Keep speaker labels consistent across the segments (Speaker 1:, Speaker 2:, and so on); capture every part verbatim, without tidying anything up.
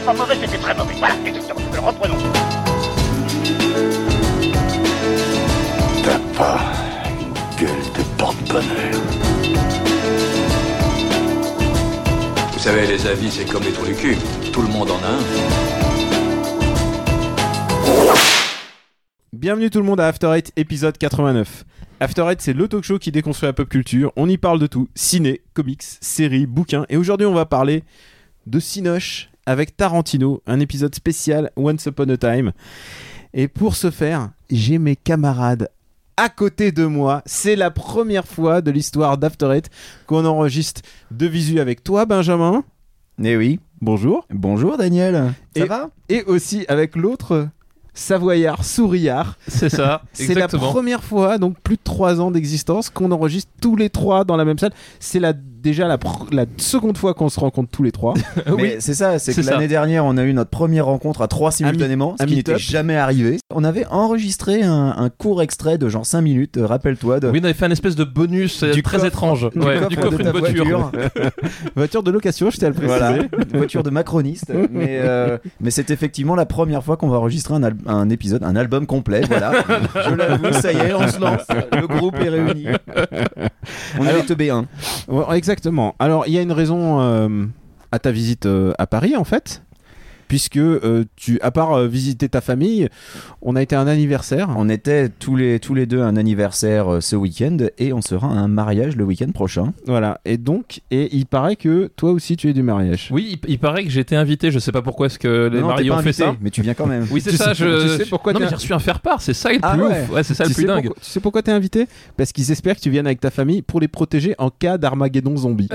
Speaker 1: pas mauvais, c'était très mauvais. Voilà, exactement. Reprenons.
Speaker 2: T'as pas une gueule de porte-bonheur.
Speaker 3: Vous savez, les avis, c'est comme les trous du cul. Tout le monde en a un.
Speaker 4: Bienvenue tout le monde à After Eight, épisode quatre-vingt-neuf. After Eight, c'est le talk show qui déconstruit la pop culture. On y parle de tout, ciné, comics, séries, bouquins. Et aujourd'hui, on va parler de Cinoche avec Tarantino, un épisode spécial Once Upon a Time. Et pour ce faire, j'ai mes camarades à côté de moi. C'est la première fois de l'histoire d'After Eight qu'on enregistre de visu avec toi, Benjamin.
Speaker 5: Eh oui.
Speaker 4: Bonjour.
Speaker 5: Bonjour, Daniel. Ça
Speaker 4: et,
Speaker 5: va ?
Speaker 4: Et aussi avec l'autre Savoyard, souriard.
Speaker 6: C'est ça,
Speaker 4: c'est la première fois, donc plus de trois ans d'existence, qu'on enregistre tous les trois dans la même salle. C'est la, déjà la, pr- la seconde fois qu'on se rencontre tous les trois.
Speaker 5: Mais oui, c'est ça, c'est, c'est que ça. L'année dernière, on a eu notre première rencontre à trois simultanément, un, ce qui un n'était jamais arrivé. On avait enregistré un, un court extrait de genre cinq minutes, euh, rappelle-toi. De...
Speaker 6: Oui, on avait fait un espèce de bonus du très coffre, étrange.
Speaker 5: Du
Speaker 6: ouais,
Speaker 5: coffre,
Speaker 6: du coffre
Speaker 5: de
Speaker 6: une voiture.
Speaker 5: voiture.
Speaker 4: voiture de location, je t'ai à le préciser.
Speaker 5: Voilà, une voiture de macroniste. mais, euh, mais c'est effectivement la première fois qu'on va enregistrer un, al- un épisode, un album complet, voilà. Je l'avoue, ça y est, on se lance. Le groupe est réuni. On est les teubés un.
Speaker 4: Ouais, exactement. Alors, il y a une raison euh, à ta visite euh, à Paris, en fait. Puisque, euh, tu, à part euh, visiter ta famille, on a été à un anniversaire.
Speaker 5: On était tous les, tous les deux à un anniversaire euh, ce week-end et on sera à un mariage le week-end prochain.
Speaker 4: Voilà, et donc, et il paraît que toi aussi tu es du mariage.
Speaker 6: Oui, il, il paraît que j'ai été invité, je sais pas pourquoi est-ce que les
Speaker 5: non,
Speaker 6: mariés ont
Speaker 5: invité,
Speaker 6: fait ça.
Speaker 5: Mais tu viens quand même.
Speaker 6: Oui, c'est
Speaker 4: tu
Speaker 6: ça,
Speaker 4: sais,
Speaker 6: je...
Speaker 4: tu sais pourquoi
Speaker 6: non,
Speaker 4: t'es...
Speaker 6: mais j'ai reçu un faire-part, c'est ça le
Speaker 5: ah
Speaker 6: plus
Speaker 5: ouais.
Speaker 6: ouf. Ouais, c'est ça
Speaker 4: tu
Speaker 6: le plus dingue.
Speaker 4: Pourquoi, tu sais pourquoi t'es invité ? Parce qu'ils espèrent que tu viennes avec ta famille pour les protéger en cas d'Armageddon zombie.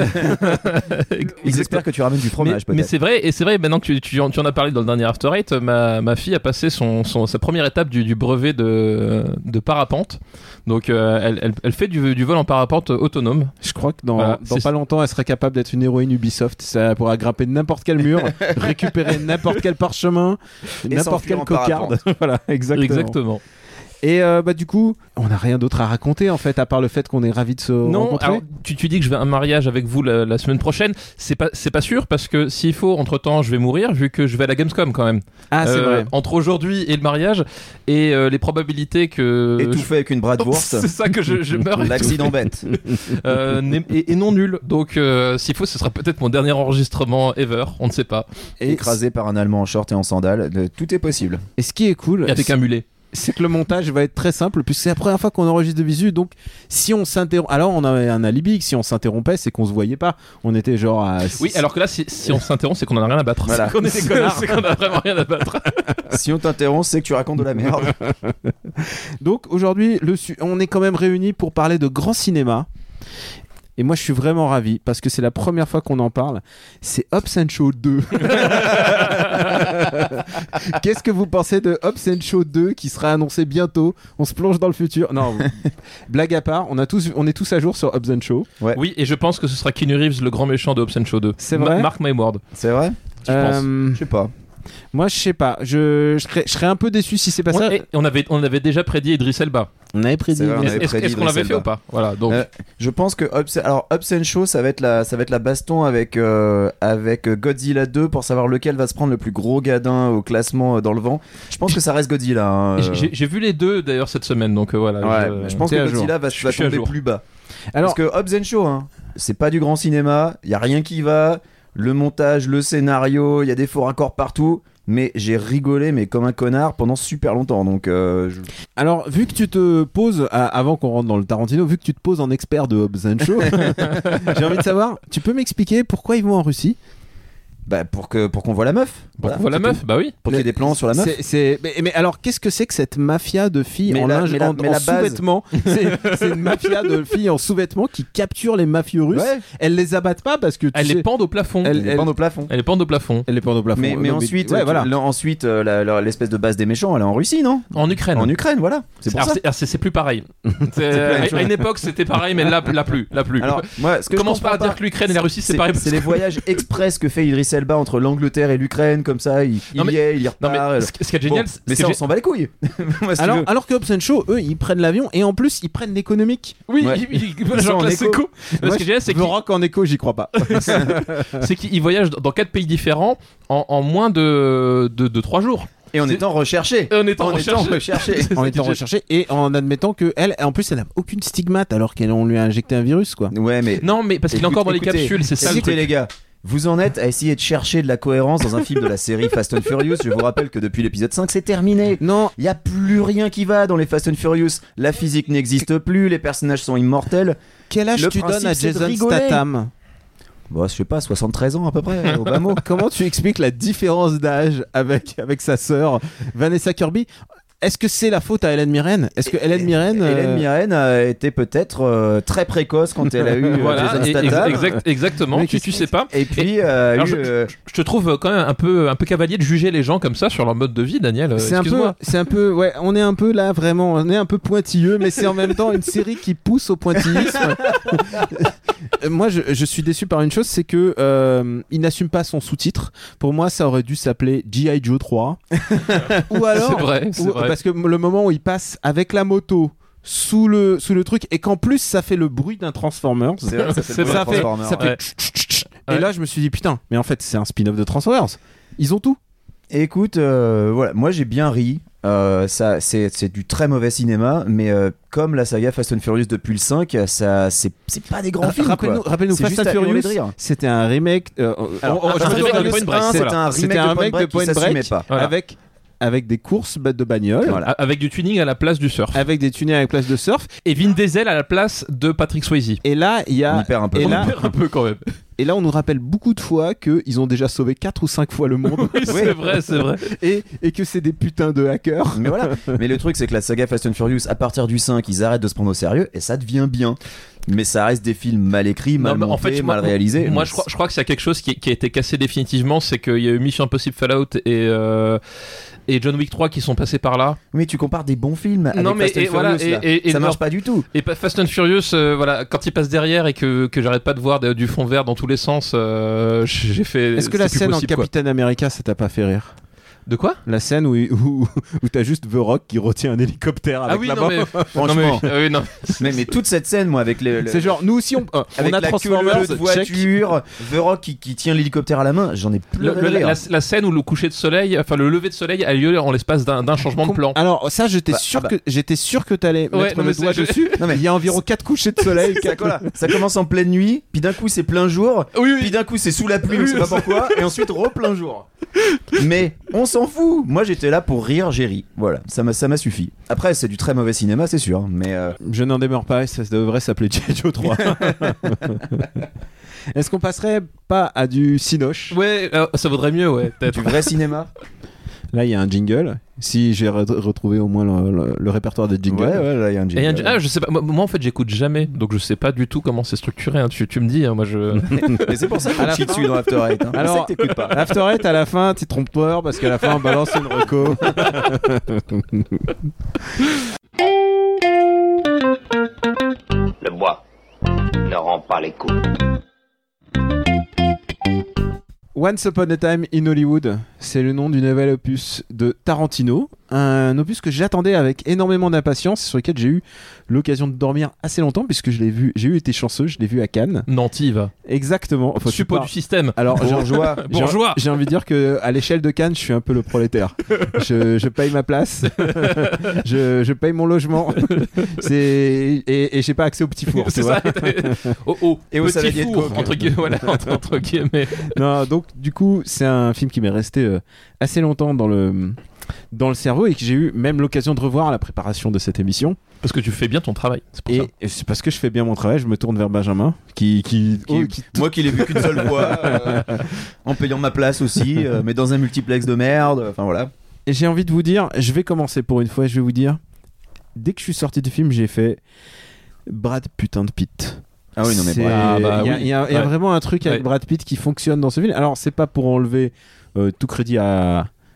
Speaker 5: Ils espèrent que tu ramènes du fromage,
Speaker 6: mais,
Speaker 5: peut-être.
Speaker 6: Mais c'est vrai, et c'est vrai, maintenant que tu, tu, tu en as parlé dans le dernier After Eight, ma, ma fille a passé son, son, sa première étape du, du brevet de, de parapente. Donc euh, elle, elle, elle fait du, du vol en parapente autonome.
Speaker 4: Je crois que dans,
Speaker 6: voilà,
Speaker 4: dans pas longtemps, elle serait capable d'être une héroïne Ubisoft. Ça pourra grimper n'importe quel mur, récupérer n'importe quel parchemin,
Speaker 5: et
Speaker 4: n'importe quelle cocarde. Voilà, exactement.
Speaker 6: Exactement.
Speaker 4: Et euh, bah du coup, on n'a rien d'autre à raconter en fait, à part le fait qu'on est ravis de se
Speaker 6: non,
Speaker 4: rencontrer.
Speaker 6: Alors, tu, tu dis que je vais à un mariage avec vous la, la semaine prochaine. C'est pas, c'est pas sûr parce que s'il faut, entre temps, je vais mourir vu que je vais à la Gamescom quand même.
Speaker 4: Ah, c'est
Speaker 6: euh,
Speaker 4: vrai.
Speaker 6: Entre aujourd'hui et le mariage et euh, les probabilités que.
Speaker 5: Étouffé
Speaker 6: je...
Speaker 5: avec une bratwurst.
Speaker 6: C'est ça que je, je meurs.
Speaker 5: L'accident bête.
Speaker 6: euh, et, et non nul. Donc, euh, s'il faut, ce sera peut-être mon dernier enregistrement ever. On ne sait pas.
Speaker 5: Et écrasé par un Allemand en short et en sandales. Tout est possible.
Speaker 4: Et ce qui est cool.
Speaker 6: Et avec un mulet.
Speaker 4: C'est que le montage va être très simple puisque c'est la première fois qu'on enregistre de visu, donc si on s'interrompt, alors on avait un alibi que si on s'interrompait c'est qu'on se voyait pas, on était genre à six...
Speaker 6: Oui, alors que là si, si on s'interrompt c'est qu'on en a rien à battre,
Speaker 5: voilà.
Speaker 6: C'est qu'on est des connards, c'est qu'on a vraiment rien à battre.
Speaker 5: Si on t'interrompt c'est que tu racontes de la merde.
Speaker 4: Donc aujourd'hui le su- on est quand même réunis pour parler de grand cinéma. Et moi je suis vraiment ravi parce que c'est la première fois qu'on en parle. C'est Hobbs and Shaw deux. Qu'est-ce que vous pensez de Hobbs and Shaw deux qui sera annoncé bientôt ? On se plonge dans le futur. Non, blague à part, on, a tous, on est tous à jour sur Hobbs and Shaw.
Speaker 5: Ouais.
Speaker 6: Oui, et je pense que ce sera Keanu Reeves, le grand méchant de Hobbs and Shaw deux.
Speaker 4: C'est vrai ?
Speaker 6: Ma- Mark my word.
Speaker 5: C'est vrai ?
Speaker 6: Tu
Speaker 4: Euh,
Speaker 6: penses ?
Speaker 5: Je sais pas.
Speaker 4: Moi je sais pas, je, je, serais, je serais un peu déçu si c'est pas
Speaker 6: on,
Speaker 4: ça.
Speaker 6: et on, avait, on avait déjà prédit Idris Elba.
Speaker 4: On avait prédit.
Speaker 5: C'est vrai, on
Speaker 6: Est-ce,
Speaker 5: avait
Speaker 6: est-ce,
Speaker 5: prédit
Speaker 6: est-ce qu'on
Speaker 5: Idris
Speaker 6: l'avait fait
Speaker 5: Elba.
Speaker 6: ou pas ? Voilà, donc.
Speaker 5: Euh, je pense que Hobbs, alors Hobbs and Shaw ça va être la, ça va être la baston avec, euh, avec Godzilla deux pour savoir lequel va se prendre le plus gros gadin au classement euh, dans le vent. Je pense que ça reste Godzilla. Hein, euh...
Speaker 6: j'ai, j'ai vu les deux d'ailleurs cette semaine, donc euh, voilà.
Speaker 5: Ouais,
Speaker 6: je...
Speaker 5: je pense
Speaker 4: T'es
Speaker 5: que
Speaker 4: à
Speaker 5: Godzilla
Speaker 4: jour.
Speaker 5: va,
Speaker 6: Je
Speaker 5: va
Speaker 6: suis à
Speaker 5: tomber
Speaker 6: jour.
Speaker 5: plus bas.
Speaker 4: Alors,
Speaker 5: Parce que Hobbs and Shaw, hein, c'est pas du grand cinéma, il y a rien qui va, le montage, le scénario, il y a des faux raccords partout. Mais j'ai rigolé mais comme un connard pendant super longtemps donc euh, je...
Speaker 4: alors vu que tu te poses à- avant qu'on rentre dans le Tarantino, vu que tu te poses en expert de Hobbs and Shaw, j'ai envie de savoir, tu peux m'expliquer pourquoi ils vont en Russie ?
Speaker 5: bah pour que pour qu'on voit la meuf.
Speaker 6: Voilà,
Speaker 5: Voilà,
Speaker 6: la
Speaker 5: c'est
Speaker 6: meuf,
Speaker 5: tout.
Speaker 6: bah oui.
Speaker 5: Pour qu'il y ait des plans sur la meuf.
Speaker 4: C'est, c'est... Mais, mais alors qu'est-ce que c'est que cette mafia de filles
Speaker 5: Mais
Speaker 4: en
Speaker 5: la-
Speaker 4: linge
Speaker 5: mais la-
Speaker 4: en,
Speaker 5: mais
Speaker 4: en
Speaker 5: la base-
Speaker 4: sous-vêtements c'est, c'est une mafia de filles en sous-vêtements qui capturent les mafieux russes.
Speaker 5: Ouais.
Speaker 4: Elles les abattent pas parce que tu
Speaker 6: Elle
Speaker 4: sais...
Speaker 6: les pendent au plafond.
Speaker 4: Elle-
Speaker 5: Elle est au plafond.
Speaker 6: Elle les pendent au plafond.
Speaker 4: Elle les pendent au plafond.
Speaker 5: Mais, mais
Speaker 4: Non,
Speaker 5: ensuite,
Speaker 4: ouais,
Speaker 5: tu-
Speaker 4: voilà.
Speaker 5: là, ensuite euh, la- la- l'espèce de base des méchants, elle est en Russie, non ?
Speaker 6: En Ukraine.
Speaker 5: En Ukraine, voilà. C'est pour
Speaker 6: alors,
Speaker 5: ça.
Speaker 6: c'est, alors, c'est, c'est plus pareil. C'est,
Speaker 5: plus la même
Speaker 6: à,
Speaker 5: chose.
Speaker 6: à une époque c'était pareil, mais là, là plus, là plus.
Speaker 5: Alors, moi, ce que
Speaker 6: Commence
Speaker 5: je
Speaker 6: pas à
Speaker 5: comprends
Speaker 6: dire que l'Ukraine et la Russie c'est,
Speaker 5: c'est
Speaker 6: pareil.
Speaker 5: c'est les voyages express que fait Idris Idris Elba entre l'Angleterre et l'Ukraine, comme ça, il,
Speaker 6: Non,
Speaker 5: il
Speaker 6: mais-
Speaker 5: y est, il y
Speaker 6: Non, mais
Speaker 5: repart.
Speaker 6: ce, ce qui est génial,
Speaker 5: Bon,
Speaker 6: c'est
Speaker 5: mais
Speaker 6: ce
Speaker 5: ça,
Speaker 6: que
Speaker 5: on s'en bat les couilles. Moi, si tu
Speaker 4: Alors,
Speaker 5: veux.
Speaker 4: alors que Hobbs and Shaw, eux, ils prennent l'avion et en plus, ils prennent l'économique.
Speaker 6: Oui,
Speaker 5: Ouais.
Speaker 6: il- il-
Speaker 5: Ils sont
Speaker 6: genre
Speaker 5: en
Speaker 6: classe
Speaker 5: éco.
Speaker 6: éco.
Speaker 4: Moi,
Speaker 6: Ce qui est génial, c'est
Speaker 4: The
Speaker 6: qu'il
Speaker 4: Rock en écho, j'y crois pas.
Speaker 6: c'est qu'il voyage dans quatre pays différents en, en moins de, de, de trois jours.
Speaker 5: Et en
Speaker 6: c'est-
Speaker 5: étant recherché.
Speaker 6: En étant
Speaker 5: En étant
Speaker 6: recherché.
Speaker 5: recherché.
Speaker 6: C'est
Speaker 4: En
Speaker 6: ça
Speaker 4: étant
Speaker 6: qui est-
Speaker 4: recherché et en admettant que elle, en plus, elle a aucune stigmate alors qu'on lui a injecté un virus, quoi.
Speaker 5: Ouais, mais.
Speaker 6: Non, mais parce qu'il est
Speaker 5: Écoute-
Speaker 6: encore dans les
Speaker 5: écoutez,
Speaker 6: capsules, c'est ça le
Speaker 5: Écoutez
Speaker 6: truc.
Speaker 5: les gars, vous en êtes à essayer de chercher de la cohérence dans un film de la série Fast and Furious. Je vous rappelle que depuis l'épisode cinq, c'est terminé.
Speaker 4: Non,
Speaker 5: Il y a plus rien qui va dans les Fast and Furious. La physique n'existe plus, les personnages sont immortels.
Speaker 4: quel âge
Speaker 5: Le
Speaker 4: tu
Speaker 5: principe,
Speaker 4: donnes à
Speaker 5: c'est de
Speaker 4: Jason
Speaker 5: rigoler.
Speaker 4: Statham?
Speaker 5: Bon, je sais pas, soixante-treize ans à peu près, au bas mot.
Speaker 4: Comment tu expliques la différence d'âge avec, avec sa sœur Vanessa Kirby? Est-ce que c'est la faute à Hélène Mirren? Est-ce que Hélène Mirren euh,
Speaker 5: Hélène Mirren a été peut-être euh, très précoce quand elle a eu euh,
Speaker 6: Voilà,
Speaker 5: Jason
Speaker 6: et-
Speaker 5: Statham.
Speaker 6: exact- exactement,
Speaker 4: Mais
Speaker 6: tu,
Speaker 4: qu'est-ce
Speaker 6: tu sais pas.
Speaker 5: Et puis, euh,
Speaker 6: Alors,
Speaker 5: eu,
Speaker 6: je-
Speaker 5: euh,
Speaker 6: Je te trouve quand même un peu, un peu cavalier de juger les gens comme ça sur leur mode de vie, Daniel. euh,
Speaker 4: C'est un peu,
Speaker 6: Excuse-moi.
Speaker 4: c'est un peu, ouais, on est un peu là vraiment, on est un peu pointilleux, mais c'est en même temps une série qui pousse au pointillisme. Euh, Moi, je, je suis déçu par une chose, c'est que euh, il n'assume pas son sous-titre. Pour moi, ça aurait dû s'appeler G I Joe trois. Ou alors,
Speaker 6: C'est vrai, c'est
Speaker 4: ou-
Speaker 6: vrai.
Speaker 4: parce que le moment où il passe avec la moto sous le sous le truc et qu'en plus ça fait le bruit d'un Transformers.
Speaker 5: c'est vrai, ça fait
Speaker 6: C'est
Speaker 5: le
Speaker 6: vrai.
Speaker 4: ça fait,
Speaker 5: Transformer,
Speaker 4: ça fait
Speaker 5: ouais.
Speaker 4: tch, tch, tch, tch. Et
Speaker 6: Ouais.
Speaker 4: là, je me suis dit putain, mais en fait, c'est un spin-off de Transformers. Ils ont tout.
Speaker 5: Écoute, euh, voilà, moi j'ai bien ri. Euh, ça, c'est, c'est du très mauvais cinéma, mais euh, comme la saga Fast and Furious depuis le cinq, ça, c'est, c'est pas des grands films.
Speaker 4: Rappelle-nous,
Speaker 5: quoi.
Speaker 4: rappelle-nous
Speaker 5: C'est
Speaker 4: Fast
Speaker 5: juste
Speaker 4: and
Speaker 5: à hurler
Speaker 4: Furious.
Speaker 5: de rire.
Speaker 4: C'était un remake. euh,
Speaker 5: Alors,
Speaker 4: on- on-
Speaker 5: Fast
Speaker 4: je
Speaker 5: and
Speaker 6: un
Speaker 4: te
Speaker 6: remake
Speaker 4: donne
Speaker 6: de
Speaker 4: le-
Speaker 6: Point Break,
Speaker 5: un,
Speaker 6: voilà.
Speaker 5: c'était un
Speaker 4: C'était
Speaker 5: remake
Speaker 4: un
Speaker 5: de Point
Speaker 4: remake
Speaker 5: Break
Speaker 4: de Point
Speaker 5: qui s'assumait
Speaker 4: Break
Speaker 5: pas.
Speaker 6: Voilà.
Speaker 4: avec avec des courses bah, de bagnole,
Speaker 5: Voilà.
Speaker 6: A- Avec du tuning à la place du surf.
Speaker 4: avec des tunings avec place de surf.
Speaker 6: Et Vin Diesel à la place de Patrick Swayze.
Speaker 4: Et là, il y
Speaker 5: On
Speaker 4: a
Speaker 5: y perd un peu.
Speaker 4: et
Speaker 6: On
Speaker 4: là,
Speaker 6: en perd un peu quand même.
Speaker 4: et là, on nous rappelle beaucoup de fois que ils ont déjà sauvé quatre ou cinq fois le monde
Speaker 6: Oui, c'est vrai, c'est vrai.
Speaker 4: et et que c'est des putains de hackers.
Speaker 5: Mais voilà. Mais le truc, c'est que la saga Fast and Furious, à partir du cinq, ils arrêtent de se prendre au sérieux et ça devient bien. Mais ça reste des films mal écrits, mal
Speaker 6: Non, mais
Speaker 5: montés,
Speaker 6: moi-
Speaker 5: mal réalisés.
Speaker 6: Moi, je crois, je crois que s'il y a quelque chose qui, qui a été cassé définitivement, c'est qu'il y a eu Mission Impossible Fallout et, euh, et John Wick trois qui sont passés par là.
Speaker 5: Mais tu compares des bons films avec
Speaker 6: Non, mais
Speaker 5: Fast and
Speaker 6: et
Speaker 5: Furious,
Speaker 6: voilà,
Speaker 5: là.
Speaker 6: et- et- et
Speaker 5: ça marche
Speaker 6: non.
Speaker 5: pas du tout.
Speaker 6: Et pa- Fast and Furious, euh, voilà, quand il passe derrière et que, que j'arrête pas de voir de- du fond vert dans tous les sens, euh, j'ai fait.
Speaker 4: Est-ce que la
Speaker 6: c'est plus
Speaker 4: scène en
Speaker 6: possible, quoi.
Speaker 4: Capitaine America, ça t'a pas fait rire?
Speaker 6: De quoi?
Speaker 4: La scène où où, où t'as juste The Rock qui retient un hélicoptère avec
Speaker 6: Ah oui,
Speaker 4: la
Speaker 6: non,
Speaker 4: main.
Speaker 6: mais.
Speaker 5: Franchement.
Speaker 6: Non, mais, ah oui, non.
Speaker 5: Mais, mais toute cette scène, moi, avec le, le-
Speaker 4: C'est genre nous aussi on, euh,
Speaker 5: avec
Speaker 4: on a
Speaker 5: la
Speaker 4: Transformers,
Speaker 5: queue de
Speaker 4: check.
Speaker 5: voiture, The Rock qui, qui tient l'hélicoptère à la main, j'en ai plus
Speaker 6: Le- le- la, la scène où le coucher de soleil, enfin le lever de soleil a lieu en l'espace d'un d'un changement de plan.
Speaker 4: Alors ça, j'étais
Speaker 5: Bah,
Speaker 4: sûr
Speaker 5: ah bah.
Speaker 4: que j'étais sûr que t'allais
Speaker 6: Ouais,
Speaker 4: mettre
Speaker 6: non,
Speaker 4: le
Speaker 6: mais
Speaker 4: doigt
Speaker 6: c'est-
Speaker 4: dessus.
Speaker 5: Non, mais-
Speaker 4: Il y a environ quatre couchers de soleil.
Speaker 5: ça, voilà, ça commence en pleine nuit, puis d'un coup c'est plein jour,
Speaker 6: Oui,
Speaker 5: puis
Speaker 6: oui.
Speaker 5: d'un coup c'est sous la pluie, on
Speaker 6: Oui,
Speaker 5: sait pas
Speaker 6: ça-
Speaker 5: pourquoi, et ensuite re-plein jour. Mais on s'en fout. Moi j'étais là pour rire, j'ai ri. Voilà, ça m'a, ça m'a suffi. Après c'est du très mauvais cinéma, c'est sûr, mais euh,
Speaker 4: Je n'en demeure pas, ça devrait s'appeler G I Joe trois. Est-ce qu'on passerait pas à du Cinoche?
Speaker 6: Ouais, euh, ça vaudrait mieux, ouais. peut-être.
Speaker 5: du vrai cinéma.
Speaker 4: Là, il y a un jingle. Si j'ai re- retrouvé au moins le, le- le répertoire des jingles.
Speaker 5: Ouais, ouais, là il y a un
Speaker 6: Et il y a un-
Speaker 5: jingle.
Speaker 6: ah, je sais pas. Moi, moi, en fait, j'écoute jamais, donc je sais pas du tout comment c'est structuré. hein. Tu, tu me dis, hein, moi, je.
Speaker 5: Et c'est pour ça
Speaker 4: À
Speaker 5: qu'on
Speaker 4: la
Speaker 5: chie
Speaker 4: fin-
Speaker 5: dessus dans After Eight. Hein.
Speaker 4: Alors,
Speaker 5: c'est ça que t'écoutes pas.
Speaker 4: After Eight, à la fin, tu te trompes pas parce qu'à la fin, on balance une reco.
Speaker 1: Le bois ne rend pas les coups.
Speaker 4: Once Upon a Time in Hollywood, c'est le nom du nouvel opus de Tarantino. Un opus que j'attendais avec énormément d'impatience, sur lequel j'ai eu l'occasion de dormir assez longtemps, puisque je l'ai vu, j'ai eu été chanceux, je l'ai vu à Cannes.
Speaker 6: Nanti, va.
Speaker 4: Exactement. Enfin,
Speaker 6: Suppôt
Speaker 4: tu pars-
Speaker 6: du système.
Speaker 4: Alors, j'ai-
Speaker 5: Bourgeois.
Speaker 4: j'ai-
Speaker 6: Bourgeois.
Speaker 4: J'ai envie de dire que à l'échelle de Cannes, je suis un peu le prolétaire. je, je paye ma place, je, je paye mon logement, c'est et, et j'ai pas accès au petit four. tu
Speaker 6: C'est
Speaker 4: vois.
Speaker 6: ça. Oh, oh.
Speaker 5: Et au
Speaker 6: Petit
Speaker 5: saladier de
Speaker 6: four,
Speaker 5: coke.
Speaker 6: entre guillemets. Voilà, entre, entre guillemets.
Speaker 4: Non, donc du coup, c'est un film qui m'est resté euh, assez longtemps dans le dans le cerveau et que j'ai eu même l'occasion de revoir à la préparation de cette émission.
Speaker 6: Parce que tu fais bien ton travail. C'est pour ça.
Speaker 4: Et, et c'est parce que je fais bien mon travail, je me tourne vers Benjamin, qui qui,
Speaker 5: Qui-
Speaker 4: oh, qui-
Speaker 5: Moi qui l'ai vu qu'une seule fois, euh, en payant ma place aussi, euh, mais dans un multiplex de merde. Enfin voilà.
Speaker 4: Et j'ai envie de vous dire, je vais commencer pour une fois, je vais vous dire, dès que je suis sorti du film, j'ai fait Brad putain de Pitt.
Speaker 5: Ah oui, non mais
Speaker 4: C'est-
Speaker 5: bref.
Speaker 6: Ah, bah
Speaker 4: il y a,
Speaker 6: oui.
Speaker 4: il y a- il y a
Speaker 6: Ouais.
Speaker 4: vraiment un truc avec
Speaker 6: Ouais.
Speaker 4: Brad Pitt qui fonctionne dans ce film. Alors c'est pas pour enlever euh, tout crédit à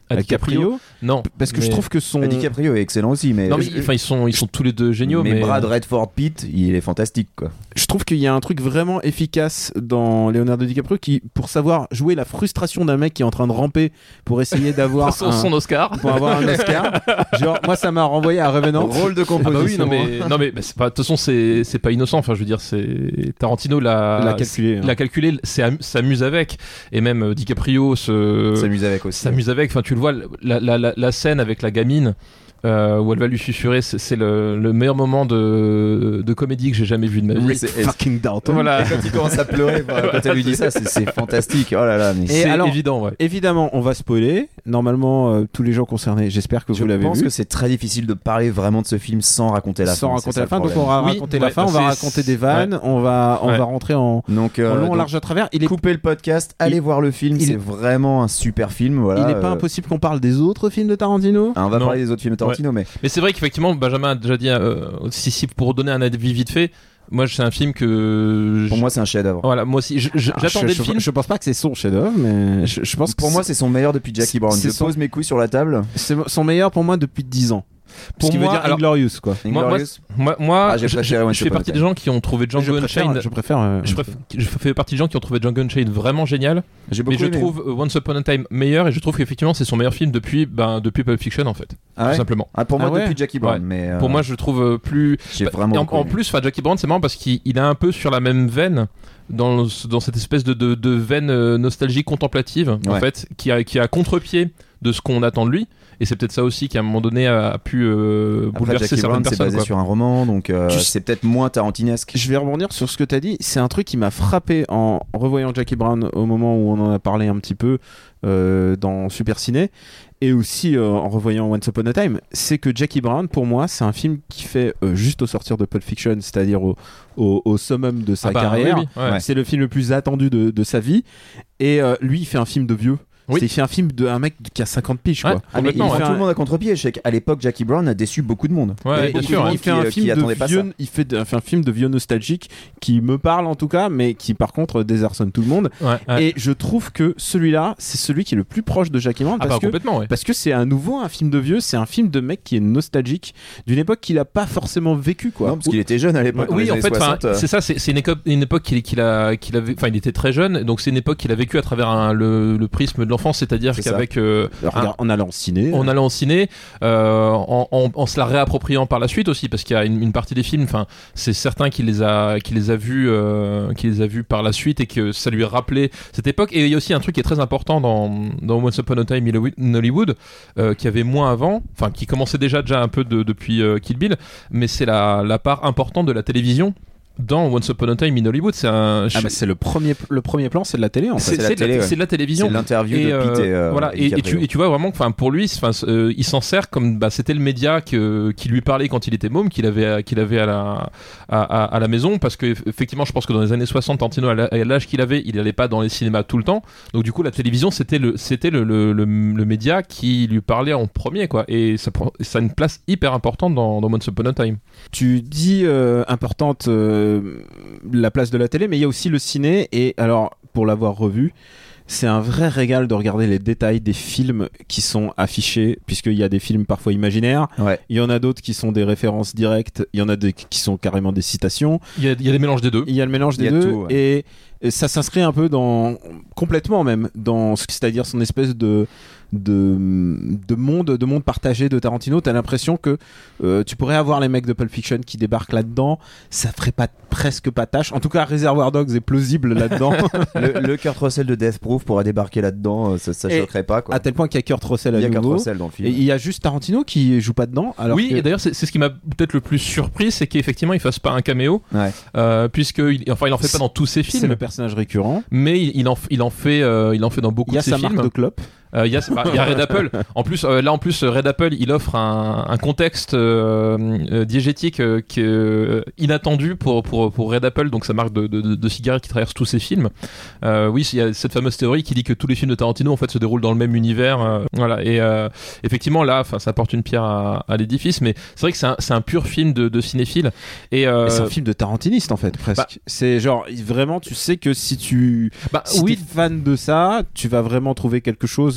Speaker 6: à DiCaprio. Non,
Speaker 4: parce que
Speaker 6: mais...
Speaker 4: je trouve que son
Speaker 5: Bah, DiCaprio est excellent aussi, mais
Speaker 6: non mais
Speaker 5: je-
Speaker 6: enfin ils sont ils sont tous les deux géniaux,
Speaker 5: mais,
Speaker 6: mais,
Speaker 5: Brad Redford Pitt, il est fantastique quoi.
Speaker 4: je trouve qu'il y a un truc vraiment efficace dans Leonardo DiCaprio qui, pour savoir jouer la frustration d'un mec qui est en train de ramper pour essayer d'avoir
Speaker 6: son,
Speaker 4: un,
Speaker 6: son Oscar.
Speaker 4: pour avoir un Oscar. Genre, moi, ça m'a renvoyé à Revenant.
Speaker 5: Rôle de
Speaker 6: Ah
Speaker 5: composition.
Speaker 6: bah oui, non mais non mais bah, c'est pas, de toute façon c'est c'est pas innocent. Enfin, je veux dire, c'est Tarantino l'a
Speaker 4: l'a calculé.
Speaker 6: l'a calculé, c'est am- s'amuse avec, et même euh, DiCaprio se
Speaker 5: s'amuse avec aussi.
Speaker 6: s'amuse avec. Enfin, tu le vois, la, la, la, la scène avec la gamine. Euh, où elle va lui susurrer, c'est, c'est le, le meilleur moment de, de comédie que j'ai jamais vu de ma vie.
Speaker 5: Oui, c'est-
Speaker 4: Fucking Dalton.
Speaker 6: Voilà.
Speaker 5: Et quand il commence à pleurer bah, quand elle lui dit ça, c'est, c'est fantastique. Oh là là, mais
Speaker 4: Et
Speaker 6: C'est
Speaker 4: alors-
Speaker 6: évident, ouais.
Speaker 4: Évidemment, on va spoiler. Normalement, euh, tous les gens concernés, j'espère que
Speaker 5: je
Speaker 4: vous l'avez
Speaker 5: pense
Speaker 4: vu.
Speaker 5: que c'est très difficile de parler vraiment de ce film sans raconter la
Speaker 4: Sans
Speaker 5: fin.
Speaker 4: raconter
Speaker 5: c'est
Speaker 4: la
Speaker 5: ça
Speaker 4: fin,
Speaker 5: le
Speaker 4: donc on va
Speaker 6: Oui,
Speaker 4: raconter la
Speaker 6: ouais,
Speaker 4: fin, on va
Speaker 6: c'est-
Speaker 4: raconter des vannes, on va, on
Speaker 6: Ouais.
Speaker 4: va rentrer en,
Speaker 5: Donc,
Speaker 4: en
Speaker 5: euh,
Speaker 4: long, en
Speaker 5: donc,
Speaker 4: large, à travers. Il est,
Speaker 5: coupez le podcast, allez
Speaker 4: il-
Speaker 5: voir le film,
Speaker 4: il
Speaker 5: c'est
Speaker 4: est-
Speaker 5: vraiment un super film. Voilà,
Speaker 4: il est pas
Speaker 5: euh,
Speaker 4: impossible qu'on parle des autres films de Tarantino.
Speaker 5: ah, on va
Speaker 6: Non.
Speaker 5: parler des autres films de Tarantino, mais
Speaker 6: Mais c'est vrai qu'effectivement, Benjamin a déjà dit, euh, si, si pour donner un avis vite fait, moi c'est un film que.
Speaker 5: pour
Speaker 6: je-
Speaker 5: moi c'est un chef-d'œuvre.
Speaker 6: Voilà, moi aussi, je- je-
Speaker 4: Alors,
Speaker 6: j'attendais
Speaker 4: je,
Speaker 6: le
Speaker 4: je-
Speaker 6: film.
Speaker 4: Je pense pas que c'est son chef-d'œuvre, mais je, je pense que
Speaker 5: Pour moi c'est son meilleur depuis Jackie
Speaker 4: c'est-
Speaker 5: Brown.
Speaker 4: c'est
Speaker 5: Je
Speaker 4: son-
Speaker 5: pose mes couilles sur la table.
Speaker 4: c'est son meilleur pour moi depuis dix ans.
Speaker 6: Pour
Speaker 4: Ce qui
Speaker 6: moi,
Speaker 4: veut dire
Speaker 6: alors-
Speaker 4: Inglorious, quoi.
Speaker 6: Moi- moi,
Speaker 5: Inglorious.
Speaker 6: Moi, moi
Speaker 5: Ah, j'ai
Speaker 6: je,
Speaker 5: préféré
Speaker 6: je-
Speaker 5: Once
Speaker 6: je fais
Speaker 5: Upon a
Speaker 6: partie
Speaker 5: Time.
Speaker 6: des gens qui ont trouvé
Speaker 4: Je
Speaker 6: Django
Speaker 4: préfère,
Speaker 6: Unchained.
Speaker 4: je préfère. euh,
Speaker 6: Je, préf- je fais partie des gens qui ont trouvé Django Unchained vraiment génial,
Speaker 5: J'ai
Speaker 6: mais
Speaker 5: beaucoup
Speaker 6: je
Speaker 5: aimé.
Speaker 6: trouve euh, Once Upon a Time meilleur, et je trouve qu'effectivement c'est son meilleur film depuis, ben, depuis Pulp Fiction en fait,
Speaker 5: Ah
Speaker 6: tout
Speaker 5: ouais
Speaker 6: simplement.
Speaker 5: Ah, pour moi
Speaker 4: Ah ouais.
Speaker 5: depuis Jackie Brown,
Speaker 6: Ouais.
Speaker 5: mais euh,
Speaker 6: Pour moi, je le trouve euh, plus.
Speaker 5: j'ai
Speaker 6: Bah,
Speaker 5: vraiment
Speaker 6: et en,
Speaker 5: beaucoup
Speaker 6: en
Speaker 5: aimé.
Speaker 6: plus, enfin, Jackie Brown, c'est marrant parce qu'il il est un peu sur la même veine, dans, dans cette espèce de, de, de veine euh, nostalgique contemplative, en
Speaker 5: Ouais.
Speaker 6: fait, qui a, qui a contre-pied de ce qu'on attend de lui. Et c'est peut-être ça aussi qui, à un moment donné, a, a pu euh,
Speaker 5: Après
Speaker 6: bouleverser
Speaker 5: Jackie
Speaker 6: certaines
Speaker 5: Brown c'est
Speaker 6: personnes.
Speaker 5: basé
Speaker 6: Quoi.
Speaker 5: sur un roman, donc euh,
Speaker 4: Tu-
Speaker 5: c'est peut-être moins tarantinesque.
Speaker 4: Je vais rebondir sur ce que tu as dit. C'est un truc qui m'a frappé en revoyant Jackie Brown au moment où on en a parlé un petit peu euh, dans Super Ciné, et aussi euh, en revoyant Once Upon a Time. C'est que Jackie Brown, pour moi, c'est un film qui fait euh, juste au sortir de Pulp Fiction, c'est-à-dire au, au, au summum de sa
Speaker 6: Ah bah,
Speaker 4: carrière.
Speaker 6: oui, oui, ouais.
Speaker 5: Ouais.
Speaker 4: C'est le film le plus attendu de, de sa vie. Et euh, lui, il fait un film de vieux.
Speaker 6: Oui.
Speaker 4: C'est- il fait un film d'un mec qui a cinquante piges, quoi.
Speaker 6: Ouais.
Speaker 5: Ah, mais il
Speaker 6: Complètement,
Speaker 5: prend
Speaker 4: ouais.
Speaker 5: tout le monde à contre-pied. Je sais qu'à l'époque, Jackie Brown a déçu beaucoup de monde.
Speaker 6: Ouais,
Speaker 4: Et
Speaker 6: bien
Speaker 4: il,
Speaker 6: sûr.
Speaker 4: il
Speaker 6: ouais.
Speaker 4: fait un
Speaker 5: qui-
Speaker 4: film
Speaker 5: qui
Speaker 4: de
Speaker 5: attendait pas
Speaker 4: vieux,
Speaker 5: ça.
Speaker 4: il fait de- fait un film de vieux nostalgique qui me parle en tout cas, mais qui par contre désarçonne tout le monde.
Speaker 6: Ouais, ouais.
Speaker 4: Et je trouve que celui-là, c'est celui qui est le plus proche de Jackie Brown
Speaker 6: Ah,
Speaker 4: parce
Speaker 6: bah,
Speaker 4: que
Speaker 6: complètement, ouais.
Speaker 4: parce que c'est à nouveau un film de vieux, c'est un film de mec qui est nostalgique d'une époque qu'il a pas forcément vécu, quoi.
Speaker 5: Non, parce qu'il était jeune à l'époque. dans
Speaker 6: Oui,
Speaker 5: les
Speaker 6: en
Speaker 5: années
Speaker 6: fait, enfin,
Speaker 5: soixante, euh.
Speaker 6: c'est ça, c'est, c'est une, éco- une époque qu'il, qu'il a, qu'il avait, enfin, il était très jeune, donc c'est une époque qu'il a vécu à travers un- le, le prisme de l'enfance, c'est-à-dire
Speaker 5: C'est ça.
Speaker 6: qu'avec, euh,
Speaker 4: Alors, regarde, en allant au ciné,
Speaker 6: en allant au ciné, euh, en, en- en se la réappropriant par la suite aussi, parce qu'il y a une, une partie des films, enfin, c'est certain qu'il les a, qu'il les a vus, euh, qu'il les a vus par la suite, et que ça lui a rappelé cette époque. Et il y a aussi un truc qui est très important dans, dans Once Upon a Time in Hollywood, euh, qui avait moins avant, enfin, qui commençait déjà déjà un peu de- depuis euh, Kill Bill, mais c'est la, la part importante de la télévision dans Once Upon a Time in Hollywood. C'est un,
Speaker 4: ah, bah, c'est le premier, le premier plan, c'est de la télé en
Speaker 6: c'est,
Speaker 4: fait.
Speaker 5: la
Speaker 6: c'est de la-
Speaker 5: télé, ouais.
Speaker 6: c'est de la télévision.
Speaker 5: C'est l'interview
Speaker 6: Et,
Speaker 5: de
Speaker 6: euh,
Speaker 5: Pitt et, euh,
Speaker 6: voilà,
Speaker 5: et
Speaker 6: et, et
Speaker 5: DiCaprio.
Speaker 6: tu, et tu vois vraiment que enfin, pour lui, enfin, euh, il s'en sert comme bah, c'était le média que, qui lui parlait quand il était môme, qu'il avait, qu'il avait à, la, à, à, à la maison, parce que effectivement je pense que dans les années soixante, Tarantino, à la- à l'âge qu'il avait, il n'allait pas dans les cinémas tout le temps, donc du coup la télévision c'était le, c'était le, le, le, le média qui lui parlait en premier, quoi. Et ça, prend- ça a une place hyper importante dans, dans Once Upon a Time.
Speaker 4: Tu dis euh, importante euh, la place de la télé, mais il y a aussi le ciné. Et alors, pour l'avoir revu, c'est un vrai régal de regarder les détails des films qui sont affichés, puisqu'il y a des films parfois imaginaires,
Speaker 5: Ouais.
Speaker 4: il y en a d'autres qui sont des références directes, il y en a des qui sont carrément des citations,
Speaker 6: Il y a, il y a des mélanges des deux.
Speaker 4: il y a le mélange
Speaker 5: Il y
Speaker 4: des
Speaker 5: a
Speaker 4: deux,
Speaker 5: tout, ouais.
Speaker 4: et, et ça s'inscrit un peu dans, complètement même, dans ce c'est-à-dire son espèce de de, de monde de monde partagé de Tarantino. T'as l'impression que euh, tu pourrais avoir les mecs de Pulp Fiction qui débarquent là-dedans, ça ferait pas presque pas tâche. En tout cas, Reservoir Dogs est plausible là-dedans.
Speaker 5: le, le Kurt Russell de Death Proof pourrait débarquer là-dedans, euh, ça, ça
Speaker 4: Et
Speaker 5: choquerait pas quoi.
Speaker 4: à tel point qu'il y a Kurt Russell à
Speaker 5: Il y a Kurt
Speaker 4: nouveau.
Speaker 5: Russell dans le film.
Speaker 4: Et il y a juste Tarantino qui joue pas dedans. Alors
Speaker 6: Oui,
Speaker 4: que-
Speaker 6: et d'ailleurs c'est, c'est ce qui m'a peut-être le plus surpris, c'est qu'effectivement il fasse pas un caméo,
Speaker 5: Ouais.
Speaker 6: euh, puisque il, enfin il en fait pas dans tous ses
Speaker 4: c'est
Speaker 6: films,
Speaker 4: le personnage récurrent.
Speaker 6: mais il, il en, il en fait, euh, il en fait dans beaucoup
Speaker 4: Il y a
Speaker 6: de ses
Speaker 4: sa
Speaker 6: films.
Speaker 4: marque de clope.
Speaker 6: Euh, Il y, a- bah, il y a Red Apple. En plus, euh, là en plus, Red Apple, il offre un, un contexte euh, euh, diégétique euh, qui est euh, inattendu pour, pour, pour Red Apple, donc sa marque de, de, de cigarettes qui traverse tous ses films. Euh, oui, il y a cette fameuse théorie qui dit que tous les films de Tarantino en fait se déroulent dans le même univers. Euh, voilà. Et euh, effectivement, là, enfin, ça apporte une pierre à, à l'édifice, mais c'est vrai que c'est un, c'est un pur film de, de cinéphile. Et, euh,
Speaker 4: Et c'est un film de tarantiniste en fait, presque.
Speaker 6: bah-
Speaker 4: c'est genre vraiment, tu sais que si tu
Speaker 6: bah,
Speaker 4: si
Speaker 6: oui,
Speaker 4: t'es fan de ça, tu vas vraiment trouver quelque chose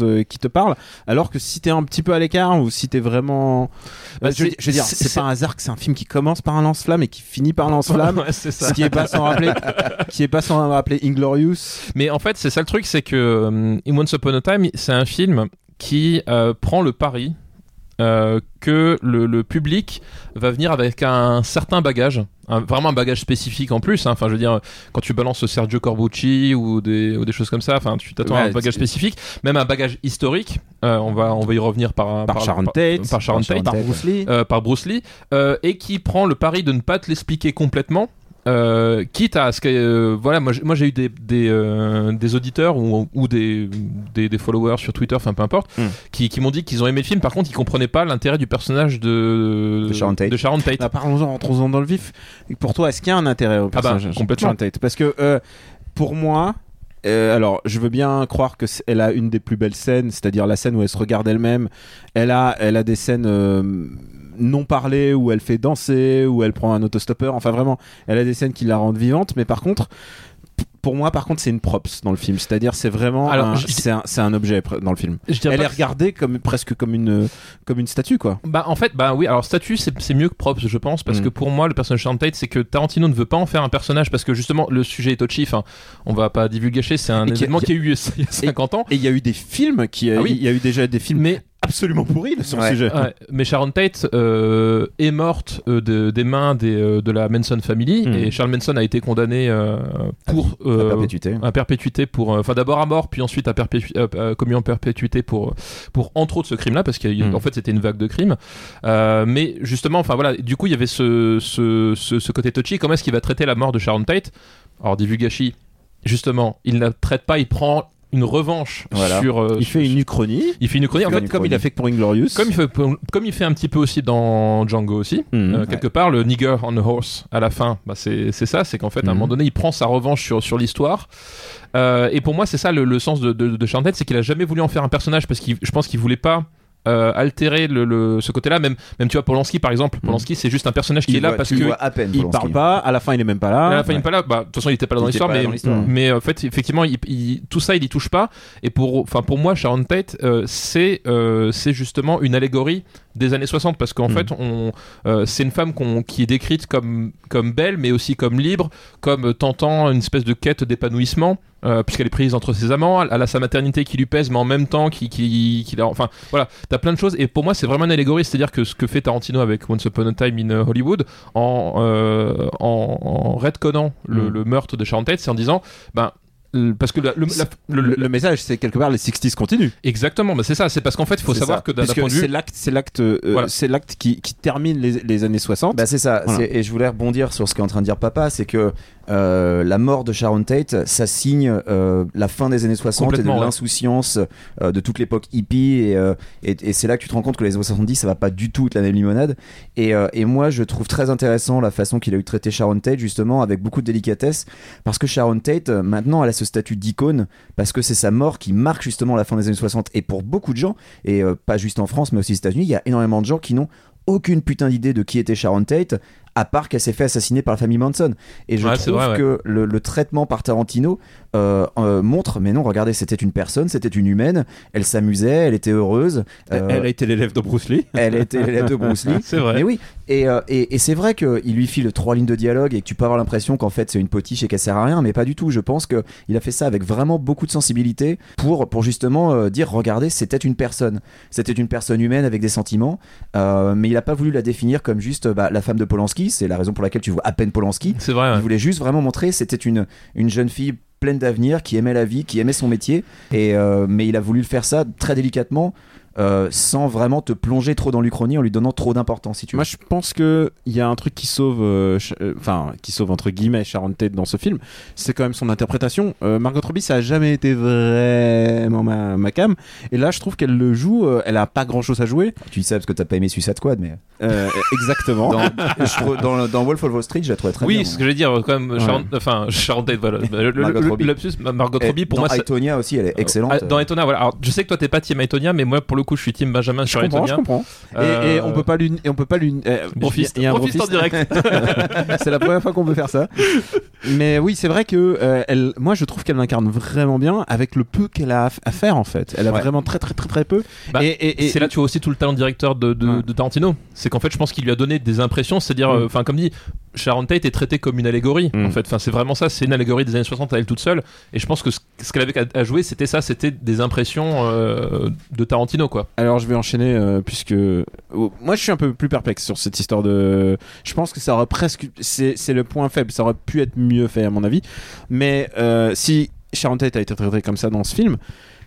Speaker 4: te, qui te parle. Alors que si t'es un petit peu à l'écart ou si t'es vraiment,
Speaker 6: Bah,
Speaker 4: euh, je,
Speaker 6: c'est-
Speaker 4: je veux dire,
Speaker 6: c'est-
Speaker 4: c'est,
Speaker 6: c'est-
Speaker 4: pas un hasard que c'est un film qui commence par un lance-flamme et qui finit par un lance-flamme.
Speaker 6: Ouais, c'est ça.
Speaker 4: Ce qui est pas sans rappeler, qui est pas sans rappeler Inglorious.
Speaker 6: Mais en fait, c'est ça le truc, c'est que um, Once Upon a Time, c'est un film qui euh, prend le pari euh, que le, le public va venir avec un certain bagage, un- vraiment un bagage spécifique en plus. hein. Enfin, je veux dire, quand tu balances Sergio Corbucci ou des, ou des choses comme ça, enfin, tu t'attends à
Speaker 4: Ouais,
Speaker 6: un bagage
Speaker 4: c'est-
Speaker 6: spécifique, même un bagage historique. Euh, on va, on va y revenir par
Speaker 4: Par Sharon Tate,
Speaker 6: par, Sharon
Speaker 5: par Sharon
Speaker 6: Tate,
Speaker 4: Par Bruce Lee.
Speaker 6: euh, par Bruce Lee, euh, et qui prend le pari de ne pas te l'expliquer complètement. Euh, quitte à ce que euh, voilà, moi j'ai, moi j'ai eu des des, euh, des auditeurs ou, ou des, des des followers sur Twitter, enfin peu importe,
Speaker 4: Mm.
Speaker 6: qui, qui m'ont dit qu'ils ont aimé le film. Par contre, ils comprenaient pas l'intérêt du personnage de
Speaker 5: De Sharon Tate.
Speaker 6: de Sharon Tate.
Speaker 4: Bah, parlons-en, rentrons-en dans le vif. Pour toi, est-ce qu'il y a un intérêt au
Speaker 6: Ah bah,
Speaker 4: personnage de
Speaker 6: complètement.
Speaker 4: Sharon Tate ? Parce que euh, pour moi, euh, alors je veux bien croire que c'est- elle a une des plus belles scènes, c'est-à-dire la scène où elle se regarde elle-même. Elle a, elle a des scènes euh, non parlées où elle fait danser, où elle prend un autostoppeur. Enfin vraiment, elle a des scènes qui la rendent vivante. Mais par contre, p- pour moi, par contre, c'est une props dans le film. C'est-à-dire, c'est vraiment,
Speaker 6: Alors,
Speaker 4: un,
Speaker 6: je-
Speaker 4: c'est, un, c'est un objet pr- dans le film.
Speaker 6: Je dirais
Speaker 4: Elle
Speaker 6: pas
Speaker 4: est
Speaker 6: que-
Speaker 4: regardée comme presque comme une, comme une statue, quoi.
Speaker 6: Bah en fait, bah oui, alors statut c'est, c'est mieux que props, je pense, parce
Speaker 4: Mm.
Speaker 6: que pour moi le personnage de Sharon Tate, c'est que Tarantino ne veut pas en faire un personnage parce que justement le sujet est touchy. Enfin, on va pas divulgacher, c'est un
Speaker 4: Et qui-
Speaker 6: événement qui a eu il y a cinquante ans.
Speaker 4: Et il y a eu des films qui,
Speaker 6: Ah oui.
Speaker 4: il y a eu déjà des films
Speaker 6: Mais
Speaker 4: absolument pourris sur le
Speaker 5: Ouais.
Speaker 4: sujet.
Speaker 6: Ouais, mais Sharon Tate euh, est morte euh, de- des mains des, euh, de la Manson Family
Speaker 4: Mhm.
Speaker 6: et Charles Manson a été condamné euh, pour
Speaker 5: À
Speaker 6: euh,
Speaker 5: perpétuité.
Speaker 6: à perpétuité pour euh, enfin d'abord à mort puis ensuite à perpétu- euh, euh, commis en perpétuité pour pour entre autres ce crime là parce qu'en
Speaker 4: Mhm.
Speaker 6: fait c'était une vague de crimes. Euh, mais justement enfin voilà, du coup il y avait ce ce, ce, ce côté touchy. Comment est-ce qu'il va traiter la mort de Sharon Tate? Alors divulgachi, justement il ne la traite pas, il prend une revanche
Speaker 5: Voilà.
Speaker 6: sur euh,
Speaker 4: Il fait
Speaker 6: sur-
Speaker 4: une uchronie,
Speaker 6: il fait une uchronie en
Speaker 4: comme,
Speaker 6: fait,
Speaker 4: comme il a fait pour Inglorious.
Speaker 6: comme il fait, comme il fait un petit peu aussi dans Django aussi,
Speaker 4: Mhm.
Speaker 6: euh, quelque part, le nigger on a horse à la fin, bah c'est, c'est ça, c'est qu'en fait, à un
Speaker 4: Mhm.
Speaker 6: moment donné, il prend sa revanche sur, sur l'histoire. Euh, et pour moi, c'est ça le, le sens de, de, de Sharon Tate, c'est qu'il a jamais voulu en faire un personnage parce que je pense qu'il voulait pas. Euh, altérer le, le- ce côté-là, même, même tu vois Polanski par exemple, Polanski c'est juste un personnage qui
Speaker 5: Il
Speaker 6: est là
Speaker 5: voit-
Speaker 6: parce
Speaker 5: tu
Speaker 6: que
Speaker 5: le vois à peine.
Speaker 4: il
Speaker 5: Polanski.
Speaker 4: parle pas, à la fin il est même pas là.
Speaker 6: à la fin il est pas là, bah, de toute façon il était pas là dans
Speaker 5: Il était
Speaker 6: l'histoire,
Speaker 5: pas là
Speaker 6: mais,
Speaker 5: dans l'histoire.
Speaker 6: mais en fait effectivement il, il- tout ça il y touche pas. Et pour, enfin pour moi Sharon Tate euh, c'est euh, c'est justement une allégorie des années soixante parce qu'en
Speaker 4: Mm.
Speaker 6: fait on euh, c'est une femme qu'on, qui est décrite comme comme belle mais aussi comme libre, comme tentant une espèce de quête d'épanouissement. Euh, puisqu'elle est prise entre ses amants, elle a sa maternité qui lui pèse, mais en même temps qui, qui, qui la- enfin voilà, t'as plein de choses. Et pour moi, c'est vraiment une allégorie, c'est-à-dire que ce que fait Tarantino avec Once Upon a Time in Hollywood, en euh, en, en redconnant le,
Speaker 4: Mm.
Speaker 6: le meurtre de Sharon Tate, c'est en disant, ben euh, parce que la- le, la-
Speaker 4: le, le- le message, c'est quelque part les sixties continuent.
Speaker 6: exactement, bah c'est ça, c'est parce qu'en fait, il faut
Speaker 5: C'est
Speaker 6: savoir
Speaker 5: ça.
Speaker 6: que d'un
Speaker 4: Parce
Speaker 6: d'un
Speaker 4: que
Speaker 6: point de vue,
Speaker 4: c'est l'acte, c'est l'acte, euh,
Speaker 6: Voilà.
Speaker 4: c'est l'acte qui, qui termine les, les années soixante.
Speaker 5: Bah c'est ça,
Speaker 4: Voilà.
Speaker 5: c'est- et je voulais rebondir sur ce qu'est en train de dire papa, c'est que euh, la mort de Sharon Tate, ça signe euh, la fin des années soixante et de
Speaker 6: Complètement, ouais.
Speaker 5: l'insouciance euh, de toute l'époque hippie, et, euh, et, et c'est là que tu te rends compte que les années soixante-dix, ça va pas du tout être la même limonade. Et, euh, et moi, je trouve très intéressant la façon qu'il a eu de traiter Sharon Tate, justement, avec beaucoup de délicatesse, parce que Sharon Tate, euh, maintenant, elle a ce statut d'icône, parce que c'est sa mort qui marque justement la fin des années soixante. Et pour beaucoup de gens, et euh, pas juste en France, mais aussi aux États-Unis, il y a énormément de gens qui n'ont aucune putain d'idée de qui était Sharon Tate, à part qu'elle s'est fait assassiner par la famille Manson. Et je
Speaker 6: Ouais, c'est
Speaker 5: trouve
Speaker 6: vrai, ouais.
Speaker 5: que le, le traitement par Tarantino euh, euh, montre, mais non, regardez, c'était une personne, c'était une humaine, elle s'amusait, elle était heureuse,
Speaker 4: Elle-
Speaker 5: euh,
Speaker 4: Elle a été l'élève de Bruce Lee.
Speaker 5: elle était l'élève de Bruce Lee.
Speaker 6: c'est vrai.
Speaker 5: Mais oui, et, euh, et, et c'est vrai qu'il lui file trois lignes de dialogue et que tu peux avoir l'impression qu'en fait c'est une potiche et qu'elle sert à rien, mais pas du tout. Je pense qu'il a fait ça avec vraiment beaucoup de sensibilité pour, pour justement euh, dire regardez, c'était une personne. C'était une personne humaine avec des sentiments, euh, mais il a pas voulu la définir comme juste bah, la femme de Polanski. C'est la raison pour laquelle tu vois à peine Polanski.
Speaker 6: C'est vrai. ouais.
Speaker 5: Il voulait juste vraiment montrer c'était une, une jeune fille pleine d'avenir, qui aimait la vie, qui aimait son métier, et, euh, mais il a voulu le faire ça très délicatement. Euh, sans vraiment te plonger trop dans l'Uchronie en lui donnant trop d'importance si tu veux.
Speaker 4: Moi, je pense que il y a un truc qui sauve, euh, ch- euh, enfin, qui sauve entre guillemets Sharon Tate dans ce film. C'est quand même son interprétation. Euh, Margot Robbie, ça a jamais été vraiment ma, ma cam. Et là, je trouve qu'elle le joue. euh, elle a pas grand chose à jouer.
Speaker 5: Tu dis ça parce que t'as pas aimé Suicide Squad, mais
Speaker 4: Euh, exactement.
Speaker 5: dans, je trouve- dans, dans Wolf of Wall Street, je la trouvais très
Speaker 6: oui,
Speaker 5: bien.
Speaker 6: c'est ce que je veux dire, quand même,
Speaker 4: Ouais.
Speaker 6: Sharon, enfin, Sharon Tate, voilà. Le, le-
Speaker 5: Margot
Speaker 6: le- le
Speaker 5: Robbie.
Speaker 6: lapsus, Margot
Speaker 5: Et
Speaker 6: Robbie, pour
Speaker 5: dans
Speaker 6: moi, c'est-
Speaker 5: Aitonia aussi, elle est excellente.
Speaker 6: Ah, dans Aitonia, voilà. Alors, je sais que toi t'es pas team Aitonia, mais moi pour le coup je suis team Benjamin
Speaker 4: Je
Speaker 6: sur
Speaker 4: comprends, je
Speaker 6: Aitonia.
Speaker 4: comprends. Et,
Speaker 6: Euh,
Speaker 4: et on peut pas lui, et on peut pas lui. euh,
Speaker 6: Brofist,
Speaker 4: il y a un
Speaker 6: Brofist en
Speaker 4: brofist.
Speaker 6: direct.
Speaker 4: C'est la première fois qu'on peut faire ça. Mais oui, c'est vrai que euh, elle, moi, je trouve qu'elle l'incarne vraiment bien avec le peu qu'elle a à f- à faire en fait. Elle a
Speaker 5: Ouais.
Speaker 4: vraiment très très très très peu.
Speaker 6: Bah,
Speaker 4: et, et, et-
Speaker 6: c'est là tu vois aussi tout le talent de directeur de, de,
Speaker 4: Ouais.
Speaker 6: de Tarantino. C'est qu'en fait, je pense qu'il lui a donné des impressions, c'est-à-dire,
Speaker 4: Mm.
Speaker 6: enfin, comme dit, Sharon Tate est traitée comme une allégorie.
Speaker 4: Mm.
Speaker 6: En fait, enfin, c'est vraiment ça. C'est une allégorie des années soixante à elle toute seule. Et je pense que ce, ce qu'elle avait à, à jouer, c'était ça, c'était des impressions euh, de Tarantino, quoi.
Speaker 4: Alors je vais enchaîner euh, puisque oh, moi je suis un peu plus perplexe sur cette histoire de. Je pense que ça aurait presque. C'est c'est le point faible. Ça aurait pu être mieux fait à mon avis. Mais euh, si Sharon Tate a été traitée comme ça dans ce film,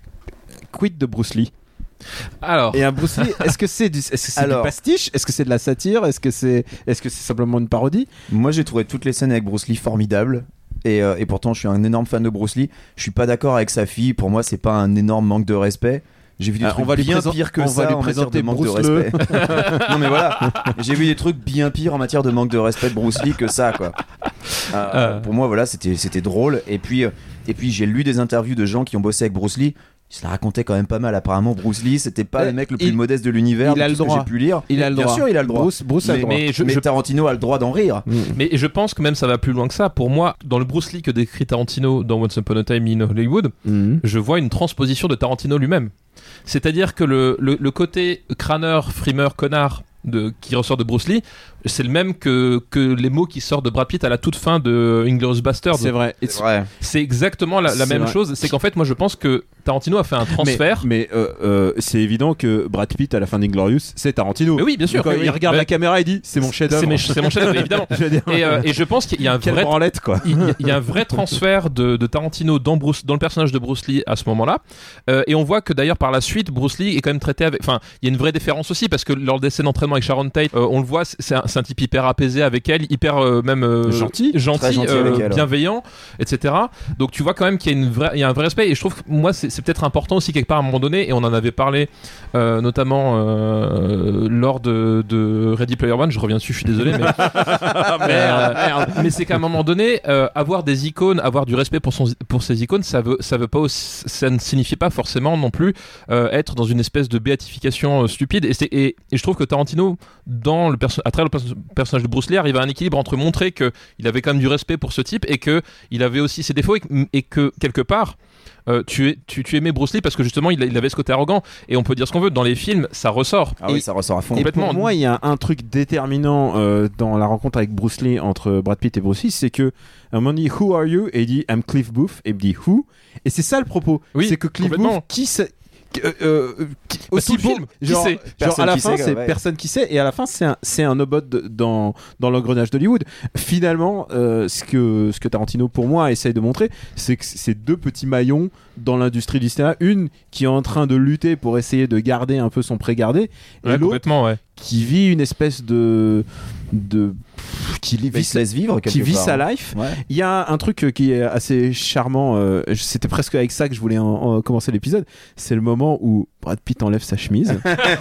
Speaker 4: quid de Bruce Lee?
Speaker 6: Alors,
Speaker 4: Et un Bruce Lee, est-ce que c'est du, est-ce que c'est du
Speaker 5: Alors.
Speaker 4: pastiche? Est-ce que c'est de la satire? Est-ce que c'est, est-ce que c'est simplement une parodie?
Speaker 5: Moi, j'ai trouvé toutes les scènes avec Bruce Lee formidables. Et, euh, et pourtant, je suis un énorme fan de Bruce Lee. Je suis pas d'accord avec sa fille. Pour moi, c'est pas un énorme manque de respect. J'ai vu des
Speaker 4: Ah,
Speaker 5: trucs
Speaker 4: on va lui
Speaker 5: bien
Speaker 4: présent-
Speaker 5: pire que
Speaker 4: on
Speaker 5: ça
Speaker 4: va lui
Speaker 5: en matière
Speaker 4: présenter
Speaker 5: de manque
Speaker 4: Bruce
Speaker 5: de
Speaker 4: Lee.
Speaker 5: respect. Non mais voilà, j'ai vu des trucs bien pires en matière de manque de respect de Bruce Lee que ça quoi. Euh,
Speaker 6: Euh.
Speaker 5: Pour moi voilà, c'était c'était drôle. Et puis euh, et puis j'ai lu des interviews de gens qui ont bossé avec Bruce Lee. Ils se la racontaient quand même pas mal. Apparemment, Bruce Lee, c'était pas
Speaker 4: Euh,
Speaker 5: le mec le plus
Speaker 4: il-
Speaker 5: modeste de l'univers.
Speaker 4: il
Speaker 5: de
Speaker 4: a
Speaker 5: tout
Speaker 4: le
Speaker 5: ce que
Speaker 4: droit.
Speaker 5: j'ai pu lire.
Speaker 4: Il a le
Speaker 5: Bien
Speaker 4: droit.
Speaker 5: sûr, il a le droit.
Speaker 4: Bruce, Bruce a le
Speaker 5: mais,
Speaker 4: droit.
Speaker 6: mais je-
Speaker 5: mais
Speaker 6: je-
Speaker 5: Tarantino a le droit d'en rire.
Speaker 4: Mm.
Speaker 6: mais je pense que même ça va plus loin que ça. Pour moi, dans le Bruce Lee que décrit Tarantino dans Once Upon a Time in Hollywood,
Speaker 4: Mhm.
Speaker 6: je vois une transposition de Tarantino lui-même. C'est-à-dire que le, le, le côté crâneur, frimeur, connard de, qui ressort de Bruce Lee, c'est le même que, que les mots qui sortent de Brad Pitt à la toute fin de Inglourious Basterds.
Speaker 4: C'est vrai. Et
Speaker 5: C'est vrai.
Speaker 6: C'est exactement la, la
Speaker 4: C'est
Speaker 6: même
Speaker 4: vrai.
Speaker 6: chose. C'est qu'en fait, moi, je pense que Tarantino a fait un transfert.
Speaker 4: Mais, mais, euh, euh, c'est évident que Brad Pitt à la fin d'Inglorious, c'est Tarantino.
Speaker 6: Mais oui, bien sûr.
Speaker 4: Quand
Speaker 6: oui,
Speaker 4: il
Speaker 6: oui.
Speaker 4: regarde
Speaker 6: Mais
Speaker 4: la caméra, il dit c'est mon chef-d'œuvre.
Speaker 6: C'est mes- c'est mon chef-d'œuvre, évidemment.
Speaker 4: Je veux dire,
Speaker 6: Et, euh, et je pense qu'il y a un
Speaker 4: quelle
Speaker 6: vrai
Speaker 4: branlette quoi.
Speaker 6: il y, a- il y a un vrai transfert de, de Tarantino dans, Bruce, dans le personnage de Bruce Lee à ce moment-là. Euh, et on voit que d'ailleurs par la suite, Bruce Lee est quand même traité avec. Enfin, il y a une vraie déférence aussi parce que lors des scènes d'entraînement avec Sharon Tate, euh, on le voit, c'est un, c'est un type hyper apaisé avec elle, hyper euh, même euh,
Speaker 4: Gentil.
Speaker 6: gentil,
Speaker 5: Très gentil
Speaker 6: euh,
Speaker 5: avec elle, ouais.
Speaker 6: bienveillant, et cetera. Donc tu vois quand même qu'il y a, une vraie, il y a un vrai respect. Et je trouve que moi, c'est c'est peut-être important aussi quelque part à un moment donné, et on en avait parlé euh, notamment euh, lors de, de Ready Player One. Je reviens dessus, je suis désolé, mais. mais, euh, mais c'est qu'à un moment donné, euh, avoir des icônes, avoir du respect pour, son, pour ces icônes, ça veut, ça veut pas aussi- ça ne signifie pas forcément non plus euh, être dans une espèce de béatification euh, stupide. Et, c'est- et, et je trouve que Tarantino, dans le perso- à travers le perso- personnage de Bruce Lee, arrive à un équilibre entre montrer que il avait quand même du respect pour ce type et que il avait aussi ses défauts et, que- et que quelque part. euh, tu, es- tu, tu aimais Bruce Lee parce que justement il, a- il avait ce côté arrogant, et on peut dire ce qu'on veut, dans les films ça ressort.
Speaker 5: Ah oui, ça ressort à fond.
Speaker 4: Et
Speaker 6: Complètement.
Speaker 4: pour moi, il y a un truc déterminant euh, dans la rencontre avec Bruce Lee entre Brad Pitt et Bruce Lee, c'est que à un moment dit Who are you? Et il dit I'm Cliff Booth. Et il me dit Who? Et c'est ça le propos.
Speaker 6: Oui,
Speaker 4: c'est que Cliff
Speaker 6: complètement.
Speaker 4: Booth, qui c'est euh, euh, qui-
Speaker 6: Bah,
Speaker 4: aussi
Speaker 6: tout le
Speaker 4: beau-
Speaker 6: film, qui
Speaker 4: genre,
Speaker 6: sait
Speaker 4: genre
Speaker 5: Personne
Speaker 4: à la
Speaker 5: qui
Speaker 4: fin
Speaker 5: sait,
Speaker 4: c'est
Speaker 5: ouais.
Speaker 4: personne qui sait, et à la fin c'est un c'est un obot de- dans dans l'engrenage d'Hollywood. Finalement, euh, ce que ce que Tarantino pour moi essaye de montrer, c'est que c'est deux petits maillons dans l'industrie du cinéma, une qui est en train de lutter pour essayer de garder un peu son pré-gardé, et
Speaker 6: Ouais,
Speaker 4: l'autre
Speaker 6: complètement, ouais.
Speaker 4: qui vit une espèce de de qui
Speaker 5: Mais il
Speaker 4: vit
Speaker 5: se laisse vivre quelque
Speaker 4: qui vit
Speaker 5: part.
Speaker 4: sa life.
Speaker 5: Ouais.
Speaker 4: Il y a un truc euh, qui est assez charmant, euh, c'était presque avec ça que je voulais en, en commencer l'épisode, c'est le moment où Brad Pitt enlève sa chemise.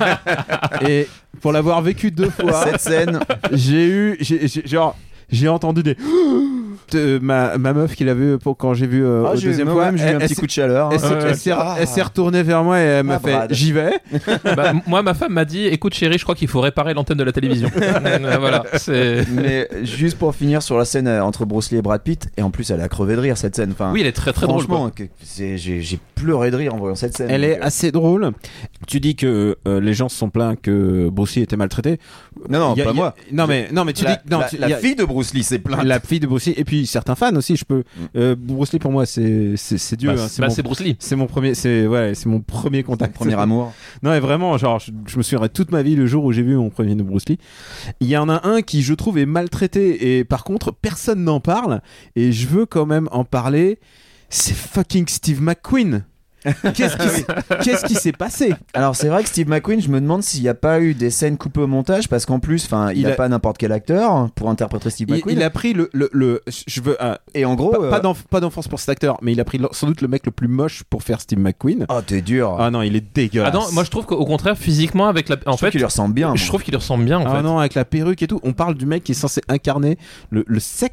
Speaker 4: Et pour l'avoir vécu deux fois,
Speaker 5: Cette scène,
Speaker 4: j'ai eu j'ai, j'ai- genre j'ai entendu des de ma, ma meuf qui l'a vu pour quand j'ai vu euh,
Speaker 5: ah,
Speaker 4: au
Speaker 5: j'ai-
Speaker 4: deuxième
Speaker 5: moi-même,
Speaker 4: fois,
Speaker 5: j'ai eu un
Speaker 4: elle-
Speaker 5: petit
Speaker 4: elle
Speaker 5: coup de chaleur. hein.
Speaker 4: elle s'est-
Speaker 6: Ouais,
Speaker 4: elle s'est-
Speaker 5: Ah.
Speaker 4: elle s'est retournée vers moi et elle m'a
Speaker 5: Ah,
Speaker 4: fait
Speaker 5: Brad.
Speaker 4: j'y vais.
Speaker 6: Bah, m- moi, ma femme m'a dit écoute, chérie, je crois qu'il faut réparer l'antenne de la télévision. Euh, voilà, c'est.
Speaker 5: Mais juste pour finir sur la scène euh, entre Bruce Lee et Brad Pitt, et en plus elle a crevé de rire cette scène. Enfin,
Speaker 6: Oui, elle est très très drôle.
Speaker 5: franchement,
Speaker 6: quoi.
Speaker 5: que- c'est- j'ai j'ai pleuré de rire en voyant cette scène.
Speaker 4: Elle
Speaker 5: Donc,
Speaker 4: est
Speaker 5: euh,
Speaker 4: assez drôle. Tu dis que euh, les gens se sont plaints que Bruce Lee était maltraité.
Speaker 5: Non, non,
Speaker 4: Il y a-
Speaker 5: pas
Speaker 4: il y a-
Speaker 5: moi.
Speaker 4: Non mais non mais tu
Speaker 5: la,
Speaker 4: dis non
Speaker 5: la-
Speaker 4: tu-
Speaker 5: la
Speaker 4: il y a-
Speaker 5: fille de Bruce Lee s'est plainte.
Speaker 4: la fille de Bruce Lee et puis certains fans aussi. Je peux. Euh, Bruce Lee pour moi c'est c'est c'est Dieu.
Speaker 6: Bah,
Speaker 4: hein,
Speaker 6: c'est bah,
Speaker 4: mon-
Speaker 6: c'est Bruce Lee.
Speaker 4: c'est mon premier c'est ouais c'est mon premier contact.
Speaker 5: Premier amour.
Speaker 4: Non et vraiment genre je, je me souviendrai toute ma vie le jour où j'ai vu mon premier de Bruce Lee. Il y en a un qui je trouve est maltraité et par contre personne n'en parle et je veux quand même en parler. C'est fucking Steve McQueen. Qu'est-ce qui s'est- qu'est-ce qui s'est passé?
Speaker 5: Alors c'est vrai que Steve McQueen, je me demande s'il n'y a pas eu des scènes coupées au montage parce qu'en plus, enfin, il
Speaker 4: Il
Speaker 5: n'a
Speaker 4: a-
Speaker 5: pas n'importe quel acteur pour interpréter Steve
Speaker 4: Il,
Speaker 5: McQueen.
Speaker 4: il a pris le, le, le- je veux ah,
Speaker 5: Et en gros,
Speaker 4: pas,
Speaker 5: euh,
Speaker 4: pas d'enf- pas d'enfance pour cet acteur, mais il a pris le- sans doute le mec le plus moche pour faire Steve McQueen.
Speaker 5: oh t'es dur.
Speaker 4: Ah non, il est
Speaker 6: Ah
Speaker 4: dégueulasse.
Speaker 6: non, moi je trouve qu'au contraire, physiquement, avec la. En
Speaker 5: je trouve
Speaker 6: fait,
Speaker 5: qu'il lui ressemble bien.
Speaker 6: je
Speaker 5: moi.
Speaker 6: trouve qu'il lui ressemble bien en
Speaker 4: Ah
Speaker 6: fait.
Speaker 4: non, avec la perruque et tout. On parle du mec qui est censé incarner le, le sexe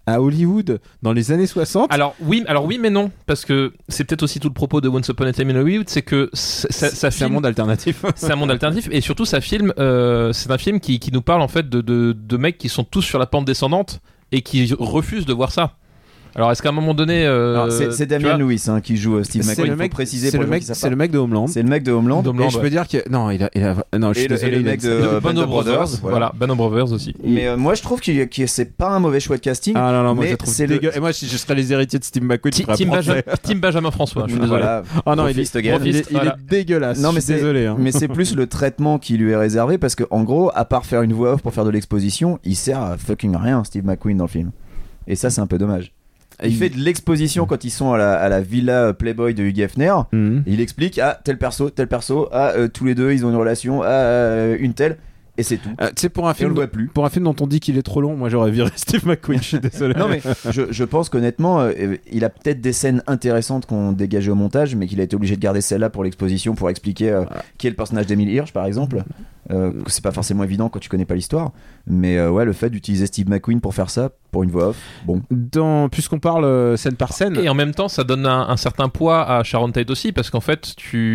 Speaker 4: à Hollywood dans les années soixante.
Speaker 6: Alors oui, alors oui, mais non, parce que c'est peut-être aussi tout le propos de Once Upon a Time in Hollywood, c'est que ça, ça
Speaker 4: c'est
Speaker 6: filme,
Speaker 4: un monde alternatif.
Speaker 6: c'est un monde alternatif, et surtout ça filme, euh, c'est un film qui, qui nous parle en fait de, de, de mecs qui sont tous sur la pente descendante et qui refusent de voir ça. Alors est-ce qu'à un moment donné, euh,
Speaker 5: Alors, c'est, c'est Damian Lewis hein, qui joue euh, Steve
Speaker 4: C'est
Speaker 5: McQueen.
Speaker 4: le
Speaker 5: Il faut
Speaker 4: mec,
Speaker 5: préciser
Speaker 4: c'est
Speaker 5: pour
Speaker 4: le
Speaker 5: les
Speaker 4: mec,
Speaker 5: gens qui savent
Speaker 4: c'est
Speaker 5: pas.
Speaker 4: le mec de Homeland.
Speaker 5: C'est le mec de Homeland.
Speaker 6: Homeland,
Speaker 4: Et je
Speaker 6: ouais.
Speaker 4: peux dire que non, il a, il a... non, je suis
Speaker 5: Et le-
Speaker 4: désolé,
Speaker 5: et le
Speaker 4: il a-
Speaker 5: mec de-
Speaker 6: de
Speaker 5: euh,
Speaker 6: Band of Brothers, voilà, Band of Brothers aussi.
Speaker 5: Mais euh, moi, je trouve qu'il, qu'il c'est pas un mauvais choix de casting.
Speaker 4: Ah non non, moi
Speaker 5: mais
Speaker 4: je trouve
Speaker 5: c'est le-
Speaker 4: dégueu. Et moi, si je serais les héritiers de Steve McQueen, je
Speaker 6: Tim,
Speaker 4: ferais
Speaker 6: Tim
Speaker 4: français.
Speaker 6: Benjamin, Tim Benjamin François, je suis désolé.
Speaker 5: Voilà.
Speaker 4: Ah non, il
Speaker 5: Profiste
Speaker 4: est,
Speaker 5: again.
Speaker 4: il est, il est
Speaker 6: Voilà.
Speaker 4: dégueulasse.
Speaker 5: Non, mais
Speaker 4: je suis
Speaker 5: c'est,
Speaker 4: désolé. Hein.
Speaker 5: mais c'est plus le traitement qui lui est réservé parce que en gros, à part faire une voix off pour faire de l'exposition, il sert à fucking rien, Steve McQueen dans le film. Et ça, c'est un peu dommage. Il
Speaker 4: Il-
Speaker 5: fait de l'exposition quand ils sont à la, à la villa Playboy de Hugh Hefner.
Speaker 4: Mhm.
Speaker 5: Il explique ah tel perso, tel perso, ah euh, tous les deux ils ont une relation, ah euh, une telle, et c'est tout.
Speaker 4: Euh, tu sais, pour un
Speaker 5: Et on
Speaker 4: film,
Speaker 5: le voit plus.
Speaker 4: pour un film dont on dit qu'il est trop long, moi j'aurais viré Steve McQueen. Je suis désolé.
Speaker 5: Non mais je, je pense qu'honnêtement, euh, il a peut-être des scènes intéressantes qu'on dégageait au montage, mais qu'il a été obligé de garder celle-là pour l'exposition pour expliquer euh, qui est le personnage d'Emile Hirsch par exemple. Euh, que c'est pas forcément évident quand tu connais pas l'histoire, mais euh, ouais, le fait d'utiliser Steve McQueen pour faire ça, pour une voix off, bon.
Speaker 4: Dans, puisqu'on parle euh, scène par scène,
Speaker 6: Et en même temps, ça donne un, un certain poids à Sharon Tate aussi, parce qu'en fait,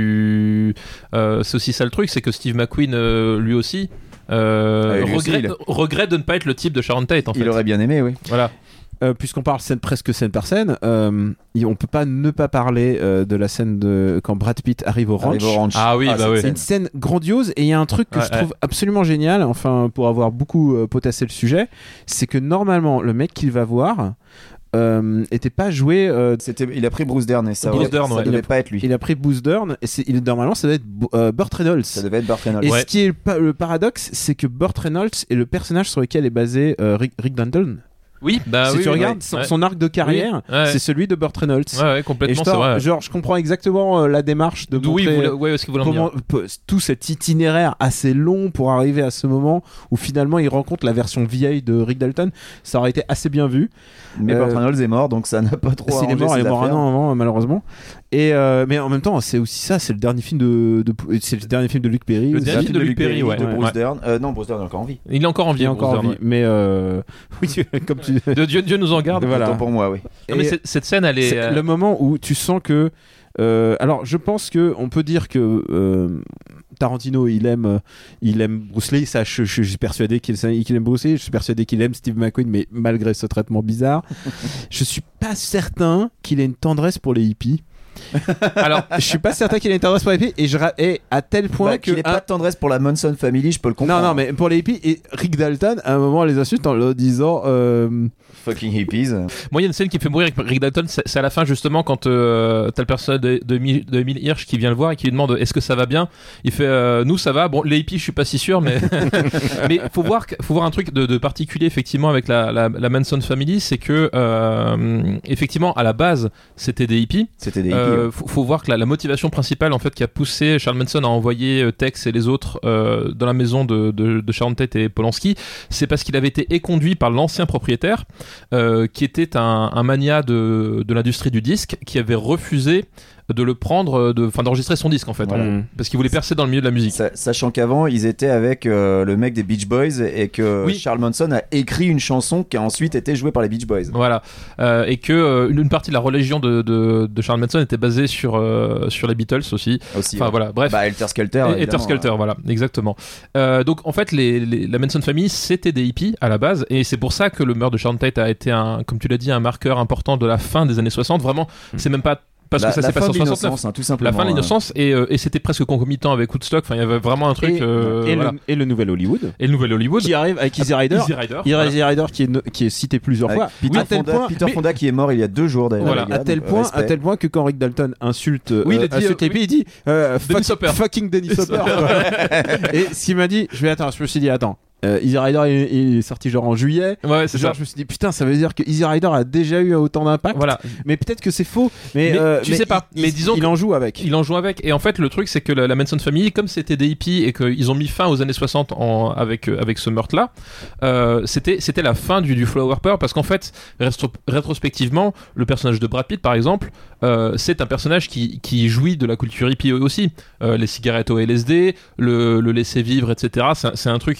Speaker 6: tu, euh, c'est aussi ça le truc, c'est que Steve McQueen, euh, lui aussi, euh,
Speaker 5: Ah, lui aussi,
Speaker 6: regrette,
Speaker 5: il
Speaker 6: regrette de ne pas être le type de Sharon Tate. En fait.
Speaker 5: Il aurait bien aimé, oui.
Speaker 6: Voilà.
Speaker 4: euh, puisqu'on parle scène presque scène par scène, euh, y- on peut pas ne pas parler euh, de la scène de quand Brad Pitt arrive au ranch.
Speaker 5: Arrive au ranch.
Speaker 6: Ah oui, bah
Speaker 5: cette
Speaker 6: oui.
Speaker 4: C'est
Speaker 5: scène.
Speaker 4: une scène grandiose et il y a un truc que
Speaker 6: Ouais,
Speaker 4: je trouve absolument génial, enfin pour avoir beaucoup euh, potassé le sujet, c'est que normalement le mec qu'il va voir euh, était pas joué. euh,
Speaker 5: C'était, il a pris Bruce Dern et ça,
Speaker 6: Bruce
Speaker 5: aurait-
Speaker 6: Dern,
Speaker 5: ça
Speaker 6: ouais.
Speaker 5: devait
Speaker 4: Il a-
Speaker 5: pas être lui.
Speaker 4: il a pris Bruce Dern et c'est, il, normalement ça doit être Bo- euh, Burt Reynolds.
Speaker 5: Ça devait être Burt Reynolds.
Speaker 4: Et
Speaker 6: Ouais.
Speaker 4: ce qui est le, pa- le paradoxe, c'est que Burt Reynolds est le personnage sur lequel est basé euh, Rick, Rick Dalton.
Speaker 6: Oui, bah
Speaker 4: si
Speaker 6: oui.
Speaker 4: tu
Speaker 6: oui,
Speaker 4: regardes
Speaker 6: ouais.
Speaker 4: son,
Speaker 6: Ouais.
Speaker 4: son arc de carrière,
Speaker 6: Oui, ouais.
Speaker 4: c'est celui de Burt Reynolds.
Speaker 6: Ouais, ouais,
Speaker 4: Et
Speaker 6: complètement,
Speaker 4: je,
Speaker 6: c'est
Speaker 4: t'en-
Speaker 6: vrai.
Speaker 4: genre, je comprends exactement euh, la démarche de
Speaker 6: D'où oui,
Speaker 4: montrer
Speaker 6: vous, ouais, ce que vous voulez en
Speaker 4: comment
Speaker 6: dire.
Speaker 4: pe- tout cet itinéraire assez long pour arriver à ce moment où finalement il rencontre la version vieille de Rick Dalton. Ça aurait été assez bien vu.
Speaker 5: Mais
Speaker 4: Euh,
Speaker 5: Burt Reynolds est mort, donc ça n'a pas trop
Speaker 4: S'il est
Speaker 5: arrangé
Speaker 4: mort, il
Speaker 5: ses
Speaker 4: est mort un
Speaker 5: affaires.
Speaker 4: an avant, malheureusement. Et euh, mais en même temps, c'est aussi ça, c'est le dernier film de, de c'est le dernier film de Luc Perry.
Speaker 6: Le
Speaker 4: aussi.
Speaker 6: dernier film de Luc Perry, ouais.
Speaker 5: de Bruce
Speaker 6: Ouais.
Speaker 5: Dern. Euh, non, Bruce Dern est encore en vie.
Speaker 6: Il est encore en vie.
Speaker 4: Il est encore en
Speaker 6: Bruce
Speaker 4: vie,
Speaker 6: Dern,
Speaker 4: mais euh... oui, comme tu.
Speaker 6: ouais. De Dieu, Dieu nous en garde.
Speaker 4: Voilà.
Speaker 5: Autant pour moi, oui.
Speaker 6: Non, mais
Speaker 4: Et-
Speaker 6: cette, cette scène, elle est.
Speaker 4: C'est
Speaker 6: euh,
Speaker 4: le moment où tu sens que. euh, alors, je pense que on peut dire que euh, Tarantino, il aime, euh, il aime Bruce Lee. Ça, je, je- je suis persuadé qu'il, qu'il aime Bruce Lee. Je suis persuadé qu'il aime Steve McQueen, mais malgré ce traitement bizarre, je suis pas certain qu'il ait une tendresse pour les hippies.
Speaker 6: Alors,
Speaker 4: Je suis pas certain qu'il ait une tendresse pour les hippies. Et je ra- et à tel point
Speaker 5: Bah,
Speaker 4: que
Speaker 5: qu'il n'ait
Speaker 4: un-
Speaker 5: pas de tendresse pour la Manson Family, je peux le
Speaker 4: non,
Speaker 5: comprendre.
Speaker 4: non, mais pour les hippies et Rick Dalton, à un moment, les insulte en leur disant. euh,
Speaker 5: Fucking hippies.
Speaker 6: moi, il y a une scène qui me fait mourir avec Rick Dalton, c'est c'est à la fin justement quand euh, t'as le personnage de, de, Mi- de Emile Hirsch qui vient le voir et qui lui demande est-ce que ça va bien. Il fait euh, nous ça va. Bon, les hippies, je suis pas si sûr, mais mais faut voir que- faut voir un truc de, de particulier effectivement avec la, la, la Manson Family, c'est que euh, effectivement à la base c'était des hippies.
Speaker 5: C'était des hippies.
Speaker 6: Euh,
Speaker 5: ouais.
Speaker 6: faut, faut voir que la, la motivation principale en fait qui a poussé Charles Manson à envoyer euh, Tex et les autres euh, dans la maison de, de, de Sharon Tate et Polanski, c'est parce qu'il avait été éconduit par l'ancien propriétaire euh, qui était un, un mania de, de l'industrie du disque qui avait refusé de le prendre, de, enfin d'enregistrer son disque en fait,
Speaker 5: Voilà.
Speaker 6: en- parce qu'il voulait percer dans le milieu de la musique.
Speaker 5: Sa- Sachant qu'avant, ils étaient avec euh, le mec des Beach Boys et que
Speaker 6: Oui.
Speaker 5: Charles Manson a écrit une chanson qui a ensuite été jouée par les Beach Boys.
Speaker 6: Voilà, Euh, et que euh, une, une partie de la religion de, de, de Charles Manson était basée sur, euh, sur les Beatles aussi.
Speaker 5: Aussi,
Speaker 6: Enfin
Speaker 5: ouais.
Speaker 6: voilà, bref.
Speaker 5: Bah, Helter Skelter.
Speaker 6: Et- Helter
Speaker 5: évidemment,
Speaker 6: Skelter,
Speaker 5: hein.
Speaker 6: voilà, exactement. Euh, donc en fait, les, les- la Manson Family, c'était des hippies à la base, et c'est pour ça que le meurtre de Sharon Tate a été, un, comme tu l'as dit, un marqueur important de la fin des années soixante. Vraiment, c'est même pas parce
Speaker 5: La,
Speaker 6: que ça
Speaker 5: la
Speaker 6: s'est
Speaker 5: fin
Speaker 6: passé en
Speaker 5: de
Speaker 6: soixante-neuf.
Speaker 5: l'innocence, hein, tout
Speaker 6: La
Speaker 5: simplement.
Speaker 6: fin de
Speaker 5: hein.
Speaker 6: l'innocence, et, euh, et c'était presque concomitant avec Woodstock. Enfin, il y avait vraiment un truc.
Speaker 4: et,
Speaker 6: euh,
Speaker 4: et
Speaker 6: voilà.
Speaker 4: le, et le nouvel Hollywood
Speaker 6: Et le nouvel Hollywood.
Speaker 4: qui arrive avec Easy Rider.
Speaker 6: Easy Rider.
Speaker 4: Easy
Speaker 6: voilà.
Speaker 4: Rider qui est, no- qui est cité plusieurs
Speaker 5: Avec
Speaker 4: fois.
Speaker 5: Peter,
Speaker 4: à tel
Speaker 5: Fonda,
Speaker 4: point,
Speaker 5: Peter
Speaker 4: mais-
Speaker 5: Fonda qui est mort il y a deux jours d'ailleurs.
Speaker 6: Voilà.
Speaker 5: les gars,
Speaker 4: à tel
Speaker 5: donc,
Speaker 4: point,
Speaker 5: respect.
Speaker 4: à tel point que quand Rick Dalton insulte,
Speaker 6: Oui, il a
Speaker 4: euh,
Speaker 6: dit,
Speaker 4: insulte
Speaker 6: euh,
Speaker 4: les pays, il dit euh,
Speaker 6: Dennis
Speaker 4: fuck-
Speaker 6: Hopper.
Speaker 4: fucking Dennis Hopper. quoi. Et ce qu'il m'a dit, je vais attends, je me suis dit attends, euh, Easy Rider il, il est sorti genre en juillet.
Speaker 6: Ouais, c'est
Speaker 4: Genre
Speaker 6: ça.
Speaker 4: je me suis dit putain ça veut dire que Easy Rider a déjà eu autant d'impact.
Speaker 6: Voilà.
Speaker 4: Mais peut-être que c'est faux. Mais,
Speaker 6: Mais
Speaker 4: euh,
Speaker 6: tu
Speaker 4: mais
Speaker 6: sais pas.
Speaker 4: il-
Speaker 6: Mais
Speaker 4: il-
Speaker 6: disons
Speaker 4: il
Speaker 6: que-
Speaker 4: en joue avec.
Speaker 6: Il en joue avec. Et en fait, le truc, c'est que la, la Manson Family, comme c'était des hippies et qu'ils ont mis fin aux années soixante en, avec, euh, avec ce meurtre-là, euh, c'était, c'était la fin du, du Flower Power parce qu'en fait, rétro- rétrospectivement, le personnage de Brad Pitt, par exemple, euh, c'est un personnage qui, qui jouit de la culture hippie aussi. Euh, les cigarettes au L S D, le, le laisser vivre, et cetera. C'est, un- c'est un truc hippie à la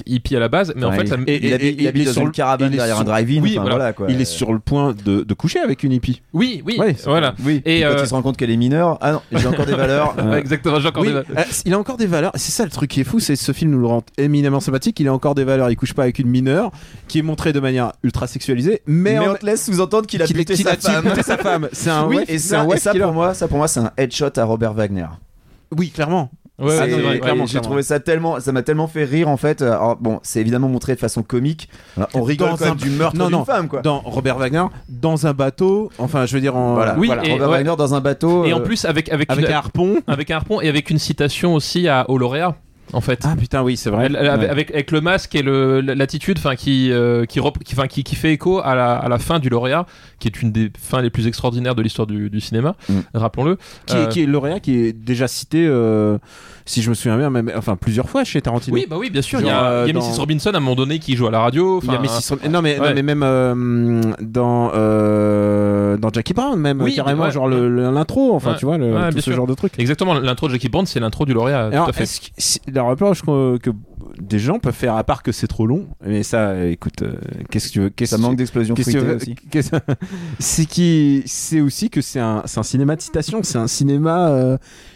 Speaker 6: base, mais en
Speaker 5: Ouais,
Speaker 6: fait, la-
Speaker 5: il,
Speaker 4: et-
Speaker 5: il
Speaker 4: et-
Speaker 5: habite,
Speaker 4: et-
Speaker 5: il habite
Speaker 4: il est
Speaker 5: dans
Speaker 4: sur
Speaker 5: une
Speaker 4: le-
Speaker 5: caravane
Speaker 4: il est
Speaker 5: derrière
Speaker 4: sur-
Speaker 5: un drive-in.
Speaker 6: Oui,
Speaker 5: enfin,
Speaker 6: voilà.
Speaker 5: voilà, quoi.
Speaker 4: Il est sur le point de, de coucher avec une hippie.
Speaker 6: oui, oui,
Speaker 4: Ouais, c'est-
Speaker 6: voilà.
Speaker 5: Oui.
Speaker 6: Et,
Speaker 5: Et quand
Speaker 6: euh,
Speaker 5: il se rend compte qu'elle est mineure, ah non, j'ai encore des valeurs.
Speaker 6: Ouais, exactement, j'ai encore
Speaker 4: Oui,
Speaker 6: des-
Speaker 4: euh, il a encore des valeurs. C'est ça le truc qui est fou, c'est ce film nous le rend éminemment sympathique. Il a encore des valeurs. Il couche pas avec une mineure qui est montrée de manière ultra sexualisée, mais,
Speaker 5: Mais
Speaker 4: en-
Speaker 5: on te laisse sous-entendre qu'il a
Speaker 4: qu'il-
Speaker 5: buté
Speaker 4: qu'il
Speaker 5: sa
Speaker 4: a
Speaker 5: femme.
Speaker 4: buté sa femme. C'est un
Speaker 5: Oui,
Speaker 4: ouais,
Speaker 5: et
Speaker 4: c'est
Speaker 5: ça,
Speaker 4: un
Speaker 5: et
Speaker 4: wife
Speaker 5: ça
Speaker 4: killer.
Speaker 5: pour moi, ça pour moi, c'est un headshot à Robert Wagner.
Speaker 4: Oui, clairement.
Speaker 6: Ouais,
Speaker 4: Ah
Speaker 6: ouais,
Speaker 4: non,
Speaker 6: c'est
Speaker 4: mais
Speaker 6: vrai.
Speaker 4: clairement,
Speaker 5: J'ai
Speaker 4: clairement.
Speaker 5: trouvé ça tellement, ça m'a tellement fait rire en fait. Alors, bon, c'est évidemment montré de façon comique. Alors, on rigole
Speaker 4: Dans
Speaker 5: quand même
Speaker 4: un-
Speaker 5: du meurtre
Speaker 4: non,
Speaker 5: d'une
Speaker 4: non.
Speaker 5: femme, quoi.
Speaker 4: Dans Robert Wagner, dans un bateau, enfin, je veux dire en
Speaker 5: Voilà.
Speaker 6: Oui,
Speaker 5: voilà.
Speaker 6: et-
Speaker 5: Robert
Speaker 6: ouais.
Speaker 5: Wagner dans un bateau.
Speaker 6: Et en
Speaker 5: euh,
Speaker 6: plus, avec, avec,
Speaker 4: avec
Speaker 6: une-
Speaker 4: un harpon.
Speaker 6: avec un harpon et avec une citation aussi à, au lauréat, en fait.
Speaker 4: Ah putain, oui, c'est vrai.
Speaker 6: Elle- elle- avec,
Speaker 4: Ouais.
Speaker 6: avec, avec le masque et le, l'attitude, enfin qui euh, qui, rep- qui, 'fin, qui qui fait écho à la, à la fin du lauréat, qui est une des fins les plus extraordinaires de l'histoire du, du cinéma,
Speaker 5: Mm.
Speaker 6: rappelons-le.
Speaker 4: Qui,
Speaker 6: Euh,
Speaker 4: est, qui est lauréat, qui est déjà cité, euh, si je me souviens bien, même, enfin plusieurs fois chez Tarantino.
Speaker 6: Oui, bah oui, bien sûr. Il y
Speaker 4: Genre,
Speaker 6: a,
Speaker 4: euh,
Speaker 6: il y a
Speaker 4: dans-
Speaker 6: missus Robinson à un moment donné qui joue à la radio.
Speaker 4: Il y a
Speaker 6: enfin,
Speaker 4: Missus Robinson. Non mais, non,
Speaker 6: ouais.
Speaker 4: mais même euh, dans euh, dans Jackie Brown même
Speaker 6: Oui,
Speaker 4: carrément
Speaker 6: ouais,
Speaker 4: genre le- le- l'intro enfin
Speaker 6: Ouais.
Speaker 4: tu vois le,
Speaker 6: Ouais,
Speaker 4: tout
Speaker 6: bien
Speaker 4: ce
Speaker 6: sûr.
Speaker 4: genre de truc.
Speaker 6: Exactement, l'intro de Jackie Brown, c'est l'intro du lauréat.
Speaker 4: Alors
Speaker 6: tout à fait.
Speaker 4: est-ce que si- la reproche que, que des gens peuvent faire à part que c'est trop long mais ça euh, écoute euh, qu'est-ce que tu veux qu'est-ce
Speaker 5: ça
Speaker 4: que
Speaker 5: manque
Speaker 4: tu-
Speaker 5: d'explosion
Speaker 4: qu'est-ce que tu
Speaker 5: fruitée
Speaker 4: veux-
Speaker 5: aussi.
Speaker 4: qu'est-ce- c'est qui c'est aussi que c'est un c'est un cinéma de citation c'est un cinéma euh,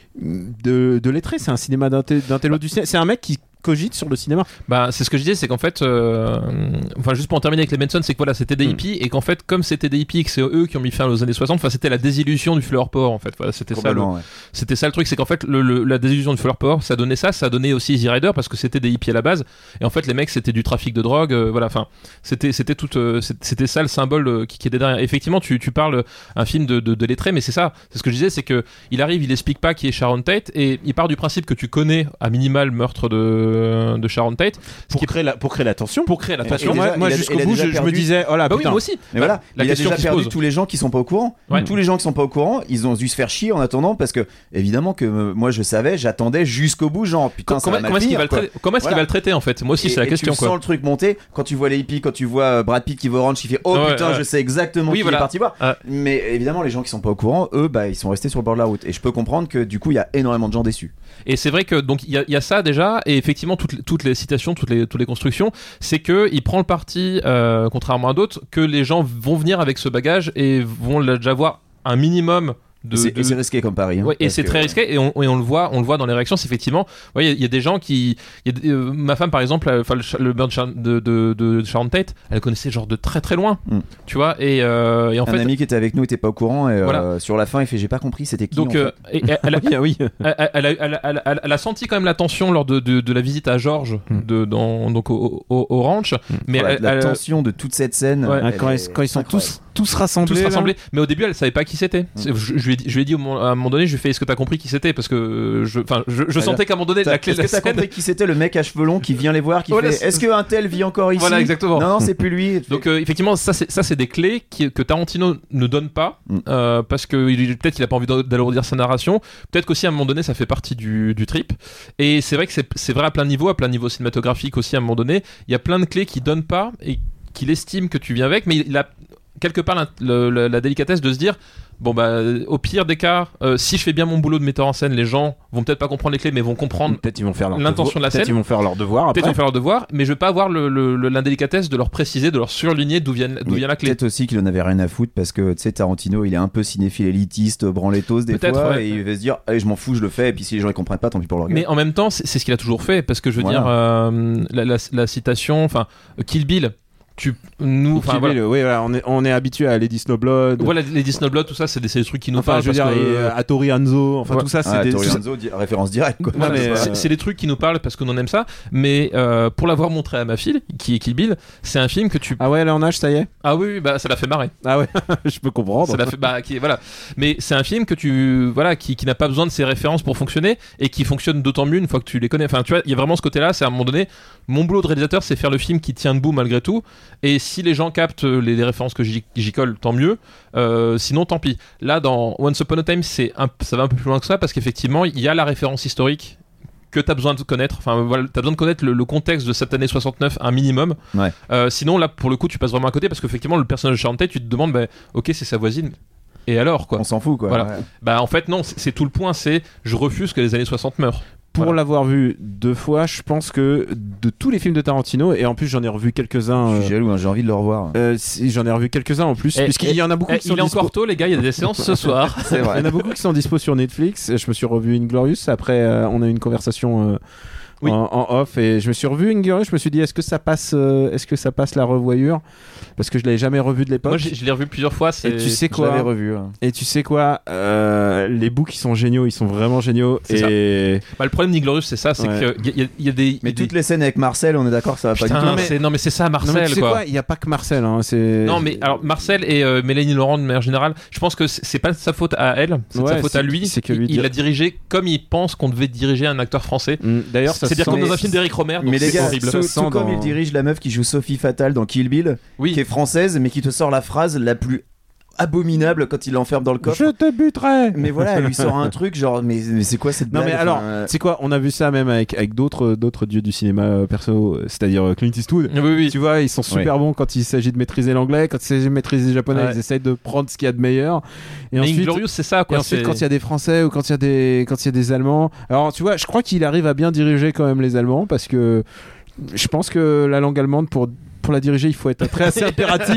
Speaker 4: de de lettré c'est un cinéma d'inté- d'intello du cinéma c'est un mec qui cogite sur le cinéma.
Speaker 6: Bah, c'est ce que je disais, c'est qu'en fait, euh, enfin, juste pour en terminer avec les Manson, c'est que voilà, c'était des
Speaker 5: Mm.
Speaker 6: hippies et qu'en fait, comme c'était des hippies et que c'est eux qui ont mis fin aux années soixante, enfin, c'était la désillusion du flower power en fait. Voilà, c'était ça, le,
Speaker 5: Probablement, ouais.
Speaker 6: c'était ça le truc, c'est qu'en fait, le, le- la désillusion du flower power, ça donnait ça, ça donnait aussi Easy Rider parce que c'était des hippies à la base et en fait, les mecs, c'était du trafic de drogue, euh, voilà, enfin, c'était, c'était tout, euh, c'est- c'était ça le symbole euh, qui, qui était derrière. Effectivement, tu, tu parles un film de, de, de lettré, mais c'est ça, c'est ce que je disais, c'est que il arrive, il explique pas qui est Sharon Tate et il part du principe que tu connais à minima le meurtre de, de Sharon Tate. Ce
Speaker 4: Pour
Speaker 6: qui est-
Speaker 4: créer la pour créer la tension.
Speaker 6: pour créer la
Speaker 4: Parce que
Speaker 5: Et
Speaker 6: tension.
Speaker 5: déjà,
Speaker 4: moi, moi
Speaker 5: il a-
Speaker 4: jusqu'au
Speaker 5: il a
Speaker 4: bout
Speaker 5: déjà
Speaker 4: je, je me
Speaker 5: perdu-
Speaker 4: disais oh là
Speaker 6: Bah oui,
Speaker 4: putain.
Speaker 6: moi aussi.
Speaker 5: Mais voilà,
Speaker 6: la
Speaker 5: il a
Speaker 6: question
Speaker 5: déjà
Speaker 6: qui se
Speaker 5: perdu
Speaker 6: pose.
Speaker 5: tous les gens qui sont pas au courant.
Speaker 6: Ouais.
Speaker 5: Tous les gens qui sont pas au courant, ils ont dû se faire chier en attendant parce que évidemment que euh, moi je savais, j'attendais jusqu'au bout, genre putain, ça
Speaker 6: comment
Speaker 5: va mal
Speaker 6: comment est-ce qu'il
Speaker 5: finir,
Speaker 6: va le
Speaker 5: quoi.
Speaker 6: traiter, comment est-ce qu'il
Speaker 5: Voilà.
Speaker 6: va le traiter en fait? Moi aussi,
Speaker 5: Et-
Speaker 6: c'est la
Speaker 5: et
Speaker 6: question
Speaker 5: tu
Speaker 6: quoi.
Speaker 5: sens le truc monter quand tu vois les hippies, quand tu vois euh, Brad Pitt qui va au ranch, il fait oh
Speaker 6: Ouais,
Speaker 5: putain,
Speaker 6: ouais.
Speaker 5: je sais exactement
Speaker 6: Oui,
Speaker 5: qui
Speaker 6: voilà.
Speaker 5: est parti voir.
Speaker 6: Ouais.
Speaker 5: Mais évidemment, les gens qui sont pas au courant, eux, bah ils sont restés sur le bord de la route. Et je peux comprendre que du coup, il y a énormément de gens déçus.
Speaker 6: Et c'est vrai que donc il y, a- il y a ça déjà, et effectivement toutes les, toutes les citations, toutes les toutes les constructions, c'est que il prend le parti, euh, contrairement à d'autres, que les gens vont venir avec ce bagage et vont là déjà voir un minimum de.
Speaker 5: Et c'est
Speaker 6: de-
Speaker 5: et c'est risqué comme pari. hein,
Speaker 6: Ouais, et
Speaker 5: parce
Speaker 6: c'est
Speaker 5: que-
Speaker 6: très risqué et on, et on le voit on le voit dans les réactions, c'est effectivement ouais, il y, a- il y a des gens qui il y a des- euh, ma femme par exemple euh, enfin le, ch- le meurtre de, Char- de, de, de Sharon Tate, elle connaissait genre de très très loin,
Speaker 5: Mm.
Speaker 6: tu vois, et, euh, et en
Speaker 5: Un
Speaker 6: fait
Speaker 5: ami qui était avec nous était pas au courant et euh,
Speaker 6: Voilà.
Speaker 5: sur la fin il fait j'ai pas compris c'était qui.
Speaker 6: donc
Speaker 5: en
Speaker 6: euh,
Speaker 5: fait.
Speaker 6: et- et elle a,
Speaker 4: Oui, ah oui.
Speaker 6: elle, elle a, elle, a- elle a- elle a senti quand même la tension lors de, de, de la visite à Georges
Speaker 4: Mm.
Speaker 6: de, dans, donc au, au, au ranch, mais
Speaker 5: Voilà,
Speaker 6: elle-
Speaker 5: la
Speaker 6: elle-
Speaker 5: tension de toute cette scène.
Speaker 6: Ouais.
Speaker 4: Ah,
Speaker 5: elle
Speaker 4: quand,
Speaker 5: est
Speaker 4: ils, quand ils sont
Speaker 5: incroyable.
Speaker 4: tous tous rassemblés.
Speaker 6: tous
Speaker 4: là.
Speaker 6: rassemblés, mais au début elle savait pas qui c'était. C'est- Je, je lui ai, dit- je lui ai dit au moment- à un moment donné, je lui ai fait est-ce que t'as compris qui c'était, parce que je, enfin, je, je
Speaker 5: Alors,
Speaker 6: sentais qu'à un moment donné
Speaker 5: T'as-
Speaker 6: la clé de
Speaker 5: Est-ce
Speaker 6: la
Speaker 5: que t'as
Speaker 6: scène.
Speaker 5: compris qui c'était le mec à cheveux longs qui vient les voir, qui
Speaker 6: Voilà,
Speaker 5: fait
Speaker 6: c'est-
Speaker 5: est-ce qu'un tel vit encore ici?
Speaker 6: Voilà, exactement.
Speaker 5: Non, non, c'est plus lui.
Speaker 6: Donc euh, effectivement, ça c'est ça c'est des clés qui, que Tarantino ne donne pas
Speaker 5: Mm.
Speaker 6: euh, parce que il- peut-être qu'il a pas envie d'alourdir sa narration, peut-être qu'aussi à un moment donné ça fait partie du, du trip. Et c'est vrai que c'est c'est vrai à plein niveau, à plein niveau cinématographique aussi à un moment donné, il y a plein de clés qu'il donne pas et qu'il estime que tu viens avec, mais il a quelque part la, le- le- la délicatesse de se dire bon bah au pire des cas, euh, si je fais bien mon boulot de metteur en scène, les gens vont peut-être pas comprendre les clés, mais vont comprendre.
Speaker 4: Peut-être ils vont faire leur
Speaker 6: L'intention
Speaker 4: devoir-
Speaker 6: de la
Speaker 4: peut-être
Speaker 6: scène.
Speaker 4: ils vont faire leur devoir après.
Speaker 6: Peut-être vont faire leur devoir, mais je vais pas avoir le, le- le- l'indélicatesse de leur préciser, de leur surligner d'où vient, d'où
Speaker 5: Oui,
Speaker 6: vient la clé.
Speaker 5: Peut-être aussi qu'il en avait rien à foutre parce que tu sais Tarantino il est un peu cinéphile élitiste, branlettos des
Speaker 6: Peut-être,
Speaker 5: fois
Speaker 6: ouais.
Speaker 5: et il va se dire allez je m'en fous je le fais et puis si les gens ils comprennent pas tant pis pour leur gueule.
Speaker 6: Mais en même temps, c'est c'est ce qu'il a toujours fait, parce que je veux
Speaker 5: Voilà.
Speaker 6: dire, euh, la, la- la citation, enfin, euh, Kill Bill, tu, nous, enfin
Speaker 4: Kill
Speaker 6: voilà,
Speaker 4: Bill, oui, voilà, on est on est habitué à Lady Snowblood.
Speaker 6: voilà, les Disney Blood, tout ça, c'est des, c'est des trucs qui nous
Speaker 4: Enfin,
Speaker 6: parlent.
Speaker 4: je veux dire,
Speaker 6: parce que-
Speaker 4: et, euh, Hattori Hanzo, enfin
Speaker 6: Ouais.
Speaker 4: tout ça, c'est
Speaker 5: Ah,
Speaker 4: des.
Speaker 5: Tori
Speaker 4: c'est-
Speaker 5: Hanzo, di- référence directe quoi.
Speaker 6: Voilà,
Speaker 4: mais,
Speaker 6: c'est-
Speaker 4: euh,
Speaker 6: c'est c'est des trucs qui nous parlent parce qu'on en aime ça, mais euh, pour l'avoir montré à ma fille, qui est Kill Bill, c'est un film que tu.
Speaker 4: Ah ouais, là en âge, ça y est.
Speaker 6: Ah oui, oui, bah ça l'a fait marrer.
Speaker 4: Ah ouais, je peux comprendre.
Speaker 6: Ça l'a fait, bah, qui, voilà. Mais c'est un film que tu, voilà, qui, qui n'a pas besoin de ces références pour fonctionner et qui fonctionne d'autant mieux une fois que tu les connais. Enfin, tu vois, il y a vraiment ce côté-là. C'est à un moment donné, mon boulot de réalisateur, c'est faire le film qui tient debout malgré tout. Et si les gens captent les, les références que j'y, j'y colle, tant mieux. Euh, sinon, tant pis. Là, dans Once Upon a Time, c'est un, ça va un peu plus loin que ça parce qu'effectivement, il y a la référence historique que tu as besoin de connaître. Enfin, voilà, tu as besoin de connaître le, le contexte de cette année soixante-neuf un minimum.
Speaker 5: Ouais.
Speaker 6: Euh, sinon, là, pour le coup, tu passes vraiment à côté parce qu'effectivement, le personnage de Sharon Tate, tu te demandes, bah, ok, c'est sa voisine. Et alors, quoi?
Speaker 5: On s'en fout quoi.
Speaker 6: Voilà.
Speaker 5: Ouais.
Speaker 6: Bah, en fait, non, c'est, c'est tout le point, c'est je refuse que les années soixante meurent.
Speaker 4: pour
Speaker 6: Voilà.
Speaker 4: l'avoir vu deux fois, je pense que de tous les films de Tarantino, et en plus j'en ai revu quelques-uns.
Speaker 5: Je
Speaker 4: euh,
Speaker 5: suis jaloux, hein, j'ai envie de le revoir.
Speaker 4: euh, si, j'en ai revu quelques-uns en plus,
Speaker 6: Eh,
Speaker 4: puisqu'il y en a beaucoup
Speaker 6: Eh,
Speaker 4: qui sont
Speaker 6: il est
Speaker 4: dispo.
Speaker 6: encore tôt, les gars, il y a des séances ce soir.
Speaker 5: C'est
Speaker 4: Il
Speaker 5: vrai.
Speaker 4: y en a beaucoup qui sont dispo sur Netflix. Je me suis revu Inglorious. Après, euh, on a eu une conversation euh,
Speaker 6: Oui.
Speaker 4: en, en off et je me suis revu Inglorious. Je me suis dit, est-ce que ça passe, euh, est-ce que ça passe la revoyure? Parce que je l'avais jamais revu de l'époque.
Speaker 6: Moi, j'ai- je l'ai revu plusieurs fois. c'est-
Speaker 4: Et tu sais
Speaker 5: Je l'avais
Speaker 4: quoi
Speaker 5: revu. hein.
Speaker 4: Et tu sais quoi euh, Les bouts qui sont géniaux, ils sont vraiment géniaux.
Speaker 6: C'est
Speaker 4: et
Speaker 6: Bah, le problème d'Inglorious, c'est ça, c'est
Speaker 4: Ouais.
Speaker 6: qu'il y, a- il y a des.
Speaker 5: Mais
Speaker 6: il y a
Speaker 5: toutes
Speaker 6: des-
Speaker 5: les scènes avec Marcel, on est d'accord que ça va pas
Speaker 6: Putain,
Speaker 5: du tout.
Speaker 4: mais-
Speaker 6: c'est- non mais c'est ça,
Speaker 4: non, mais
Speaker 6: Marcel
Speaker 4: tu sais
Speaker 6: quoi.
Speaker 4: quoi Il n'y a pas que Marcel. Hein, c'est...
Speaker 6: Non mais alors Marcel et euh, Mélanie Laurent de manière générale, je pense que c'est c'est pas de sa faute à elle, c'est de
Speaker 4: Ouais,
Speaker 6: sa faute
Speaker 4: c'est-
Speaker 6: à lui.
Speaker 4: c'est que lui
Speaker 6: il il
Speaker 4: dire-
Speaker 6: l'a dirigé comme il pense qu'on devait diriger un acteur français.
Speaker 4: Mm, D'ailleurs, ça
Speaker 6: C'est-à-dire
Speaker 4: sent-
Speaker 6: comme dans un
Speaker 5: mais-
Speaker 6: film d'Eric Romer, donc
Speaker 5: Mais les
Speaker 6: c'est
Speaker 5: gars,
Speaker 6: horrible.
Speaker 5: tout,
Speaker 4: Ça sent
Speaker 5: tout comme
Speaker 4: dans-
Speaker 5: il dirige la meuf qui joue Sophie Fatal dans Kill Bill,
Speaker 6: Oui.
Speaker 5: qui est française, mais qui te sort la phrase la plus abominable quand il l'enferme dans le coffre.
Speaker 4: Je te buterai.
Speaker 5: Mais voilà, elle lui sort un truc genre, mais, mais c'est quoi cette
Speaker 4: Non
Speaker 5: blague
Speaker 4: mais alors,
Speaker 5: Enfin, euh,
Speaker 4: c'est quoi On a vu ça même avec, avec d'autres d'autres dieux du cinéma euh, perso, euh, c'est-à-dire euh, Clint Eastwood.
Speaker 6: Oui oui.
Speaker 4: Tu vois, ils sont super bons quand il s'agit de maîtriser l'anglais, quand il s'agit de maîtriser le japonais,
Speaker 6: Ouais.
Speaker 4: ils essayent de prendre ce qu'il y a de meilleur. Et
Speaker 6: Mais
Speaker 4: ensuite,
Speaker 6: Inglorious c'est ça
Speaker 4: et
Speaker 6: quoi.
Speaker 4: ensuite
Speaker 6: c'est-
Speaker 4: quand il y a des Français ou quand il y a des quand il y a des Allemands. Alors tu vois, je crois qu'il arrive à bien diriger quand même les Allemands parce que je pense que la langue allemande pour pour la diriger, il faut être très assez impératif.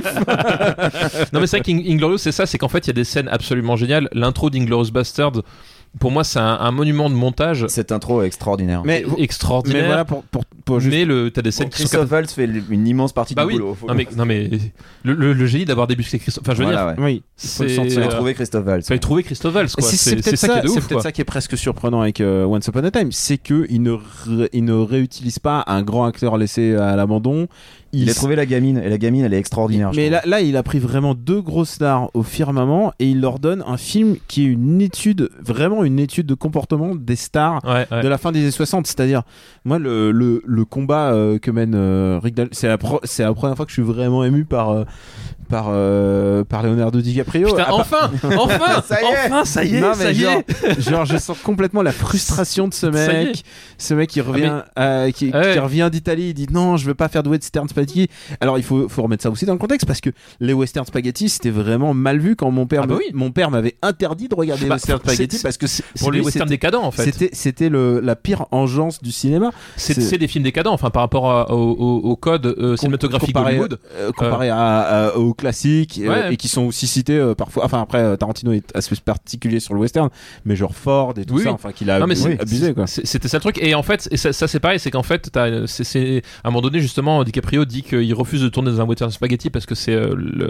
Speaker 6: Non mais c'est vrai qu'Inglorious c'est ça, c'est qu'en fait il y a des scènes absolument géniales. L'intro d'Inglorious Bastards, pour moi c'est un, un monument de montage
Speaker 5: cette intro est extraordinaire.
Speaker 4: mais
Speaker 6: extraordinaire.
Speaker 4: mais voilà pour pour, pour juste
Speaker 6: Mais le t'as des scènes
Speaker 5: Bon,
Speaker 6: qui sont
Speaker 5: Christophe Waltz fait une immense partie
Speaker 6: Bah
Speaker 5: du
Speaker 6: oui.
Speaker 5: boulot. faut-
Speaker 6: Non mais, non mais le, le, le génie d'avoir débuté Christophe. Enfin je veux
Speaker 5: Voilà,
Speaker 6: dire,
Speaker 5: ouais.
Speaker 4: oui, faut le
Speaker 6: c'est.
Speaker 4: sentir.
Speaker 5: Fallait
Speaker 6: euh,
Speaker 5: trouver Christophe Waltz.
Speaker 6: Fallait trouver Christophe Waltz quoi.
Speaker 4: C'est, c'est
Speaker 6: C'est
Speaker 4: peut-être
Speaker 6: c'est ça,
Speaker 4: ça,
Speaker 6: qui est de
Speaker 4: c'est
Speaker 6: ouf
Speaker 4: peut-être
Speaker 6: quoi.
Speaker 4: ça qui est presque surprenant avec euh, Once Upon a Time, c'est que il ne ré- il ne réutilise pas un grand acteur laissé à l'abandon.
Speaker 5: Il a trouvé la gamine et la gamine elle est extraordinaire. je
Speaker 4: Mais
Speaker 5: trouve.
Speaker 4: là, là, il a pris vraiment deux grosses stars au firmament et il leur donne un film qui est une étude, vraiment une étude de comportement des stars
Speaker 6: Ouais, ouais.
Speaker 4: de la fin des années soixante. C'est-à-dire, moi, le, le, le combat euh, que mène euh, Rick Dalton, c'est la, pro- c'est la première fois que je suis vraiment ému par, euh, par, euh, par Leonardo DiCaprio.
Speaker 6: Putain,
Speaker 4: À part-
Speaker 6: enfin, enfin,
Speaker 5: Ça y est.
Speaker 6: enfin, ça y est,
Speaker 4: Non,
Speaker 6: ça
Speaker 4: mais
Speaker 6: y
Speaker 4: genre,
Speaker 6: est.
Speaker 4: genre, je sens complètement la frustration de ce
Speaker 6: Ça y est.
Speaker 4: mec. Ce mec qui revient, euh, qui,
Speaker 6: Ah ouais.
Speaker 4: qui revient d'Italie, il dit non, je veux pas faire de western spaghetti. Alors il faut, faut remettre ça aussi dans le contexte parce que les western spaghetti c'était vraiment mal vu quand mon père,
Speaker 6: Ah bah
Speaker 4: me-
Speaker 6: oui.
Speaker 4: mon père m'avait interdit de regarder les
Speaker 6: Bah,
Speaker 4: western
Speaker 6: c'est-
Speaker 4: spaghetti
Speaker 6: c'est-
Speaker 4: parce que
Speaker 6: c'est
Speaker 4: pour
Speaker 6: des
Speaker 4: lui
Speaker 6: westerns
Speaker 4: c'était,
Speaker 6: décadents en fait.
Speaker 4: c'était, c'était le, la pire engeance du cinéma.
Speaker 6: C'est
Speaker 4: c'est-
Speaker 6: c'est des films décadents, enfin par rapport à- au, au- au code euh, cinématographique
Speaker 4: comparé,
Speaker 6: d'Hollywood.
Speaker 4: euh, comparé à, à- aux classiques euh,
Speaker 6: Ouais.
Speaker 4: et qui sont aussi cités euh, parfois. Enfin après euh, Tarantino est assez particulier sur le western, mais genre Ford et tout
Speaker 6: Oui,
Speaker 4: ça,
Speaker 6: oui.
Speaker 4: enfin qu'il a
Speaker 6: Non, mais
Speaker 4: abusé,
Speaker 6: c'est-
Speaker 4: abusé, quoi.
Speaker 6: C'est- C'était ça le truc. Et en fait, et ça, ça, c'est pareil, c'est qu'en fait, t'as- c'est, c'est- à un moment donné, justement, DiCaprio dit qu'il refuse de tourner dans un western spaghetti parce que c'est euh, le,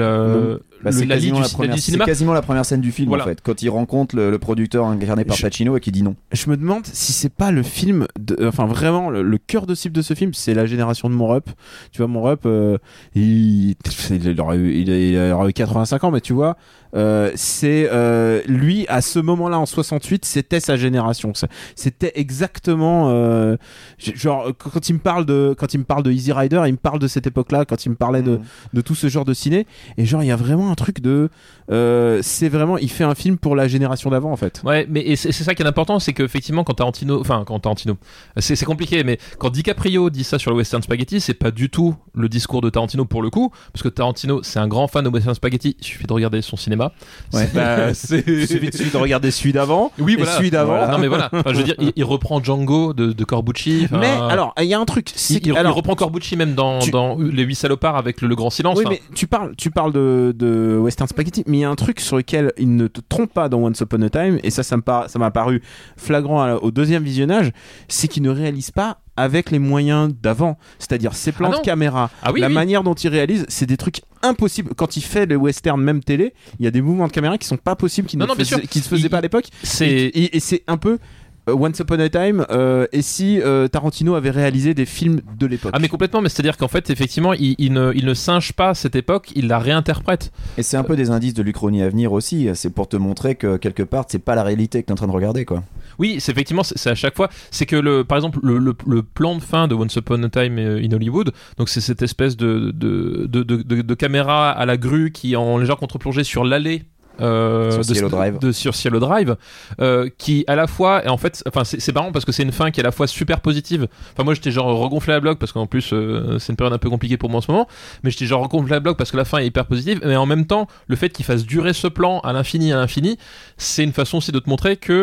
Speaker 6: le,
Speaker 5: Bah,
Speaker 6: le-
Speaker 5: c'est
Speaker 6: la ligne
Speaker 5: quasiment
Speaker 6: du,
Speaker 5: la
Speaker 6: la
Speaker 5: première-
Speaker 6: du
Speaker 5: c'est
Speaker 6: cinéma.
Speaker 5: quasiment la première scène du film
Speaker 6: Voilà.
Speaker 5: en fait, quand il rencontre le, le producteur incarné par
Speaker 4: Je-
Speaker 5: Pacino et qui dit non.
Speaker 4: Je me demande si c'est pas le film, de, enfin vraiment le, le cœur de cible de ce film, c'est la génération de Monrup. Tu vois, Monrup, euh, il, il, aurait eu, il, il aurait eu quatre-vingt-cinq ans, mais tu vois, euh, c'est euh, lui à ce moment-là en soixante-huit, c'était sa génération. Ça- C'était exactement, euh, genre quand il me parle de, quand il me parle de Easy Rider, il me parle de cette époque-là. Quand il me parlait de,
Speaker 5: Mhm.
Speaker 4: de tout ce genre de ciné, et genre il y a vraiment un truc de, euh, c'est vraiment, il fait un film pour la génération d'avant en fait.
Speaker 6: Ouais, mais et c'est, c'est ça qui est important, c'est qu'effectivement, quand Tarantino, enfin, quand Tarantino, c'est, c'est compliqué, mais quand DiCaprio dit ça sur le western spaghetti, c'est pas du tout le discours de Tarantino pour le coup, parce que Tarantino, c'est un grand fan de western spaghetti. Il suffit de regarder son cinéma.
Speaker 4: Ouais.
Speaker 6: C'est-
Speaker 4: Bah,
Speaker 6: c'est-
Speaker 4: Il suffit de regarder celui d'avant
Speaker 6: Oui,
Speaker 4: et
Speaker 6: voilà.
Speaker 4: celui d'avant.
Speaker 6: Voilà. Non, mais voilà. Enfin, je veux dire, il, il reprend Django de, de Corbucci. Enfin,
Speaker 4: Mais alors, il y a un truc. c'est
Speaker 6: il, il-
Speaker 4: alors,
Speaker 6: il reprend Corbucci même dans,
Speaker 4: tu-
Speaker 6: dans Les Huit Salopards avec le, le Grand Silence.
Speaker 4: Oui,
Speaker 6: Enfin,
Speaker 4: mais tu parles, tu parles de, de Western Spaghetti, mais il y a un truc sur lequel il ne te trompe pas dans Once Upon a Time, et ça, ça, me par- ça m'a paru flagrant à- au deuxième visionnage, c'est qu'il ne réalise pas avec les moyens d'avant, c'est-à-dire ses plans
Speaker 6: Ah non.
Speaker 4: de caméra,
Speaker 6: Ah oui,
Speaker 4: la
Speaker 6: oui.
Speaker 4: manière dont il réalise, c'est des trucs impossibles. Quand il fait les westerns même télé, il y a des mouvements de caméra qui sont pas possibles, qui
Speaker 6: Non,
Speaker 4: ne
Speaker 6: non, bien
Speaker 4: faisaient-
Speaker 6: sûr.
Speaker 4: qui se faisaient
Speaker 6: Il-
Speaker 4: pas à l'époque.
Speaker 6: c'est.
Speaker 4: Et, et- et c'est un peu euh, Once Upon a Time, euh, et si euh, Tarantino avait réalisé des films de l'époque.
Speaker 6: Ah mais complètement, mais c'est-à-dire qu'en fait effectivement il, il ne, il ne singe pas cette époque, il la réinterprète.
Speaker 5: Et c'est un peu des indices de l'Uchronie à venir aussi, c'est pour te montrer que quelque part c'est pas la réalité que t'es en train de regarder quoi.
Speaker 6: Oui, c'est effectivement c'est, c'est à chaque fois, c'est que le par exemple le, le, le plan de fin de Once Upon a Time in Hollywood, donc c'est cette espèce de de, de, de, de, de caméra à la grue qui est en légère contre-plongée sur l'allée. Euh,
Speaker 5: Sur
Speaker 6: de,
Speaker 5: Cielo Drive.
Speaker 6: de- sur Cielo Drive, euh, qui à la fois, et en fait, enfin c'est, c'est marrant parce que c'est une fin qui est à la fois super positive. Enfin moi j'étais genre regonflé à bloc parce qu'en plus euh, c'est une période un peu compliquée pour moi en ce moment, mais j'étais genre regonflé à bloc parce que la fin est hyper positive. Mais en même temps, le fait qu'il fasse durer ce plan à l'infini, à l'infini, c'est une façon aussi de te montrer que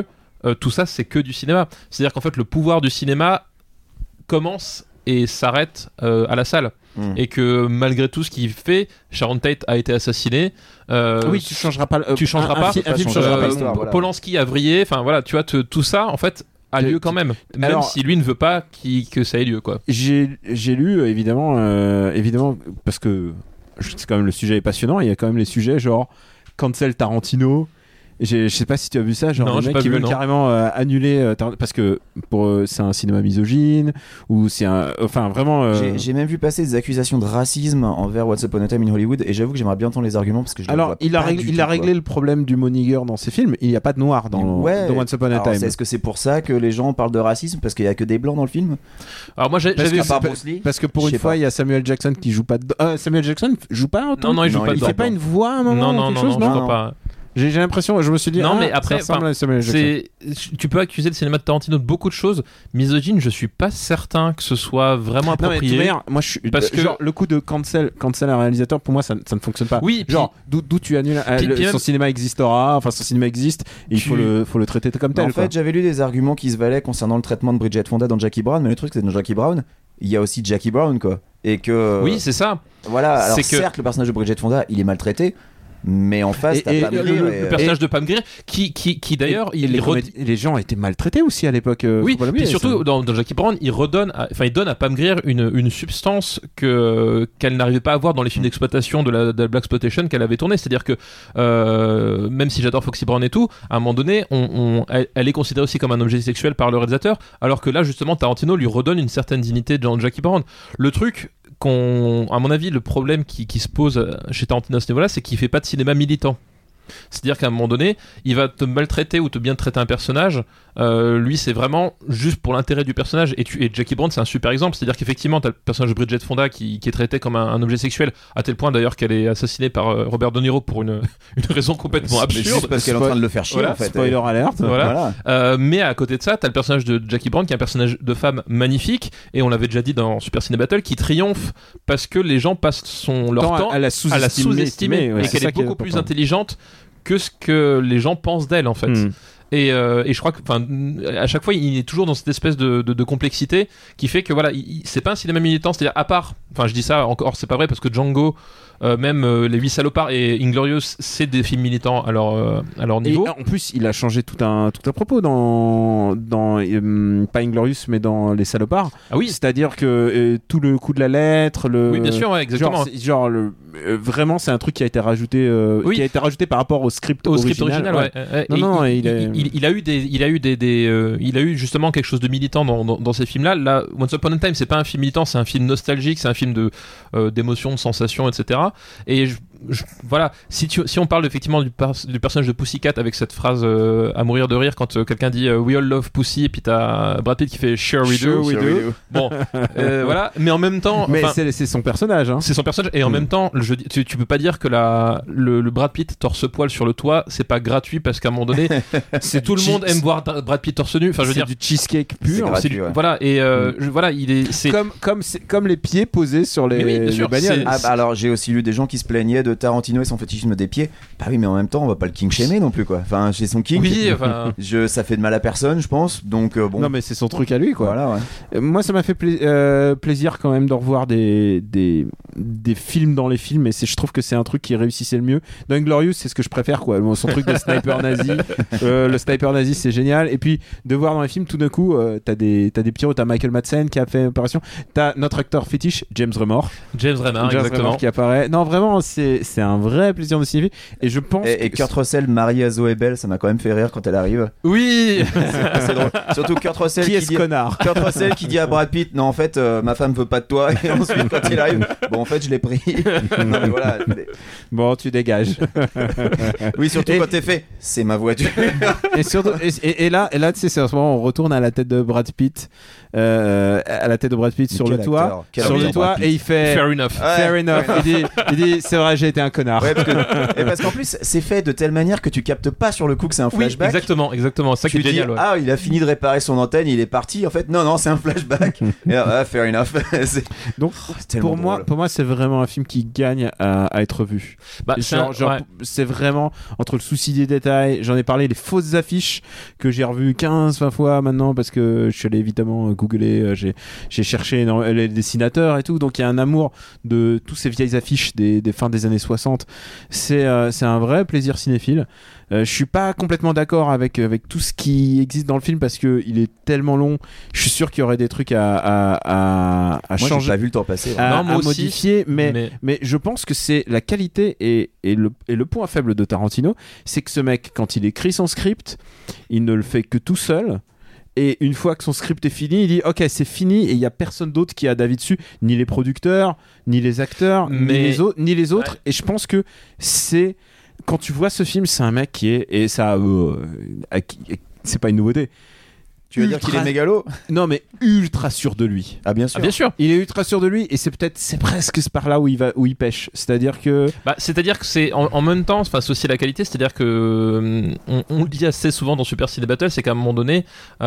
Speaker 6: euh, tout ça c'est que du cinéma. C'est-à-dire qu'en fait le pouvoir du cinéma commence et s'arrête euh, à la salle. Mmh. Et que malgré tout ce qu'il fait, Sharon Tate a été assassinée. Euh,
Speaker 4: oui, tu changeras pas. Euh,
Speaker 6: tu changeras
Speaker 4: un,
Speaker 6: pas.
Speaker 4: Un, fi- un film
Speaker 6: euh,
Speaker 4: changera pas l'histoire.
Speaker 6: Voilà. Polanski a vrillé. Enfin voilà, tu vois, te, tout ça en fait a lieu quand même, même Alors, si lui ne veut pas qu'il, que ça ait lieu quoi.
Speaker 4: J'ai, j'ai lu évidemment, euh, évidemment parce que c'est quand même le sujet est passionnant. Il y a quand même les sujets genre cancel Tarantino. J'ai, je sais pas si tu as vu ça, genre
Speaker 6: non,
Speaker 4: les mecs qui
Speaker 6: vu,
Speaker 4: veulent
Speaker 6: non.
Speaker 4: carrément euh, annuler euh, Tar- parce que pour eux, c'est un cinéma misogyne ou c'est un, enfin vraiment. Euh...
Speaker 5: J'ai, j'ai même vu passer des accusations de racisme envers Once Upon a Time in Hollywood et j'avoue que j'aimerais bien entendre les arguments parce que je
Speaker 4: Alors
Speaker 5: vois
Speaker 4: il a
Speaker 5: pas
Speaker 4: réglé,
Speaker 5: du
Speaker 4: il
Speaker 5: tout,
Speaker 4: a réglé
Speaker 5: quoi.
Speaker 4: le problème du mot nigger dans ses films. Il n'y a pas de noir dans,
Speaker 5: ouais.
Speaker 4: dans Once Upon a
Speaker 5: Alors,
Speaker 4: Time.
Speaker 5: c'est, est-ce que c'est pour ça que les gens parlent de racisme parce qu'il y a que des blancs dans le film?
Speaker 6: Alors moi j'ai,
Speaker 4: parce
Speaker 6: j'avais
Speaker 4: que,
Speaker 5: part
Speaker 4: pa-
Speaker 5: Bruce Lee,
Speaker 4: parce que pour une fois
Speaker 5: pas.
Speaker 4: il y a Samuel Jackson qui joue pas. De... Euh, Samuel Jackson joue pas.
Speaker 6: Non non il joue
Speaker 5: non,
Speaker 6: pas.
Speaker 5: il
Speaker 4: Il fait
Speaker 6: dedans.
Speaker 4: pas une voix à un moment.
Speaker 6: Non non
Speaker 4: quelque
Speaker 6: non
Speaker 4: chose,
Speaker 6: non, je
Speaker 5: non
Speaker 6: crois pas.
Speaker 4: J'ai, j'ai l'impression, je me suis dit,
Speaker 6: non
Speaker 4: ah,
Speaker 6: mais après,
Speaker 4: ça ressemble à Samuel Jackson.
Speaker 6: c'est, tu peux accuser le cinéma de Tarantino de beaucoup de choses. Misogyne, je suis pas certain que ce soit vraiment
Speaker 4: Non, mais de toute
Speaker 6: approprié.
Speaker 4: manière, moi je suis
Speaker 6: Parce
Speaker 4: parce
Speaker 6: que-
Speaker 4: que genre le coup de cancel cancel un réalisateur pour moi ça, ça ne fonctionne pas.
Speaker 6: Oui,
Speaker 4: genre d'où, d'où tu annules euh,
Speaker 6: puis-
Speaker 4: le-
Speaker 6: puis même-
Speaker 4: son cinéma existera, enfin son cinéma existe et il
Speaker 6: Tu-
Speaker 4: faut le faut le traiter comme
Speaker 5: Mais
Speaker 4: tel
Speaker 5: en
Speaker 4: quoi.
Speaker 5: fait, j'avais lu des arguments qui se valaient concernant le traitement de Bridget Fonda dans Jackie Brown, mais le truc c'est que dans Jackie Brown, il y a aussi Jackie Brown quoi. Et que
Speaker 6: Oui, c'est ça.
Speaker 5: voilà, alors
Speaker 6: c'est que-
Speaker 5: certes le personnage de Bridget Fonda, il est maltraité, mais en face
Speaker 4: Et-
Speaker 5: t'as
Speaker 4: et
Speaker 5: Pam
Speaker 4: le-
Speaker 5: Grier
Speaker 6: Le,
Speaker 5: et-
Speaker 6: le personnage de Pam Grier, qui, qui, qui d'ailleurs,
Speaker 4: Et
Speaker 6: il
Speaker 4: les,
Speaker 6: re-
Speaker 4: comédies- les gens étaient maltraités aussi à l'époque. euh,
Speaker 6: Oui,
Speaker 4: faut pas l'oublier,
Speaker 6: puis surtout
Speaker 4: ça.
Speaker 6: dans, dans Jackie Brown, il redonne, à- enfin il donne à Pam Grier une, une substance que qu'elle n'arrivait pas à avoir dans les films d'exploitation de la, de la blaxploitation qu'elle avait tourné. C'est-à-dire que euh, même si j'adore Foxy Brown et tout, à un moment donné, on, on- elle, elle est considérée aussi comme un objet sexuel par le réalisateur, alors que là justement Tarantino lui redonne une certaine dignité dans Jackie Brown. Le truc qu'on, à mon avis, le problème qui, qui se pose chez Tarantino à ce niveau-là, c'est qu'il fait pas de cinéma militant. C'est-à-dire qu'à un moment donné, il va te maltraiter ou te bien traiter un personnage. Euh, lui, c'est vraiment juste pour l'intérêt du personnage. Et, tu, et Jackie Brown, c'est un super exemple. C'est-à-dire qu'effectivement, tu as le personnage de Bridget Fonda qui, qui est traité comme un, un objet sexuel, à tel point d'ailleurs qu'elle est assassinée par euh, Robert De Niro pour une, une raison complètement
Speaker 5: mais
Speaker 6: absurde.
Speaker 5: juste parce qu'elle est en train de le faire chier
Speaker 6: Voilà,
Speaker 5: en fait.
Speaker 4: Spoiler alert.
Speaker 6: Voilà.
Speaker 5: Voilà.
Speaker 6: Euh, mais à côté de ça, t'as le personnage de Jackie Brown qui est un personnage de femme magnifique, et on l'avait déjà dit dans Super Ciné Battle, qui triomphe parce que les gens passent son, leur
Speaker 4: Tant
Speaker 6: temps
Speaker 4: à la
Speaker 6: à la
Speaker 4: sous-estimer,
Speaker 6: sous-estimer,
Speaker 4: ouais,
Speaker 6: et
Speaker 4: c'est
Speaker 6: qu'elle
Speaker 4: ça
Speaker 6: est
Speaker 4: qui est
Speaker 6: beaucoup plus
Speaker 4: important.
Speaker 6: intelligente que ce que les gens pensent d'elle en fait.
Speaker 4: Hmm.
Speaker 6: Et, euh, et je crois que, enfin, à chaque fois, il est toujours dans cette espèce de, de, de complexité qui fait que voilà, il, il- c'est pas un cinéma militant, c'est-à-dire à part, enfin, je dis ça encore, c'est pas vrai parce que Django, euh, même euh, Les Huit Salopards et Inglorious, c'est des films militants à leur, euh, à leur
Speaker 4: Et
Speaker 6: niveau.
Speaker 4: en plus, il a changé tout un tout un propos dans dans euh, pas Inglorious mais dans Les Salopards.
Speaker 6: Ah oui,
Speaker 4: C'est-à-dire que euh, tout le coup de la lettre, le
Speaker 6: oui, bien sûr, ouais, exactement.
Speaker 4: Genre, c'est- genre le, euh, vraiment, c'est un truc qui a été rajouté, euh,
Speaker 6: Oui.
Speaker 4: qui a été rajouté par rapport au script
Speaker 6: Au
Speaker 4: original.
Speaker 6: script original, ouais. ouais.
Speaker 4: Non,
Speaker 6: Et
Speaker 4: non,
Speaker 6: il,
Speaker 4: il est-
Speaker 6: il- il- il a eu des, il a eu des, des euh, il a eu justement quelque chose de militant dans, dans, dans ces films-là. Là, Once Upon a Time, c'est pas un film militant, c'est un film nostalgique, c'est un film de euh, d'émotion, de sensation, et cetera. Et je, je- voilà, si tu, si on parle effectivement du, par- du personnage de Pussycat avec cette phrase euh, à mourir de rire quand euh, quelqu'un dit euh, We all love Pussy, et puis t'as Brad Pitt qui fait Sure we
Speaker 4: Sure
Speaker 6: do.
Speaker 4: we do.
Speaker 6: Bon, euh, voilà. Mais en même temps,
Speaker 4: Mais
Speaker 6: enfin,
Speaker 4: c'est, c'est son personnage. Hein.
Speaker 6: c'est son personnage, et en
Speaker 4: Mm.
Speaker 6: même temps, le jeu, tu, tu peux pas dire que la, le, le Brad Pitt torse-poil sur le toit, c'est pas gratuit parce qu'à un moment donné, c'est tout le
Speaker 4: du
Speaker 6: monde
Speaker 4: cheese-
Speaker 6: aime voir Da- Brad Pitt torse nu. Enfin, je veux
Speaker 4: c'est
Speaker 6: dire,
Speaker 4: du cheesecake
Speaker 5: C'est
Speaker 4: pur.
Speaker 5: gratuit,
Speaker 6: c'est du-
Speaker 5: ouais.
Speaker 6: voilà, et euh, je- voilà, il est, c'est
Speaker 4: Comme, comme, c'est- comme les pieds posés sur les,
Speaker 6: Mais oui, bien
Speaker 4: les
Speaker 6: sûr,
Speaker 4: bagnoles.
Speaker 6: c'est-
Speaker 5: Ah bah alors j'ai aussi lu des gens qui se plaignaient de Tarantino et son fétichisme des pieds. Bah oui mais en même temps on va pas le king shamer non plus quoi. Enfin j'ai son king.
Speaker 6: oui, enfin,
Speaker 5: Je, ça fait de mal à personne je pense donc euh, bon.
Speaker 4: Non mais c'est son truc à lui quoi.
Speaker 5: Voilà ouais.
Speaker 4: Euh, Moi ça m'a fait pla- euh, plaisir quand même de revoir des, des, des films dans les films et c'est, je trouve que c'est un truc qui réussissait le mieux. Dans Inglorious c'est ce que je préfère quoi. Bon, son truc de sniper nazi, euh, le sniper nazi c'est génial. Et puis de voir dans les films tout d'un coup euh, t'as des, t'as des petits héros, t'as Michael Madsen qui a fait Opération, t'as notre acteur fétiche James Remor.
Speaker 6: James Remar,
Speaker 4: James
Speaker 6: exactement.
Speaker 4: Remor qui apparaît. Non vraiment c'est, c'est un vrai plaisir de cinéphile et je pense
Speaker 5: Et, et
Speaker 4: que
Speaker 5: Kurt Russell marié à Zoé Bell ça m'a quand même fait rire quand elle arrive.
Speaker 6: Oui,
Speaker 5: C'est drôle. Surtout Kurt Russell
Speaker 4: qui
Speaker 5: qui,
Speaker 4: est ce
Speaker 5: dit.
Speaker 4: connard.
Speaker 5: Kurt Russell qui dit à Brad Pitt non en fait euh, ma femme veut pas de toi et ensuite quand il arrive bon en fait je l'ai pris. Non mais voilà.
Speaker 4: Bon tu dégages.
Speaker 5: Oui surtout
Speaker 4: Et-
Speaker 5: quand t'es fait c'est ma voiture.
Speaker 4: et surtout et, et- et là et là tu sais c'est en ce moment on retourne à la tête de Brad Pitt euh, à la tête de Brad Pitt sur
Speaker 5: Quel
Speaker 4: le toit
Speaker 5: acteur, quel
Speaker 4: sur
Speaker 5: acteur,
Speaker 4: le toit
Speaker 5: Brad Pitt.
Speaker 4: et il fait
Speaker 6: fair enough.
Speaker 5: Ouais,
Speaker 4: fair enough
Speaker 5: ouais.
Speaker 4: il dit, il dit c'est vrai j'ai j'ai été un connard.
Speaker 5: Ouais, parce, que, et parce qu'en plus, c'est fait de telle manière que tu captes pas sur le coup que c'est un
Speaker 6: Oui,
Speaker 5: flashback.
Speaker 6: exactement, exactement. C'est ça qui
Speaker 5: Tu
Speaker 6: est
Speaker 5: dis,
Speaker 6: génial. Ouais.
Speaker 5: ah, il a fini de réparer son antenne, il est parti. En fait, non, non, c'est un flashback. Et, ah, fair enough. c'est...
Speaker 4: Donc,
Speaker 5: Oh, c'est tellement
Speaker 4: pour moi,
Speaker 5: drôle.
Speaker 4: pour moi, c'est vraiment un film qui gagne à, à être vu.
Speaker 6: Bah, c'est
Speaker 4: Genre,
Speaker 6: un-
Speaker 4: genre,
Speaker 6: ouais.
Speaker 4: c'est vraiment entre le souci des détails. J'en ai parlé, les fausses affiches que j'ai revues quinze vingt fois maintenant parce que je suis allé évidemment googler, euh, j'ai, j'ai cherché dans, les dessinateurs et tout. Donc il y a un amour de tous ces vieilles affiches des, des fins des années soixante. C'est, euh, c'est un vrai plaisir cinéphile. Euh, je suis pas complètement d'accord avec, avec tout ce qui existe dans le film parce que il est tellement long. Je suis sûr qu'il y aurait des trucs à, à, à, à
Speaker 5: Moi, j'ai
Speaker 4: changer,
Speaker 5: pas vu le temps passer. ouais.
Speaker 4: à,
Speaker 6: Non, moi
Speaker 4: à
Speaker 6: aussi,
Speaker 4: modifier, mais,
Speaker 6: mais-
Speaker 4: mais je pense que c'est la qualité et, et, le, et le point faible de Tarantino, c'est que ce mec, quand il écrit son script, il ne le fait que tout seul. Et une fois que son script est fini, il dit ok, c'est fini et il y a personne d'autre qui a d'avis dessus, ni les producteurs, ni les acteurs, ni
Speaker 6: Mais-
Speaker 4: les, autres, ni les autres.
Speaker 6: Ouais.
Speaker 4: Et je pense que c'est quand tu vois ce film, c'est un mec qui est et ça, euh, à qui- c'est pas une nouveauté.
Speaker 5: Tu veux dire
Speaker 4: Ultra-
Speaker 5: qu'il est mégalo?
Speaker 4: Non, mais ultra sûr de lui.
Speaker 5: Ah, bien sûr.
Speaker 6: Ah, bien sûr.
Speaker 4: Il est ultra sûr de lui et c'est peut-être c'est presque par là où il va où il pêche. C'est-à-dire que
Speaker 6: Bah, c'est-à-dire que c'est en, en même temps, enfin, c'est aussi la qualité, c'est-à-dire que euh, on, on le dit assez souvent dans Super Ciné Battle, c'est qu'à un moment donné,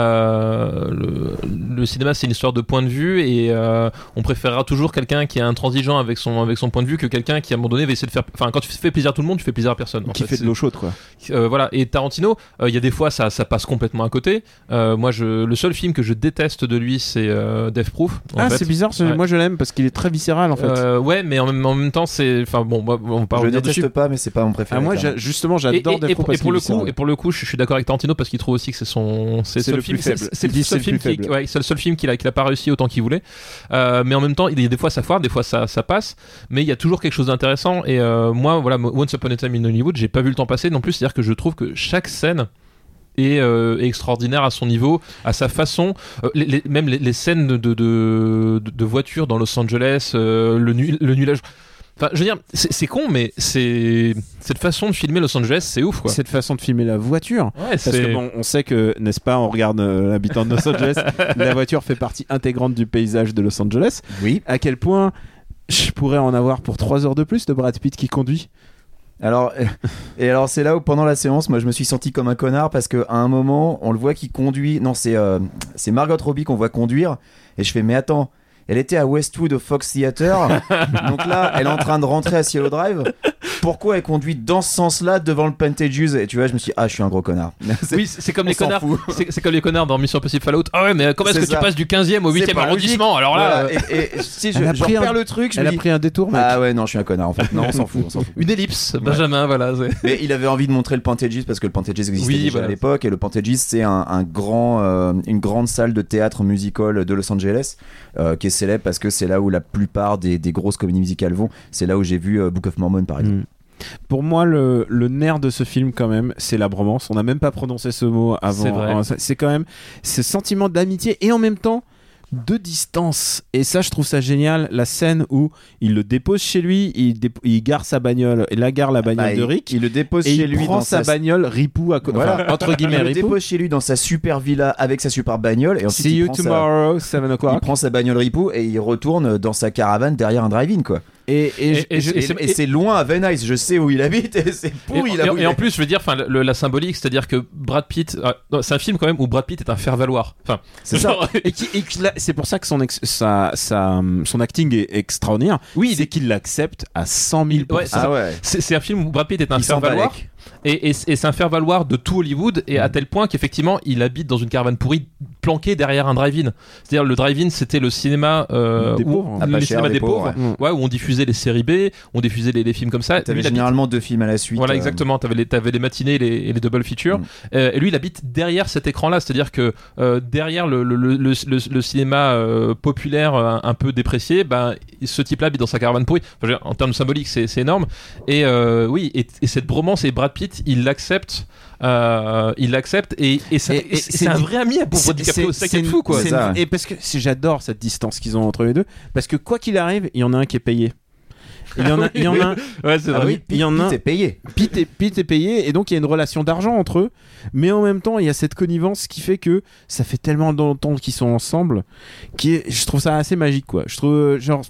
Speaker 6: euh, le, le cinéma c'est une histoire de point de vue et euh, on préférera toujours quelqu'un qui est intransigeant avec son avec son point de vue que quelqu'un qui à un moment donné va essayer de faire. Enfin, quand tu fais plaisir à tout le monde, tu fais plaisir à personne. en
Speaker 4: qui fait
Speaker 6: c'est-
Speaker 4: de l'eau chaude quoi.
Speaker 6: Euh, voilà. Et Tarantino, euh, il y a des fois ça, ça passe complètement à côté. Euh, moi, je, le seul film que je déteste de lui, c'est euh, Death Proof. en
Speaker 4: Ah
Speaker 6: fait.
Speaker 4: c'est bizarre, ce-
Speaker 6: Ouais.
Speaker 4: moi je l'aime parce qu'il est très viscéral en fait.
Speaker 6: Euh, ouais, mais en même, en même temps, c'est. Enfin bon, moi, on va pas
Speaker 5: Je
Speaker 6: revenir
Speaker 5: déteste
Speaker 6: dessus.
Speaker 5: pas, mais c'est pas mon préféré.
Speaker 4: Ah, moi
Speaker 5: clairement.
Speaker 4: j'a- justement
Speaker 6: Et,
Speaker 4: j'adore
Speaker 6: et-
Speaker 4: Death
Speaker 6: et
Speaker 4: Proof
Speaker 6: pour, et
Speaker 4: parce
Speaker 6: pour
Speaker 4: qu'il
Speaker 6: le
Speaker 4: est
Speaker 6: coup,
Speaker 4: viscéral.
Speaker 6: et pour le coup, je suis d'accord avec Tarantino parce qu'il trouve aussi que c'est son, c'est,
Speaker 4: C'est
Speaker 6: le
Speaker 4: le
Speaker 6: film,
Speaker 4: plus
Speaker 6: c'est,
Speaker 4: faible.
Speaker 6: c'est
Speaker 4: Il
Speaker 6: le
Speaker 4: dit
Speaker 6: seul
Speaker 4: c'est
Speaker 6: film
Speaker 4: le plus
Speaker 6: qui,
Speaker 4: faible.
Speaker 6: ouais, c'est le seul film qu'il a, qu'il a pas réussi autant qu'il voulait. Euh, mais en même temps, il y a des fois ça foire, des fois ça, ça passe, mais il y a toujours quelque chose d'intéressant. Et euh, moi, voilà, Once Upon a Time in Hollywood, j'ai pas vu le temps passer non plus. C'est-à-dire que je trouve que chaque scène est euh, extraordinaire à son niveau, à sa façon. Euh, les, les- même les, les scènes de, de, de, de voiture dans Los Angeles, euh, le, nu, le nuage. Enfin, je veux dire, c'est, c'est con, mais c'est cette façon de filmer Los Angeles, c'est ouf, quoi.
Speaker 4: Cette façon de filmer la voiture.
Speaker 6: Ouais,
Speaker 4: Parce
Speaker 6: c'est...
Speaker 4: que bon, on sait que, n'est-ce pas, on regarde euh, l'habitant de Los Angeles, la voiture fait partie intégrante du paysage de Los Angeles.
Speaker 5: Oui.
Speaker 4: À quel point je pourrais en avoir pour trois heures de plus de Brad Pitt qui conduit.
Speaker 5: Alors, euh, et alors c'est là où pendant la séance, moi je me suis senti comme un connard parce qu'à un moment, on le voit qui conduit. Non, c'est euh, c'est Margot Robbie qu'on voit conduire. Et je fais, mais attends, elle était à Westwood au Fox Theater. Donc là, elle est en train de rentrer à Cielo Drive. Pourquoi elle conduit dans ce sens-là devant le Pentagus? Et tu vois, je me suis dit, ah, je suis un gros connard. C'est-
Speaker 6: Oui, c'est c'est comme
Speaker 5: on
Speaker 6: les
Speaker 5: s'en
Speaker 6: connards.
Speaker 5: fout.
Speaker 6: C'est, c'est comme les connards dans Mission Impossible Fallout. Ah ouais, mais comment est-ce
Speaker 5: C'est
Speaker 6: que
Speaker 5: ça.
Speaker 6: tu passes du quinzième au
Speaker 5: C'est
Speaker 6: huitième
Speaker 5: pas
Speaker 6: arrondissement? Alors là,
Speaker 5: Voilà,
Speaker 6: euh,
Speaker 5: et, et si je,
Speaker 4: Elle a
Speaker 5: je
Speaker 4: pris un-
Speaker 5: repère le truc, je
Speaker 4: Elle
Speaker 5: me
Speaker 4: a
Speaker 5: dis,
Speaker 4: pris un détour, mec.
Speaker 5: ah ouais, non, je suis un connard en fait. Non, on s'en fout, on s'en fout.
Speaker 6: une ellipse, Benjamin, voilà. c'est-
Speaker 5: Mais il avait envie de montrer le Pantages parce que le Pantages existait
Speaker 6: Oui,
Speaker 5: déjà
Speaker 6: voilà.
Speaker 5: à l'époque et le Pantages c'est un, un grand, euh, une grande salle de théâtre musical de Los Angeles euh, qui est célèbre parce que c'est là où la plupart des, des grosses comédies musicales vont. C'est là où j'ai vu euh, Book of Mormon par exemple.
Speaker 4: Mm. Pour moi, le, le nerf de ce film, quand même, c'est la bromance. On n'a même pas prononcé ce mot avant.
Speaker 6: C'est vrai.
Speaker 4: avant ça. C'est quand même ce sentiment d'amitié et en même temps de distance. Et ça, je trouve ça génial. La scène où il le dépose chez lui, il, dé- il gare sa bagnole, il la gare la bagnole
Speaker 5: Bah,
Speaker 4: de
Speaker 5: il-
Speaker 4: Rick.
Speaker 5: il le dépose
Speaker 4: et
Speaker 5: chez
Speaker 4: il
Speaker 5: lui
Speaker 4: prend
Speaker 5: dans
Speaker 4: sa
Speaker 5: sa
Speaker 4: bagnole ripou à co-
Speaker 5: Voilà.
Speaker 4: enfin, entre
Speaker 5: Il
Speaker 4: guillemets
Speaker 5: le
Speaker 4: ripou.
Speaker 5: dépose chez lui dans sa super villa avec sa super bagnole et ensuite
Speaker 4: See
Speaker 5: il
Speaker 4: you
Speaker 5: prend, sa,
Speaker 4: tomorrow, seven
Speaker 5: il
Speaker 4: o'clock.
Speaker 5: prend sa bagnole ripou et il retourne dans sa caravane derrière un drive-in quoi.
Speaker 4: Et, et,
Speaker 6: Et-
Speaker 4: je-
Speaker 6: et-
Speaker 4: je-
Speaker 5: Et,
Speaker 6: c'est-
Speaker 5: et c'est loin à Venice, je sais où il habite et c'est
Speaker 6: Et,
Speaker 5: pourri
Speaker 6: et-
Speaker 5: là où il
Speaker 6: et en
Speaker 5: est.
Speaker 6: plus, je veux dire, enfin, le- la symbolique, c'est-à-dire que Brad Pitt, ah, non, c'est un film quand même où Brad Pitt est un faire-valoir. Enfin,
Speaker 5: C'est ça.
Speaker 6: genre-
Speaker 4: et qui- et qui- là, c'est pour ça que son, ex- sa- sa- son acting est extraordinaire.
Speaker 6: Oui,
Speaker 4: c'est qu'il l'accepte à cent mille pour
Speaker 6: Ouais,
Speaker 4: cent.
Speaker 5: Ah ouais.
Speaker 6: c'est, c'est un film où Brad Pitt est un
Speaker 5: Il s'en
Speaker 6: faire-valoir.
Speaker 5: balèque.
Speaker 6: Et, et, et c'est un faire-valoir de tout Hollywood, et à tel point qu'effectivement, il habite dans une caravane pourrie planquée derrière un drive-in. C'est-à-dire, le drive-in, c'était le cinéma euh,
Speaker 4: Des
Speaker 6: où-
Speaker 4: pauvres.
Speaker 5: Ah,
Speaker 6: le
Speaker 5: pas cher,
Speaker 6: cinéma
Speaker 5: des
Speaker 6: des
Speaker 5: pauvres,
Speaker 6: pauvres, ouais, où on diffusait les séries B, on diffusait les, les films comme ça.
Speaker 5: T'avais
Speaker 6: Lui, il habite-
Speaker 5: généralement deux films à la suite.
Speaker 6: Voilà,
Speaker 5: euh,
Speaker 6: exactement. T'avais les, t'avais les matinées et les, et les double features.
Speaker 5: Mm.
Speaker 6: Euh, et lui, il habite derrière cet écran-là. C'est-à-dire que euh, derrière le, le, le, le, le- le cinéma euh, populaire un, un peu déprécié, ben, ce type-là habite dans sa caravane pourrie. Enfin, je veux dire, en termes symboliques, c'est, c'est énorme. Et euh, oui, et, et cette bromance, et Brad Pitt, il l'accepte. Euh, il l'accepte et, et, ça-
Speaker 4: Et-
Speaker 6: et
Speaker 4: et
Speaker 6: c'est,
Speaker 4: c'est
Speaker 6: un
Speaker 4: di-
Speaker 6: vrai ami à pauvre DiCaprio. C'est ça qui est
Speaker 4: une-
Speaker 6: fou, quoi.
Speaker 4: c'est
Speaker 5: C'est ça.
Speaker 4: une- Et parce que c'est- j'adore cette distance qu'ils ont entre les deux. Parce que quoi qu'il arrive, il y en a un qui est payé. Il y en a, il y en a un,
Speaker 6: Ouais, c'est
Speaker 5: Ah
Speaker 6: vrai.
Speaker 5: oui,
Speaker 4: il y en a un-
Speaker 5: Pitt est payé.
Speaker 4: Pete est, Pete est payé et donc il y a une relation d'argent entre eux, mais en même temps il y a cette connivence qui fait que ça fait tellement longtemps qu'ils sont ensemble, qui est, je trouve ça assez magique quoi. Je trouve euh, genre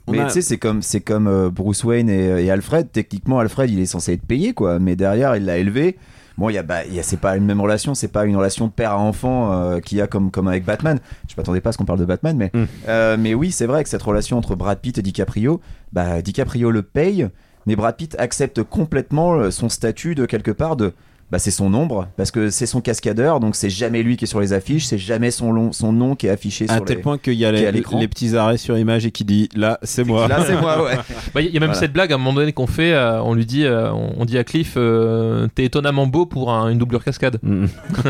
Speaker 4: on
Speaker 5: mais
Speaker 4: a-
Speaker 5: tu sais, c'est comme, c'est comme euh, Bruce Wayne et, et Alfred. Techniquement, Alfred, il est censé être payé, quoi. Mais derrière, il l'a élevé. Bon, il y a, bah, il y a, c'est pas une même relation, c'est pas une relation de père à enfant euh, qu'il y a comme, comme avec Batman. Je m'attendais pas à ce qu'on parle de Batman, mais,
Speaker 4: Mm.
Speaker 5: euh, mais oui, c'est vrai que cette relation entre Brad Pitt et DiCaprio, bah, DiCaprio le paye, mais Brad Pitt accepte complètement son statut de quelque part de. Bah, c'est son ombre, parce que c'est son cascadeur, donc c'est jamais lui qui est sur les affiches, c'est jamais son, long, son nom qui est affiché
Speaker 4: à
Speaker 5: sur
Speaker 4: tel
Speaker 5: les...
Speaker 4: point qu'il y a
Speaker 5: qui est à
Speaker 4: les,
Speaker 5: l'écran.
Speaker 4: les petits arrêts sur image et qui dit là c'est moi.
Speaker 5: Là, c'est moi, ouais.
Speaker 6: Bah, il y a même
Speaker 5: Voilà.
Speaker 6: cette blague à un moment donné qu'on fait, euh, on lui dit, euh, on, on dit à Cliff, euh, t'es étonnamment beau pour un- une doublure cascade.
Speaker 4: Mm.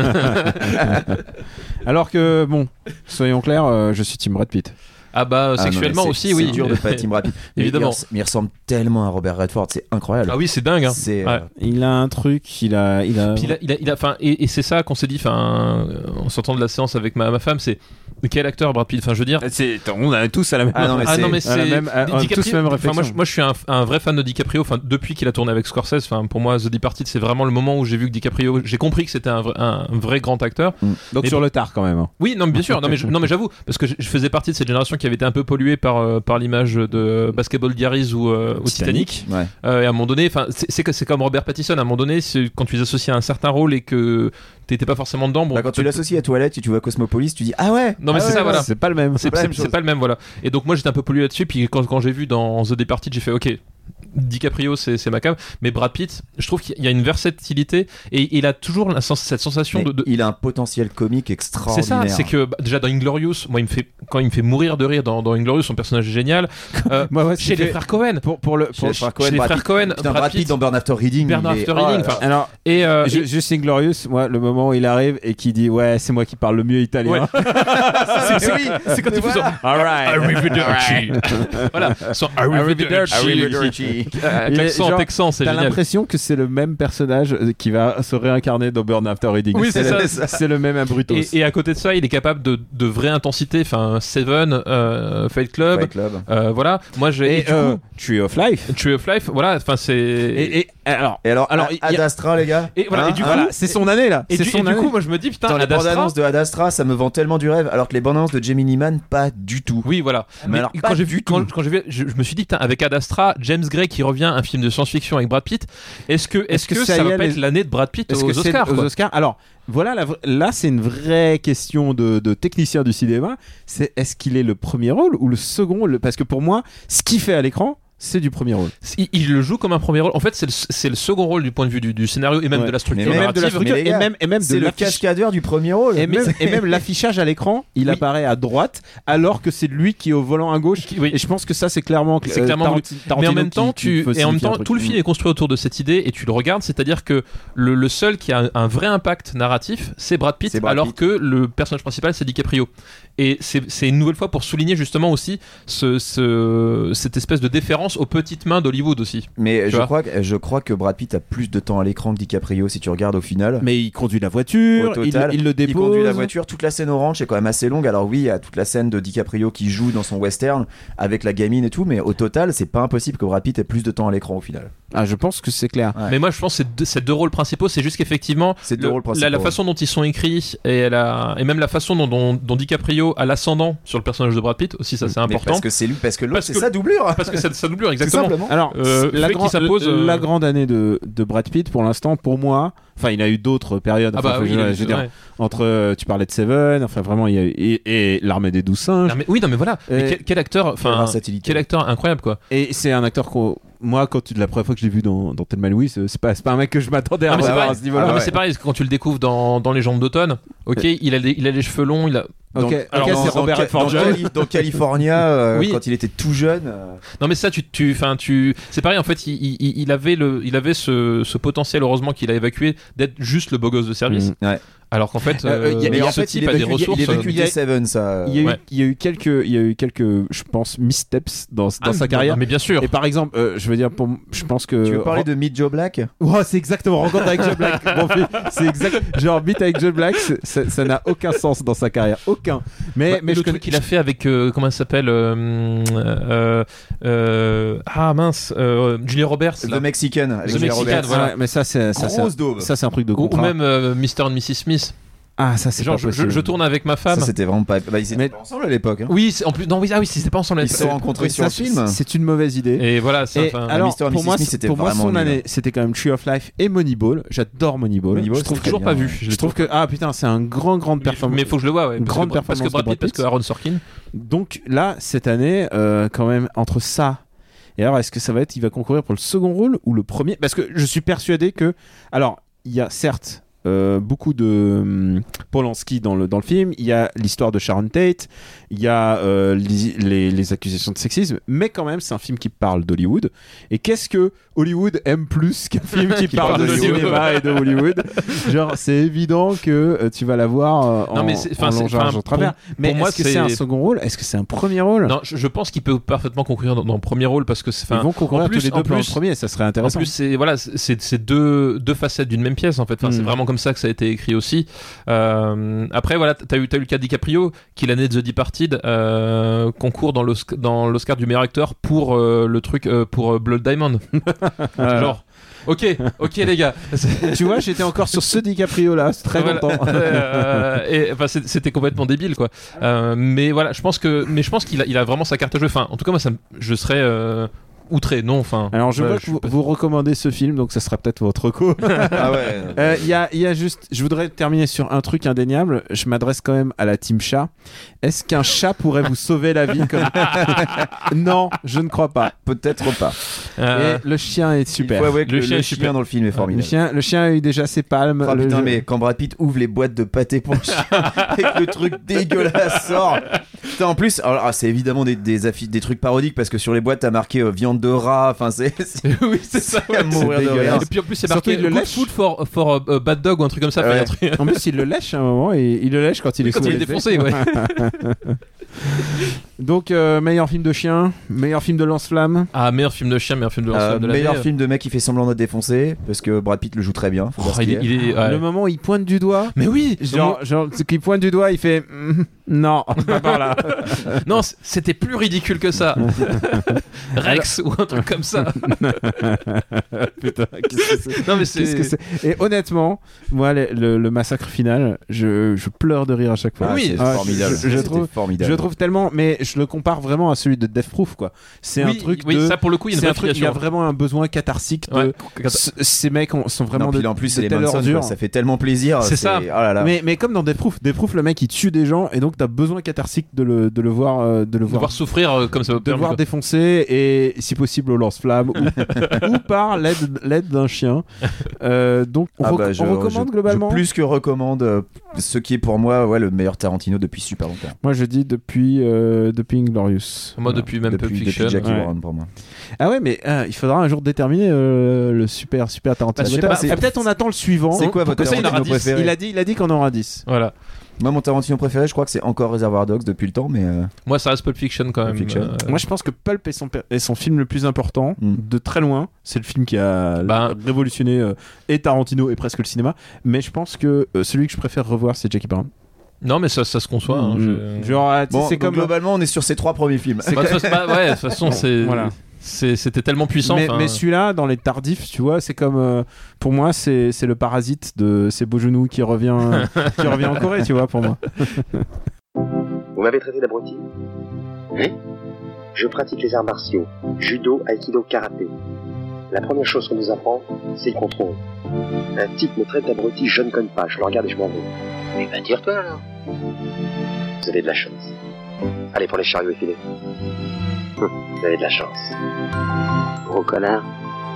Speaker 4: Alors que bon, soyons clairs, euh, je suis Team Brad Pitt.
Speaker 6: Ah bah
Speaker 5: Ah, non,
Speaker 6: sexuellement
Speaker 5: mais c'est-
Speaker 6: aussi,
Speaker 5: c'est
Speaker 6: oui.
Speaker 5: dur de pas être Tim Brad Pitt. Mais
Speaker 6: Évidemment.
Speaker 5: Il, res- mais il ressemble tellement à Robert Redford, c'est incroyable.
Speaker 6: Ah oui, c'est dingue. Hein.
Speaker 5: C'est,
Speaker 6: Ouais.
Speaker 5: euh,
Speaker 4: Il a un truc, il a, il a.
Speaker 6: Puis il a, il a, il a- enfin, et, et c'est ça qu'on s'est dit, enfin, euh, en sortant de la séance avec ma, ma femme, c'est quel acteur Brad Pitt. Enfin, je veux dire.
Speaker 4: C'est, on a tous à la même.
Speaker 5: Ah non, mais
Speaker 6: Ah
Speaker 5: c'est-
Speaker 6: non mais
Speaker 4: à la
Speaker 6: c'est
Speaker 4: même- à- on a
Speaker 6: DiCaprio-
Speaker 4: tous la même
Speaker 6: enfin,
Speaker 4: réflexion.
Speaker 6: moi, je, moi je suis un, un vrai fan de DiCaprio. Enfin depuis qu'il a tourné avec Scorsese. Enfin pour moi The Departed c'est vraiment le moment où j'ai vu que DiCaprio. J'ai compris que c'était un, vrai- un vrai grand acteur.
Speaker 4: Donc
Speaker 6: Mais
Speaker 4: sur
Speaker 6: bon-
Speaker 4: le tard quand même. hein.
Speaker 6: Oui non mais bien sûr. Non mais je- non mais j'avoue parce que je, je faisais partie de cette génération qui avait été un peu polluée par euh, par l'image de Basketball Diaries ou, euh, ou Titanic.
Speaker 5: Ouais.
Speaker 6: Euh, et à un moment donné, enfin c'est c'est que- c'est comme Robert Pattinson. À un moment donné, c'est- quand tu les associes à un certain rôle et que t'étais pas forcément dedans. Bon,
Speaker 5: Bah, quand tu
Speaker 6: peut-
Speaker 5: l'associes à Toilette et tu vois Cosmopolis, tu dis ah ouais.
Speaker 6: Non, mais
Speaker 5: ah
Speaker 6: c'est
Speaker 5: ouais,
Speaker 6: ça,
Speaker 5: ouais.
Speaker 6: voilà.
Speaker 4: C'est pas le même.
Speaker 6: C'est
Speaker 5: pas la
Speaker 6: c'est-
Speaker 5: même
Speaker 6: c'est
Speaker 5: chose.
Speaker 6: pas le même, voilà. Et donc moi j'étais un peu pollué là-dessus, puis quand, quand j'ai vu dans The Departed, j'ai fait ok, DiCaprio c'est c'est ma cave, mais Brad Pitt, je trouve qu'il y a une versatilité et il a toujours la sens- cette sensation
Speaker 5: Mais
Speaker 6: de... de-
Speaker 5: Il a un potentiel comique
Speaker 6: C'est
Speaker 5: extraordinaire.
Speaker 6: ça, c'est que bah, déjà dans Inglorious, moi il me fait quand il me fait mourir de rire dans, dans Inglorious, son personnage est génial. Euh,
Speaker 4: Moi, ouais,
Speaker 6: chez
Speaker 4: c'était-
Speaker 6: les frères Cohen,
Speaker 4: Pour pour le.
Speaker 5: Chez
Speaker 4: pour-
Speaker 5: les frères
Speaker 6: chez
Speaker 5: Cohen,
Speaker 6: les
Speaker 5: Brad
Speaker 6: frères
Speaker 5: Pitt.
Speaker 6: Cohen,
Speaker 5: Putain,
Speaker 6: Brad Pitt
Speaker 5: dans Burn After Reading.
Speaker 6: Burn
Speaker 5: il est-
Speaker 6: After
Speaker 5: oh là
Speaker 6: Reading,
Speaker 5: là.
Speaker 6: enfin,
Speaker 4: Alors,
Speaker 6: et, euh,
Speaker 4: ju-
Speaker 6: et-
Speaker 4: juste Inglorious, moi, le moment où il arrive et qui dit ouais, c'est moi qui parle le mieux italien.
Speaker 6: Ouais. c'est c'est-
Speaker 5: Oui,
Speaker 6: c'est quand il fait son
Speaker 4: Alright.
Speaker 6: Arrivederci. Voilà, son Arrivederci.
Speaker 5: Arrivederci.
Speaker 6: Avec
Speaker 4: Il est-
Speaker 6: l'accent
Speaker 4: genre,
Speaker 6: texan, c'est
Speaker 4: T'as
Speaker 6: génial.
Speaker 4: l'impression que c'est le même personnage euh, qui va se réincarner dans Burn After Reading.
Speaker 6: Oui, c'est
Speaker 4: le-
Speaker 6: ça.
Speaker 4: C'est le même Abrutos.
Speaker 6: Et, et à côté de ça, il est capable de, de vraie intensité. Enfin, Seven, euh, Fight Club,
Speaker 5: Fight Club.
Speaker 6: euh, voilà. Moi, j'ai
Speaker 4: Et,
Speaker 6: et du
Speaker 4: euh,
Speaker 6: coup,
Speaker 4: Tree of Life.
Speaker 6: Tree of Life, voilà. Enfin, c'est
Speaker 4: Et, et alors,
Speaker 5: Et alors,
Speaker 4: Alors,
Speaker 5: alors
Speaker 4: il y a-
Speaker 5: Ad Astra, les gars.
Speaker 6: Et voilà,
Speaker 5: Hein,
Speaker 6: et du
Speaker 5: hein.
Speaker 6: coup-
Speaker 4: voilà, c'est son année là.
Speaker 6: et
Speaker 4: C'est
Speaker 6: du,
Speaker 4: son
Speaker 6: et du
Speaker 4: année.
Speaker 6: coup, moi, je me dis putain,
Speaker 5: Dans les
Speaker 6: Ad
Speaker 5: bandes
Speaker 6: Astra.
Speaker 5: annonces de Ad Astra, ça me vend tellement du rêve, alors que les bandes annonces de Gemini Man, pas du tout.
Speaker 6: Oui, voilà.
Speaker 5: Mais alors,
Speaker 6: quand
Speaker 5: pas
Speaker 6: j'ai
Speaker 5: du
Speaker 6: vu,
Speaker 5: tout.
Speaker 6: quand, quand j'ai vu, je, je me suis dit putain, avec Ad Astra, James Gray qui revient, un film de science-fiction avec Brad Pitt. Est-ce que, est-ce que, ça,
Speaker 4: y
Speaker 6: va
Speaker 4: est,
Speaker 6: pas
Speaker 4: les-
Speaker 6: être l'année de Brad Pitt
Speaker 4: Est-ce
Speaker 6: aux
Speaker 4: que c'est
Speaker 6: Oscars
Speaker 4: aux
Speaker 6: quoi.
Speaker 4: Oscars Alors, voilà, la vra- là, c'est une vraie question de, de technicien du cinéma. C'est est-ce qu'il est le premier rôle ou le second rôle Parce que pour moi, ce qu'il fait à l'écran, c'est du premier rôle.
Speaker 6: Il, il le joue comme un premier rôle. En fait, c'est le, c'est le second rôle du point de vue du, du scénario et même
Speaker 4: Ouais.
Speaker 6: de la structure
Speaker 5: Mais
Speaker 4: Et même de la
Speaker 6: narrative.
Speaker 4: structure,
Speaker 5: mais les
Speaker 4: et
Speaker 5: gars,
Speaker 4: même, et même
Speaker 5: C'est
Speaker 4: de
Speaker 5: le
Speaker 4: l'affiche-
Speaker 5: cascadeur du premier rôle.
Speaker 4: Et même, et même l'affichage à l'écran, il
Speaker 6: Oui.
Speaker 4: apparaît à droite, alors que c'est lui qui est au volant à gauche.
Speaker 6: Qui- oui.
Speaker 4: Et je pense que ça, c'est clairement,
Speaker 6: C'est
Speaker 4: euh,
Speaker 6: clairement
Speaker 4: Tarantino-
Speaker 6: Mais en
Speaker 4: Tarantino
Speaker 6: même temps,
Speaker 4: qui- qui
Speaker 6: tu
Speaker 4: veut
Speaker 6: et en même
Speaker 4: signifier un
Speaker 6: temps,
Speaker 4: truc.
Speaker 6: tout le film est construit autour de cette idée et tu le regardes, c'est-à-dire que le, le seul qui a un, un vrai impact narratif, c'est Brad Pitt,
Speaker 5: C'est Brad
Speaker 6: alors
Speaker 5: Pitt.
Speaker 6: que le personnage principal c'est DiCaprio. Et c'est c'est une nouvelle fois pour souligner justement aussi ce, ce- cette espèce de déférence aux petites mains d'Hollywood aussi.
Speaker 5: Mais
Speaker 6: Tu
Speaker 5: je
Speaker 6: vois
Speaker 5: crois, que, je crois que Brad Pitt a plus de temps à l'écran que DiCaprio si tu regardes au final.
Speaker 4: Mais il conduit la voiture,
Speaker 5: Au total,
Speaker 4: il, il le dépose.
Speaker 5: Il conduit la voiture, toute la scène orange est quand même assez longue. Alors oui, il y a toute la scène de DiCaprio qui joue dans son western avec la gamine et tout, mais au total, c'est pas impossible que Brad Pitt ait plus de temps à l'écran au final.
Speaker 4: Ah, je pense que c'est clair.
Speaker 5: Ouais.
Speaker 6: Mais moi je pense que ces deux, ces deux rôles principaux, c'est juste qu'effectivement
Speaker 5: C'est deux
Speaker 6: le-
Speaker 5: rôles principaux.
Speaker 6: la, la
Speaker 5: ouais.
Speaker 6: façon dont ils sont écrits et, la, et même la façon dont, dont, dont DiCaprio a l'ascendant sur le personnage de Brad Pitt aussi, ça c'est
Speaker 5: Mais
Speaker 6: important.
Speaker 5: Parce que c'est lui, parce que l'autre
Speaker 6: Parce
Speaker 5: c'est
Speaker 6: que-
Speaker 5: sa doublure.
Speaker 6: Parce que c'est sa doublure,
Speaker 5: Tout
Speaker 6: exactement.
Speaker 5: simplement.
Speaker 4: Alors,
Speaker 6: Euh,
Speaker 4: la,
Speaker 6: fait qu'il
Speaker 4: gran-
Speaker 6: s'impose, euh,
Speaker 4: la grande année de, de Brad Pitt, pour l'instant, pour moi, enfin, il a eu d'autres périodes.
Speaker 6: Ah
Speaker 4: enfin,
Speaker 6: bah oui,
Speaker 4: je,
Speaker 6: il a-
Speaker 4: je veux dire,
Speaker 6: ouais.
Speaker 4: entre, euh, tu parlais de Seven, enfin, vraiment, il y a eu, et, et l'armée des douze singes.
Speaker 6: Non, mais, oui, non mais voilà. Mais
Speaker 4: Euh,
Speaker 6: quel, quel acteur,
Speaker 5: Quelle
Speaker 6: enfin,
Speaker 5: versatilité.
Speaker 6: quel acteur incroyable quoi.
Speaker 4: Et c'est un acteur qu'on, moi, quand tu, la première fois que je l'ai vu dans, dans Thelma et Louise, c'est pas, c'est pas un mec que je m'attendais à
Speaker 6: Non, mais c'est
Speaker 4: revoir à
Speaker 6: pareil.
Speaker 4: ce niveau-là.
Speaker 6: Ah, mais
Speaker 5: ouais.
Speaker 6: c'est pareil, quand tu le découvres dans, dans Les Jambes d'automne, ok, il a, les, il a les cheveux longs, il a.
Speaker 4: Ok,
Speaker 5: Donc,
Speaker 4: ok,
Speaker 5: alors,
Speaker 4: c'est
Speaker 5: dans-
Speaker 4: Robert
Speaker 5: dans,
Speaker 4: Redford
Speaker 5: dans,
Speaker 4: jeune.
Speaker 5: Cali- dans California, euh,
Speaker 6: Oui.
Speaker 5: quand il était tout jeune. euh,
Speaker 6: Non mais ça, tu, tu, enfin, tu, c'est pareil en fait, il, il, il avait le, il avait ce, ce potentiel, heureusement qu'il a évacué, d'être juste le beau gosse de service.
Speaker 4: Mhm.
Speaker 5: Ouais.
Speaker 6: Alors qu'en fait,
Speaker 4: Euh, euh,
Speaker 6: euh,
Speaker 4: y a-
Speaker 5: Mais
Speaker 4: et
Speaker 5: en
Speaker 6: ce
Speaker 5: fait,
Speaker 6: type
Speaker 5: il
Speaker 6: a des
Speaker 5: évacue,
Speaker 6: ressources.
Speaker 5: il évacue
Speaker 6: euh,
Speaker 4: il y a-
Speaker 5: T sept, ça.
Speaker 4: Il y, a eu,
Speaker 6: Ouais.
Speaker 4: il y a eu quelques, il y a eu quelques, je pense, missteps dans, dans
Speaker 6: ah,
Speaker 4: sa
Speaker 6: mais-
Speaker 4: carrière.
Speaker 6: Mais bien sûr.
Speaker 4: Et par exemple, euh, je veux dire, pour, je pense que.
Speaker 5: Tu veux parler de Meet Joe Black?
Speaker 4: Ouais, c'est exactement rencontre avec Joe Black. Mon fils, c'est exact. Genre beat avec Joe Black, c'est- ça ça n'a aucun sens dans sa carrière, aucun. Mais
Speaker 6: Bah,
Speaker 4: mais
Speaker 6: le
Speaker 4: je
Speaker 6: truc
Speaker 4: connais.
Speaker 6: qu'il a fait avec euh, comment elle s'appelle euh, euh, euh, ah mince euh, Julia Roberts
Speaker 5: The
Speaker 6: là.
Speaker 5: Mexican avec
Speaker 6: The
Speaker 5: Julia
Speaker 6: Mexican,
Speaker 5: Roberts.
Speaker 6: voilà.
Speaker 4: Ouais, mais ça c'est ça, c'est-
Speaker 5: Grosse daube.
Speaker 4: ça c'est un truc de
Speaker 6: ou, ou
Speaker 4: contrat.
Speaker 6: même euh, mister and missus Smith.
Speaker 4: Ah, ça c'est
Speaker 6: Genre,
Speaker 4: pas
Speaker 6: je,
Speaker 4: possible.
Speaker 6: je tourne avec ma femme.
Speaker 5: Ça, c'était vraiment pas. Bah, ils étaient
Speaker 4: Mais-
Speaker 5: pas ensemble à l'époque. Hein.
Speaker 6: Oui, c'est- en plus, non, oui, ah oui, c'était pas ensemble.
Speaker 5: Ils se sont rencontrés
Speaker 4: Oui,
Speaker 5: sur
Speaker 4: ça,
Speaker 5: un film.
Speaker 4: C'est une mauvaise idée.
Speaker 6: Et voilà, ça.
Speaker 4: Et
Speaker 6: enfin,
Speaker 4: alors,
Speaker 5: mister et
Speaker 4: pour
Speaker 5: missus
Speaker 4: moi,
Speaker 5: Smith,
Speaker 4: c'est-
Speaker 5: c'était
Speaker 4: pour moi,
Speaker 5: vraiment
Speaker 4: son
Speaker 5: nul.
Speaker 4: année, c'était quand même Tree of Life et Moneyball. J'adore Moneyball.
Speaker 5: Moneyball,
Speaker 4: je trouve
Speaker 5: c'est
Speaker 6: toujours
Speaker 5: très
Speaker 6: pas
Speaker 5: bien,
Speaker 6: vu.
Speaker 5: ouais.
Speaker 4: Je trouve que ah putain, c'est un grand grande
Speaker 6: mais,
Speaker 4: performance.
Speaker 6: mais faut que je le vois, ouais.
Speaker 4: Une
Speaker 6: parce
Speaker 4: grande
Speaker 6: que, parce que
Speaker 4: performance
Speaker 6: Brad
Speaker 4: de
Speaker 6: Pitt,
Speaker 4: Brad
Speaker 6: parce que Aaron Sorkin.
Speaker 4: Donc là, cette année, euh, quand même, entre ça et alors, est-ce que ça va être, il va concourir pour le second rôle ou le premier? Parce que je suis persuadé que, alors, il y a certes euh, beaucoup de hum, Polanski dans le dans le film, il y a l'histoire de Sharon Tate, il y a euh, les, les, les accusations de sexisme, mais quand même, c'est un film qui parle d'Hollywood. Et qu'est-ce que Hollywood aime plus qu'un film qui,
Speaker 6: Qui
Speaker 4: parle
Speaker 6: parle
Speaker 4: de
Speaker 6: d'Hollywood.
Speaker 4: cinéma et de Hollywood? Genre, c'est évident que euh, tu vas la voir euh, en,
Speaker 6: Non, mais c'est-
Speaker 4: en
Speaker 6: enfin, c'est-
Speaker 4: long, large,
Speaker 6: enfin,
Speaker 4: en travers.
Speaker 6: pour-
Speaker 4: Mais
Speaker 6: pour moi,
Speaker 4: est-ce que c'est
Speaker 6: c'est-
Speaker 4: un second rôle? Est-ce que c'est un premier rôle?
Speaker 6: Non, je, je pense qu'il peut parfaitement concourir dans, dans le premier rôle parce que c'est.
Speaker 4: Ils
Speaker 6: enfin,
Speaker 4: vont concourir
Speaker 6: en plus-
Speaker 4: tous les deux
Speaker 6: en
Speaker 4: pour le
Speaker 6: plus-
Speaker 4: premier, ça serait
Speaker 6: En
Speaker 4: intéressant.
Speaker 6: plus, c'est voilà, c'est c'est deux deux facettes d'une même pièce en fait. Enfin, c'est
Speaker 4: Mm.
Speaker 6: vraiment comme ça que ça a été écrit aussi. Euh, après, voilà, t'as eu t'as eu le cas de DiCaprio qui l'année de The Departed euh, concourt dans l'Osc- dans l'Oscar du meilleur acteur pour euh, le truc euh, pour euh, Blood Diamond. Genre, ok, ok les gars. C'est-
Speaker 4: Tu vois, j'étais encore sur ce DiCaprio là, c'est très
Speaker 6: Voilà.
Speaker 4: content.
Speaker 6: Euh, et enfin c'est- c'était complètement débile quoi. Euh, mais voilà, je pense que mais je pense qu'il a il a vraiment sa carte à jouer. Enfin, en tout cas moi ça me- je serais euh, outré, non, enfin.
Speaker 4: Alors je
Speaker 6: ouais,
Speaker 4: vois
Speaker 6: je
Speaker 4: que
Speaker 6: suis
Speaker 4: vous,
Speaker 6: pas-
Speaker 4: vous recommandez ce film, donc ça sera peut-être votre reco.
Speaker 5: Ah ouais.
Speaker 4: Euh, Il y, a, il y a juste, je voudrais terminer sur un truc indéniable. Je m'adresse quand même à la team chat. Est-ce qu'un chat pourrait vous sauver la vie comme... Non, je ne crois pas.
Speaker 5: Peut-être pas.
Speaker 6: Euh,
Speaker 4: Et le chien est
Speaker 5: Il
Speaker 4: super.
Speaker 5: faut avouer que
Speaker 6: Le
Speaker 5: le,
Speaker 6: chien
Speaker 5: le
Speaker 6: est
Speaker 5: chien
Speaker 6: super.
Speaker 5: dans le film est
Speaker 4: Le
Speaker 5: formidable.
Speaker 4: chien, le chien a eu déjà ses palmes.
Speaker 5: Oh
Speaker 4: Le
Speaker 5: putain,
Speaker 4: jeu-
Speaker 5: mais quand Brad Pitt ouvre les boîtes de pâté pour le chien et que le truc dégueulasse sort. Putain, en plus, alors, ah, c'est évidemment des, des, affiches, des trucs parodiques parce que sur les boîtes t'as marqué euh, viande de rat. Enfin, c'est c'est
Speaker 6: oui, c'est ça.
Speaker 5: à
Speaker 6: ouais.
Speaker 5: mourir de
Speaker 4: dégueulasse.
Speaker 5: rire.
Speaker 6: Et puis en plus c'est
Speaker 4: Surtout,
Speaker 6: marqué
Speaker 4: il le
Speaker 6: good
Speaker 4: lèche.
Speaker 6: food for, for uh, bad dog ou un truc comme ça. Enfin, il y a un truc-
Speaker 4: En plus, il le lèche à un moment et il le lèche quand il est
Speaker 6: Quand
Speaker 4: sous
Speaker 6: il est
Speaker 4: l'effet.
Speaker 6: défoncé, ouais.
Speaker 4: Donc, euh, meilleur film de chien, meilleur film de lance-flamme.
Speaker 6: Ah, meilleur film de chien, meilleur film de
Speaker 5: Euh,
Speaker 6: l'ensemble de l'année.
Speaker 5: meilleur film de mec qui fait semblant d'être défoncé parce que Brad Pitt le joue très bien. Faut
Speaker 6: Oh,
Speaker 5: dire ce
Speaker 6: il
Speaker 5: qu'il
Speaker 6: est,
Speaker 5: est.
Speaker 6: il est- ouais.
Speaker 4: Le moment où il pointe du doigt.
Speaker 6: Mais oui,
Speaker 4: Genre, genre, ce qu'il pointe du doigt, il fait mm, non, pas par là.
Speaker 6: non, c- c'était plus ridicule que ça. Rex ou un truc comme ça.
Speaker 4: Putain, qu'est-ce que c'est
Speaker 6: Non mais
Speaker 4: Qu'est-ce
Speaker 6: c'est
Speaker 4: que c'est Et honnêtement, moi, le, le- le massacre final, je, je pleure de rire à chaque fois.
Speaker 5: Ah,
Speaker 6: Oui,
Speaker 5: c'est
Speaker 4: Ah,
Speaker 5: formidable.
Speaker 4: je- je
Speaker 5: C'était
Speaker 4: trouve-
Speaker 5: formidable.
Speaker 4: Je le trouve tellement, mais je le compare vraiment à celui de Death Proof, quoi. C'est un
Speaker 6: oui,
Speaker 4: truc
Speaker 6: oui,
Speaker 4: de.
Speaker 6: ça pour le coup, il y a une
Speaker 4: c'est un
Speaker 6: vraie
Speaker 4: truc, il y a
Speaker 6: filiation.
Speaker 4: vraiment un besoin catharsique de.
Speaker 6: Ouais.
Speaker 4: C- Ces mecs ont- sont vraiment
Speaker 5: non,
Speaker 4: de,
Speaker 5: puis en plus
Speaker 4: de
Speaker 5: c'est les
Speaker 4: telle
Speaker 5: Manson,
Speaker 4: ordure.
Speaker 5: quoi, ça fait tellement plaisir.
Speaker 6: C'est ça.
Speaker 5: Oh là là.
Speaker 4: Mais, mais comme dans Death Proof, Death Proof, le mec il tue des gens et donc t'as besoin catharsique de le, de le voir, euh, de le
Speaker 6: De
Speaker 4: voir,
Speaker 6: voir souffrir euh, comme ça.
Speaker 4: de le voir défoncer et si possible au lance-flamme ou, ou par l'aide, l'aide d'un chien. Euh, donc on,
Speaker 5: Ah
Speaker 4: rec-
Speaker 5: bah, je-
Speaker 4: on recommande
Speaker 5: je-
Speaker 4: globalement.
Speaker 5: je plus que recommande euh, ce qui est pour moi ouais, le meilleur Tarantino depuis super longtemps.
Speaker 4: Moi je dis depuis euh, depuis Inglorious.
Speaker 6: Moi
Speaker 4: Voilà.
Speaker 6: depuis même
Speaker 5: depuis,
Speaker 6: Pulp
Speaker 5: depuis
Speaker 6: Fiction.
Speaker 5: Jackie
Speaker 4: ouais.
Speaker 5: Warren pour moi.
Speaker 4: Ah ouais mais euh, il faudra un jour déterminer euh, le super super Tarantino.
Speaker 5: Bah, je sais
Speaker 4: Peut-être-
Speaker 5: pas, c'est-
Speaker 4: ah, peut-être on attend le suivant.
Speaker 5: C'est quoi
Speaker 6: pour
Speaker 5: votre
Speaker 6: que ça, il aura
Speaker 5: Tarantino
Speaker 6: dix.
Speaker 5: préféré
Speaker 4: Il a dit il a dit qu'on aura dix.
Speaker 6: Voilà.
Speaker 5: Moi mon Tarantino préféré je crois que c'est encore Reservoir Dogs depuis le temps mais euh,
Speaker 6: Moi ça reste Pulp Fiction quand
Speaker 5: Pulp
Speaker 6: même.
Speaker 5: Fiction.
Speaker 6: euh,
Speaker 4: Moi je pense que Pulp est son, per- est son film le plus important
Speaker 5: Mm.
Speaker 4: de très loin. C'est le film qui a
Speaker 6: Ben-
Speaker 4: révolutionné euh, et Tarantino et presque le cinéma. Mais je pense que euh, celui que je préfère revoir c'est Jackie Brown.
Speaker 6: Non mais ça, ça se conçoit. hein,
Speaker 4: Mm.
Speaker 6: je-
Speaker 4: Genre ah, tu sais,
Speaker 5: bon
Speaker 4: c'est
Speaker 5: donc,
Speaker 4: comme
Speaker 5: globalement on est sur ces trois premiers films.
Speaker 6: Bah, de toute façon, bah, ouais, de toute façon c'est.
Speaker 4: Voilà.
Speaker 6: c'est- C'était tellement puissant.
Speaker 4: mais,
Speaker 6: enfin,
Speaker 4: mais celui-là, dans les tardifs, tu vois, c'est comme. euh, pour moi, c'est, c'est le parasite de ces beaux genoux qui revient, qui revient en Corée, tu vois, pour moi.
Speaker 7: Vous m'avez traité d'abruti? Oui. Je pratique les arts martiaux, judo, aikido, karaté. La première chose qu'on nous apprend, c'est le contrôle. Un type me traite d'abruti, je ne connais pas, je le regarde et je m'en vais.
Speaker 1: Mais ben tire-toi alors.
Speaker 7: Vous avez de la chance. Allez pour les chariots effilés. Hum, Vous avez de la chance. Gros connard.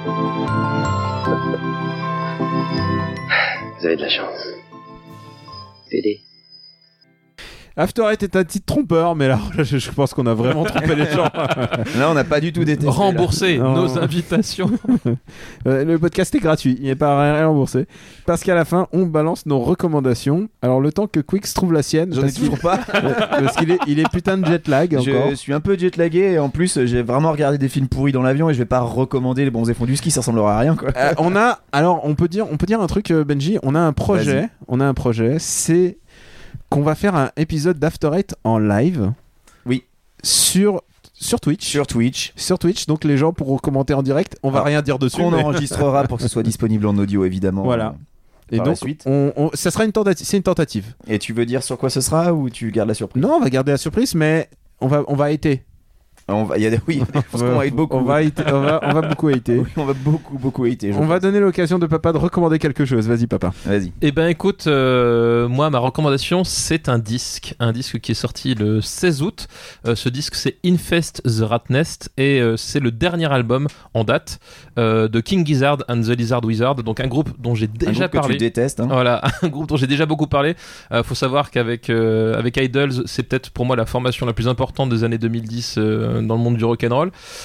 Speaker 7: Vous avez de la chance. Fédé.
Speaker 4: After Eight est un titre trompeur, mais là, je, je pense qu'on a vraiment trompé les gens.
Speaker 5: Là on n'a pas du tout détesté.
Speaker 6: rembourser
Speaker 4: Non.
Speaker 6: nos invitations.
Speaker 4: Euh, le podcast est gratuit, il n'est pas rien remboursé. Parce qu'à la fin, on balance nos recommandations. Alors, le temps que Quix trouve la sienne.
Speaker 5: J'en ai
Speaker 4: parce qu'il-
Speaker 5: toujours pas.
Speaker 4: parce qu'il est, il est putain de jet lag encore.
Speaker 5: Je suis un peu jetlagué et en plus j'ai vraiment regardé des films pourris dans l'avion et je vais pas recommander les bons et fonds du ski, ça ressemblera à rien quoi.
Speaker 4: Euh, on a, alors on peut dire, on peut dire un truc, euh, Benji. On a un projet,
Speaker 5: Vas-y.
Speaker 4: on a un projet. C'est qu'on va faire un épisode d'After Eight en live.
Speaker 5: Oui.
Speaker 4: Sur sur Twitch.
Speaker 5: Sur Twitch,
Speaker 4: Sur Twitch, donc les gens pourront commenter en direct. On va
Speaker 5: Ah,
Speaker 4: rien dire dessus.
Speaker 5: qu'on
Speaker 4: mais-
Speaker 5: enregistrera pour que ce soit disponible en audio évidemment.
Speaker 4: Voilà. Et
Speaker 5: Par la
Speaker 4: donc,
Speaker 5: suite.
Speaker 4: on, on- ça sera une tentative. C'est une tentative.
Speaker 5: Et tu veux dire sur quoi ce sera ou tu gardes la surprise?
Speaker 4: Non, on va garder la surprise, mais on va, on va hater.
Speaker 5: On va, il y a des, oui, parce qu'on va être beaucoup.
Speaker 4: On va, hater- on va, on va beaucoup hater.
Speaker 5: Oui, on va beaucoup, beaucoup hater. je
Speaker 4: On va
Speaker 5: pense.
Speaker 4: donner l'occasion de papa de recommander quelque chose. Vas-y, papa.
Speaker 5: Vas-y.
Speaker 6: Eh ben écoute, euh, moi ma recommandation c'est un disque, un disque qui est sorti le seize août. Euh, ce disque c'est Infest the Rat Nest et euh, c'est le dernier album en date euh, de King Gizzard and the Lizard Wizard, donc un groupe dont j'ai
Speaker 5: Un
Speaker 6: déjà
Speaker 5: groupe que
Speaker 6: parlé.
Speaker 5: tu détestes. Hein.
Speaker 6: Voilà, un groupe dont j'ai déjà beaucoup parlé. Euh, faut savoir qu'avec euh, avec Idols, c'est peut-être pour moi la formation la plus importante des années deux mille dix euh, dans le monde du rock'n'roll.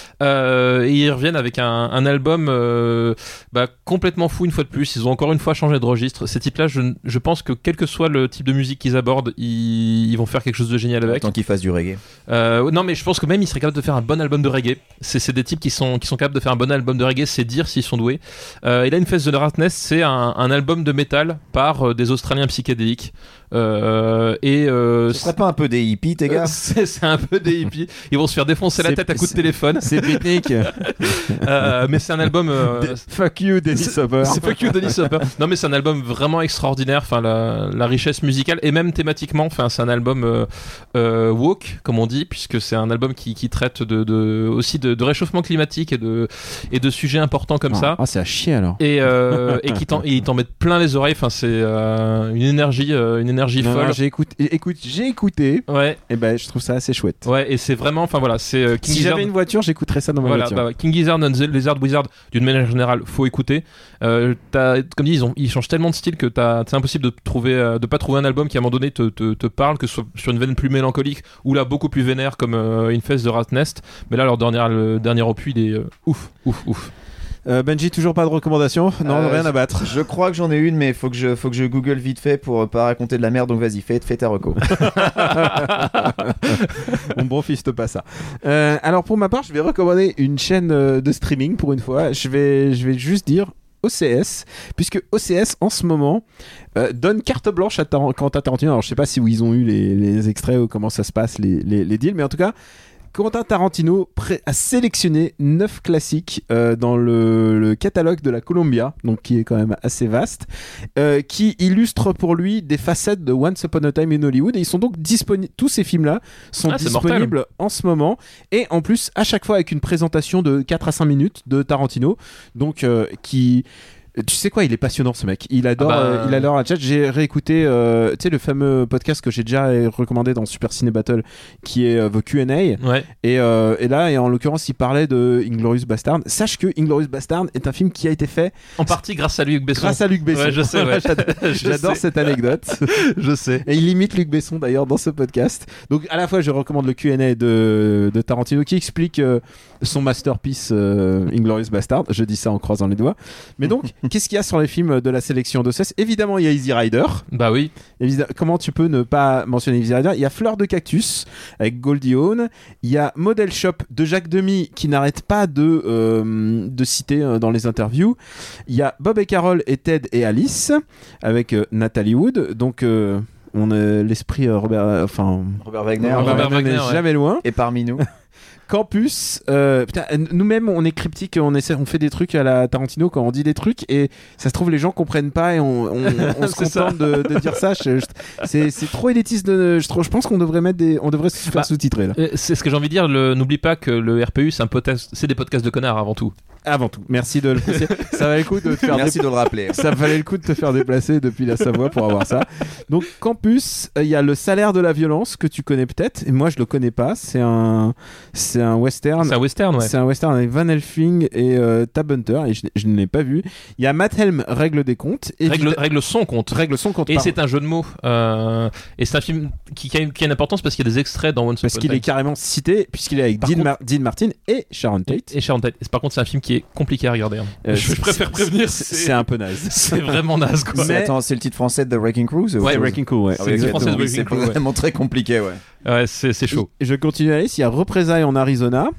Speaker 6: Euh, et ils reviennent avec un, un album euh, bah, complètement fou une fois de plus. Ils ont encore une fois changé de registre. Ces types-là, je, je pense que quel que soit le type de musique qu'ils abordent, ils, ils vont faire quelque chose de génial avec.
Speaker 5: Tant qu'ils fassent du reggae.
Speaker 6: Euh, non, mais je pense que même ils seraient capables de faire un bon album de reggae. C'est, c'est des types qui sont, qui sont capables de faire un bon album de reggae, c'est dire s'ils sont doués. Euh, et là, Infest the Rat Nest, c'est un, un album de métal par euh, des Australiens psychédéliques. Euh, et euh,
Speaker 5: Ce serait pas un peu des hippies, tes gars?
Speaker 6: c'est, c'est un peu des hippies. Ils vont se faire défoncer la
Speaker 4: C'est-
Speaker 6: tête à coups de
Speaker 4: c'est-
Speaker 6: téléphone.
Speaker 4: C'est pique-nique.
Speaker 6: Euh, mais c'est un album. euh,
Speaker 4: Fuck you, Dennis
Speaker 6: c'est-
Speaker 4: Hopper.
Speaker 6: C'est fuck you, Dennis Hopper. Non, mais c'est un album vraiment extraordinaire. Enfin, la, la richesse musicale et même thématiquement. Enfin, c'est un album euh, euh, woke, comme on dit, puisque c'est un album qui, qui traite de, de aussi de, de réchauffement climatique et de et de sujets importants comme ça.
Speaker 4: Ah, c'est à chier alors.
Speaker 6: Et, euh, et qui t'en, et ils t'en mettent plein les oreilles. Enfin, c'est euh, une énergie, euh, une énergie
Speaker 4: Non,
Speaker 6: folle.
Speaker 4: non, j'ai écouté, écoute, j'ai écouté.
Speaker 6: Ouais,
Speaker 4: Et ben, je trouve ça assez chouette.
Speaker 6: ouais, et c'est vraiment. Enfin voilà, c'est euh, King
Speaker 4: Si
Speaker 6: Gizzard.
Speaker 4: j'avais une voiture, j'écouterais ça dans ma
Speaker 6: Voilà,
Speaker 4: voiture.
Speaker 6: bah, King Gizzard and the Lizard Wizard, d'une manière générale, faut écouter. Euh, t'as- comme dit, ils, ont, ils changent tellement de style que t'as, c'est impossible de trouver, euh, de pas trouver un album qui à un moment donné te, te, te parle, que ce soit sur une veine plus mélancolique ou là beaucoup plus vénère comme euh, Infest the Rat Nest. Mais là, leur dernier, le dernier opus, il est euh, ouf, ouf, ouf.
Speaker 4: Euh, Benji, toujours pas de recommandation? Non,
Speaker 5: Euh,
Speaker 4: rien à battre.
Speaker 5: Je crois que j'en ai une, mais faut que je, faut que je google vite fait pour pas raconter de la merde. Donc vas-y, fais, fais ta reco.
Speaker 4: On brofiste pas ça. Euh, alors pour ma part, je vais recommander une chaîne euh, de streaming pour une fois. Je vais, je vais juste dire O C S, puisque O C S en ce moment euh, donne carte blanche à Tar- Quentin Tarantino. Alors je sais pas si où ils ont eu les, les extraits ou comment ça se passe les, les, les deals, mais en tout cas. Quentin Tarantino pré- a sélectionné neuf classiques euh, dans le, le catalogue de la Columbia, donc qui est quand même assez vaste, euh, qui illustrent pour lui des facettes de Once Upon a Time in Hollywood. Et ils sont donc disponibles. Tous ces films-là sont
Speaker 6: Ah, c'est
Speaker 4: disponibles en ce moment. Et en plus, à chaque fois avec une présentation de quatre à cinq minutes de Tarantino, donc euh, qui. Tu sais quoi, il est passionnant ce mec. Il adore,
Speaker 6: Ah bah...
Speaker 4: euh, il adore la chat. J'ai réécouté, euh, tu sais, le fameux podcast que j'ai déjà recommandé dans Super Ciné Battle, qui est euh, The Q and A.
Speaker 6: Ouais.
Speaker 4: Et, euh, et là, et en l'occurrence, il parlait de Inglourious Bastard. Sache que Inglourious Bastard est un film qui a été fait
Speaker 6: En partie grâce à Luc Besson.
Speaker 4: grâce à Luc Besson.
Speaker 6: Ouais, je sais, ouais.
Speaker 4: J'adore,
Speaker 6: Je
Speaker 4: j'adore
Speaker 6: sais.
Speaker 4: cette anecdote.
Speaker 6: Je sais.
Speaker 4: Et il imite Luc Besson d'ailleurs dans ce podcast. Donc à la fois, je recommande le Q and A de, de Tarantino qui explique euh, son masterpiece euh, Inglourious Bastard. Je dis ça en croisant les doigts. Mais donc, qu'est-ce qu'il y a sur les films de la sélection d'O C S? Évidemment, il y a Easy Rider.
Speaker 6: Bah oui.
Speaker 4: Évidemment, comment tu peux ne pas mentionner Easy Rider? Il y a Fleur de Cactus avec Goldie Hawn. Il y a Model Shop de Jacques Demy qui n'arrête pas de, euh, de citer euh, dans les interviews. Il y a Bob et Carol et Ted et Alice avec euh, Natalie Wood. Donc euh, on a l'esprit euh, Robert, euh, enfin
Speaker 5: Robert Wagner.
Speaker 6: Robert
Speaker 4: Robert
Speaker 6: Wagner,
Speaker 4: n'est
Speaker 6: ouais.
Speaker 4: jamais loin.
Speaker 5: Et parmi nous.
Speaker 4: Campus, euh, putain, nous-mêmes on est cryptique, on essaie, on fait des trucs à la Tarantino quand on dit des trucs et ça se trouve les gens comprennent pas et on, on, on se
Speaker 6: C'est ça.
Speaker 4: contente de, de dire ça. Je- je- c'est, c'est trop élitiste. De, je, trouve- je pense qu'on devrait mettre des, on devrait se faire
Speaker 6: Bah,
Speaker 4: sous-titrer là.
Speaker 6: Euh, C'est ce que j'ai envie de dire. Le... N'oublie pas que le R P U, c'est un podcast, c'est des podcasts de connards avant tout.
Speaker 4: Avant tout, merci de le préciser. Ça valait le coup de te faire
Speaker 5: Merci de le rappeler.
Speaker 4: Ça valait le coup de te faire déplacer depuis la Savoie pour avoir ça. Donc Campus, il euh, y a Le Salaire de la violence que tu connais peut-être et moi je le connais pas. C'est un, c'est un western.
Speaker 6: C'est un western, ouais.
Speaker 4: C'est un western avec Van Helsing et euh, Tab Hunter et je, je ne l'ai pas vu. Il y a Matt Helm, Règle des comptes.
Speaker 6: Règle,
Speaker 4: Évid-
Speaker 6: règle son compte.
Speaker 4: Règle son compte.
Speaker 6: Et
Speaker 4: pardon.
Speaker 6: c'est un jeu de mots. Euh, et c'est un film qui, qui, a une, qui a une importance parce qu'il y a des extraits dans Once
Speaker 4: Parce
Speaker 6: Upon a
Speaker 4: qu'il est
Speaker 6: Time.
Speaker 4: carrément cité puisqu'il est avec
Speaker 6: Par
Speaker 4: Dean,
Speaker 6: contre-
Speaker 4: Mar- Dean Martin et Sharon Tate.
Speaker 6: Et Sharon Tate. Et par contre, c'est un film qui est compliqué à regarder. hein.
Speaker 4: Euh,
Speaker 6: je, je préfère
Speaker 4: c'est-
Speaker 6: prévenir.
Speaker 4: C'est,
Speaker 6: C'est,
Speaker 4: c'est un peu naze.
Speaker 6: c'est vraiment naze, quoi.
Speaker 5: C'est-
Speaker 4: Mais-
Speaker 5: Attends, c'est le titre français de The Wrecking Crew? c'est autre
Speaker 6: Ouais,
Speaker 5: chose
Speaker 4: Wrecking Crew, ouais.
Speaker 5: Ah
Speaker 6: c'est
Speaker 5: oui,
Speaker 6: le titre français de
Speaker 5: exactement. Oui,
Speaker 6: Wrecking
Speaker 5: c'est
Speaker 6: Crew, ouais.
Speaker 5: vraiment très compliqué, ouais.
Speaker 6: Ouais, c'est, c'est chaud.
Speaker 4: Je continue à aller. S'il y a Représailles en Arizona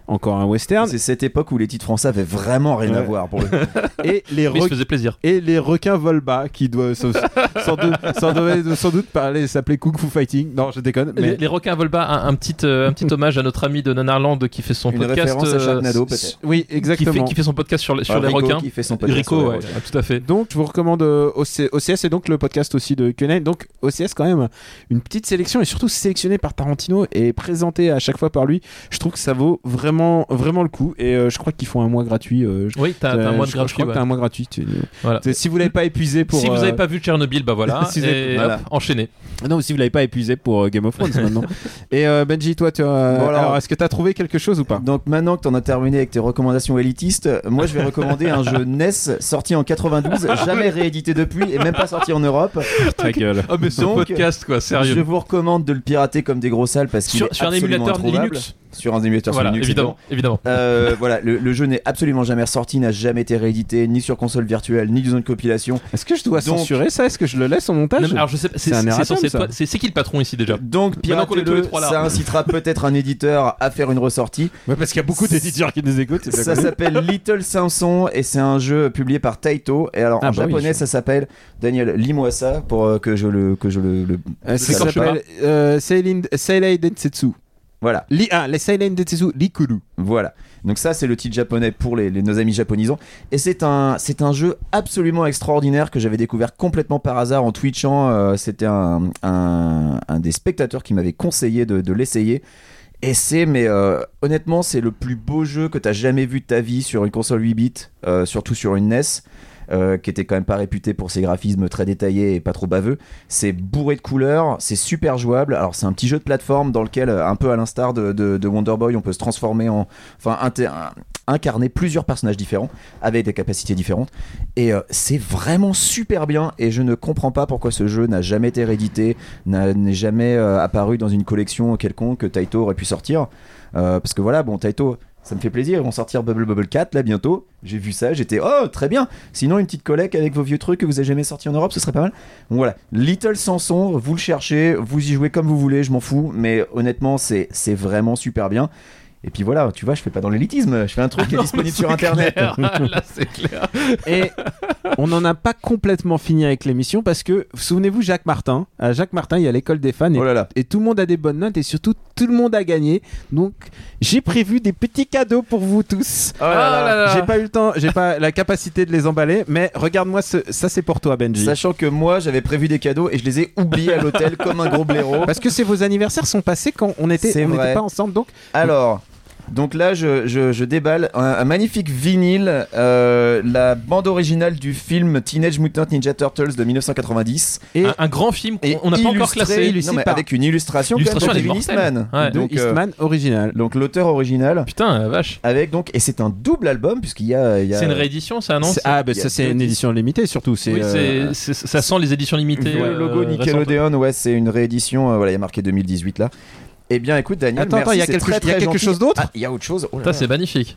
Speaker 4: encore un western.
Speaker 5: C'est cette époque où les titres français avaient vraiment rien
Speaker 4: Ouais.
Speaker 5: à voir pour le
Speaker 4: Et les,
Speaker 6: Mais il se
Speaker 4: re-
Speaker 6: faisait plaisir.
Speaker 4: et les requins volent bas, qui doivent sans, sans doute, sans, doute, sans doute parler, s'appeler Kung Fu Fighting. Non, je déconne. Mais
Speaker 6: Les, les requins volent bas, un, un petit, euh, un petit hommage à notre ami de Nanarland qui fait son
Speaker 5: Une
Speaker 6: podcast.
Speaker 5: référence à Sharknado, peut-être.
Speaker 4: oui,
Speaker 6: qui
Speaker 4: exactement.
Speaker 6: fait, qui fait son podcast sur les, sur
Speaker 5: Ah,
Speaker 6: les
Speaker 5: Rico
Speaker 6: requins.
Speaker 5: qui fait son podcast
Speaker 6: Rico,
Speaker 5: sur les
Speaker 6: ouais,
Speaker 5: requins.
Speaker 6: tout à fait.
Speaker 4: Donc, je vous recommande euh, O C- O C S et donc le podcast aussi de Q and A. Donc, O C S, quand même, une petite sélection et surtout sélectionné par Tarantino et présenté à chaque fois par lui. Je trouve que ça vaut vraiment, vraiment le coup. Et euh, je crois qu'ils font un mois gratuit. euh, je-
Speaker 6: Oui, t'as, t'as un
Speaker 4: euh,
Speaker 6: mois de
Speaker 4: je crois-
Speaker 6: gratuit.
Speaker 4: je crois que
Speaker 6: ouais.
Speaker 4: t'as un mois gratuit. Tu-
Speaker 6: Voilà.
Speaker 4: tu- Si vous l'avez pas épuisé pour.
Speaker 6: Si vous
Speaker 4: euh,
Speaker 6: n'avez pas vu Tchernobyl, bah voilà.
Speaker 4: Si vous avez-
Speaker 6: et
Speaker 5: voilà.
Speaker 6: hop, enchaînez.
Speaker 4: Non, si vous l'avez pas épuisé pour euh, Game of Thrones maintenant. Et euh, Benji, toi, tu as...
Speaker 5: Bon, alors-
Speaker 4: alors, est-ce que tu as trouvé quelque chose ou pas?
Speaker 5: Donc maintenant que t'en as terminé avec tes recommandations élitistes, moi je vais recommander un jeu N E S sorti en quatre-vingt-douze, jamais réédité depuis et même pas sorti en Europe.
Speaker 4: Ta gueule.
Speaker 6: Oh, mais ce
Speaker 5: Donc,
Speaker 6: podcast, quoi,
Speaker 5: Je
Speaker 6: sérieux.
Speaker 5: vous recommande de le pirater comme des gros sales parce qu'il
Speaker 6: Sur,
Speaker 5: est
Speaker 6: sur un
Speaker 5: absolument
Speaker 6: émulateur
Speaker 5: introuvable.
Speaker 6: Linux.
Speaker 5: Sur un émulateur
Speaker 6: Voilà,
Speaker 5: sur Linux,
Speaker 6: évidemment. évidemment.
Speaker 5: Euh, voilà, le, le jeu n'est absolument jamais ressorti, n'a jamais été réédité, ni sur console virtuelle, ni dans une compilation.
Speaker 4: Est-ce que je dois
Speaker 5: Donc-
Speaker 4: censurer ça? Est-ce que je le laisse au montage?
Speaker 6: Non, mais alors, je sais pas, c'est,
Speaker 4: C'est un
Speaker 6: c'est,
Speaker 4: erratum,
Speaker 6: censé être
Speaker 4: ça.
Speaker 6: toi- c'est, c'est qui le patron ici déjà?
Speaker 5: Donc
Speaker 6: Maintenant qu'on est tous les
Speaker 5: piratez-le,
Speaker 6: trois là.
Speaker 5: ça incitera peut-être un éditeur à faire une ressortie.
Speaker 4: Ouais, parce qu'il y a beaucoup d'éditeurs qui nous écoutent. c'est bien
Speaker 5: Ça
Speaker 4: connu.
Speaker 5: s'appelle Little Samson et c'est un jeu publié par Taito. Et alors
Speaker 4: Ah
Speaker 5: en
Speaker 4: bah oui,
Speaker 5: japonais
Speaker 4: je-
Speaker 5: ça s'appelle, Daniel, lis-moi ça pour euh, que je le que je le, le-
Speaker 4: Euh, ça
Speaker 6: D'accord, je sais
Speaker 4: s'appelle euh, Seilen Seilei Densetsu.
Speaker 5: voilà.
Speaker 4: Li- ah, les Seilen Densetsu Rikuru.
Speaker 5: Voilà. Donc ça c'est le titre japonais pour les, les- nos amis japonisants et c'est un c'est un jeu absolument extraordinaire que j'avais découvert complètement par hasard en twitchant. Euh, c'était un, un un des spectateurs qui m'avait conseillé de, de l'essayer. Et c'est, mais euh, honnêtement, c'est le plus beau jeu que t'as jamais vu de ta vie sur une console huit bits, euh, surtout sur une N E S, euh, qui était quand même pas réputée pour ses graphismes très détaillés et pas trop baveux. C'est bourré de couleurs, c'est super jouable. Alors c'est un petit jeu de plateforme dans lequel, euh, un peu à l'instar de, de, de Wonder Boy, on peut se transformer en, enfin, inter- incarner plusieurs personnages différents avec des capacités différentes. Et euh, c'est vraiment super bien. Et je ne comprends pas pourquoi ce jeu n'a jamais été réédité, n'a, n'est jamais euh, apparu dans une collection quelconque que Taito aurait pu sortir. Euh, parce que voilà, bon, Taito, ça me fait plaisir, ils vont sortir Bubble Bubble quatre là bientôt. J'ai vu ça, j'étais oh très bien. Sinon une petite collecte avec vos vieux trucs que vous avez jamais sortis en Europe, ce serait pas mal. Donc voilà, Little Samson, vous le cherchez, vous y jouez comme vous voulez, je m'en fous, mais honnêtement c'est c'est vraiment super bien. Et puis voilà, tu vois, je fais pas dans l'élitisme, je fais un truc qui est disponible sur internet.
Speaker 6: Là, c'est clair.
Speaker 4: Et on n'en a pas complètement fini avec l'émission parce que, souvenez-vous, Jacques Martin. À Jacques Martin, il y a l'école des fans et,
Speaker 5: Oh là là.
Speaker 4: et tout le monde a des bonnes notes et surtout tout le monde a gagné. Donc j'ai prévu des petits cadeaux pour vous tous.
Speaker 5: Oh là là.
Speaker 6: Ah là là.
Speaker 4: J'ai pas eu le temps, j'ai pas la capacité de les emballer, mais regarde-moi, ce, ça c'est pour toi, Benji.
Speaker 5: Sachant que moi j'avais prévu des cadeaux et je les ai oubliés à l'hôtel comme un gros blaireau.
Speaker 4: Parce que c'est vos anniversaires sont passés quand on était,
Speaker 5: C'est
Speaker 4: on
Speaker 5: vrai.
Speaker 4: n'était pas ensemble, donc
Speaker 5: Alors, donc là, je, je, je déballe un, un magnifique vinyle, euh, la bande originale du film Teenage Mutant Ninja Turtles de dix-neuf cent quatre-vingt-dix.
Speaker 4: et
Speaker 6: Un, un grand film
Speaker 5: Et
Speaker 6: qu'on n'a pas encore
Speaker 5: illustré-
Speaker 6: classé.
Speaker 4: illustré
Speaker 5: non, mais
Speaker 4: par-
Speaker 5: avec une illustration,
Speaker 6: L'illustration,
Speaker 5: quand
Speaker 6: elle
Speaker 5: même
Speaker 6: est
Speaker 5: de Kevin
Speaker 6: mortelle.
Speaker 5: Eastman.
Speaker 6: Ouais.
Speaker 4: de
Speaker 5: Donc, euh,
Speaker 4: Eastman original.
Speaker 5: donc l'auteur original.
Speaker 6: Putain, la vache.
Speaker 5: Avec donc et c'est un double album puisqu'il y a, il y a
Speaker 6: C'est une réédition, ça, non?
Speaker 4: C'est- ah, bah
Speaker 5: il y a
Speaker 4: ça c'est
Speaker 5: deux
Speaker 4: une
Speaker 5: disques.
Speaker 4: édition limitée surtout. C'est,
Speaker 6: Oui,
Speaker 4: euh,
Speaker 6: c'est, c'est- ça sent les éditions limitées.
Speaker 5: le
Speaker 6: euh,
Speaker 5: logo
Speaker 6: récentes.
Speaker 5: Nickelodeon, ouais, c'est une réédition. euh, voilà, il y a marqué deux mille dix-huit là. Eh bien, écoute, Daniel,
Speaker 4: Attends,
Speaker 5: merci,
Speaker 4: attends, il y a
Speaker 5: c'est
Speaker 4: quelque-
Speaker 5: très,
Speaker 4: il y a
Speaker 5: très
Speaker 4: quelque
Speaker 5: gentil.
Speaker 4: chose d'autre
Speaker 5: Ah, il y a autre chose. Oh, là
Speaker 6: Putain,
Speaker 5: là.
Speaker 6: c'est magnifique.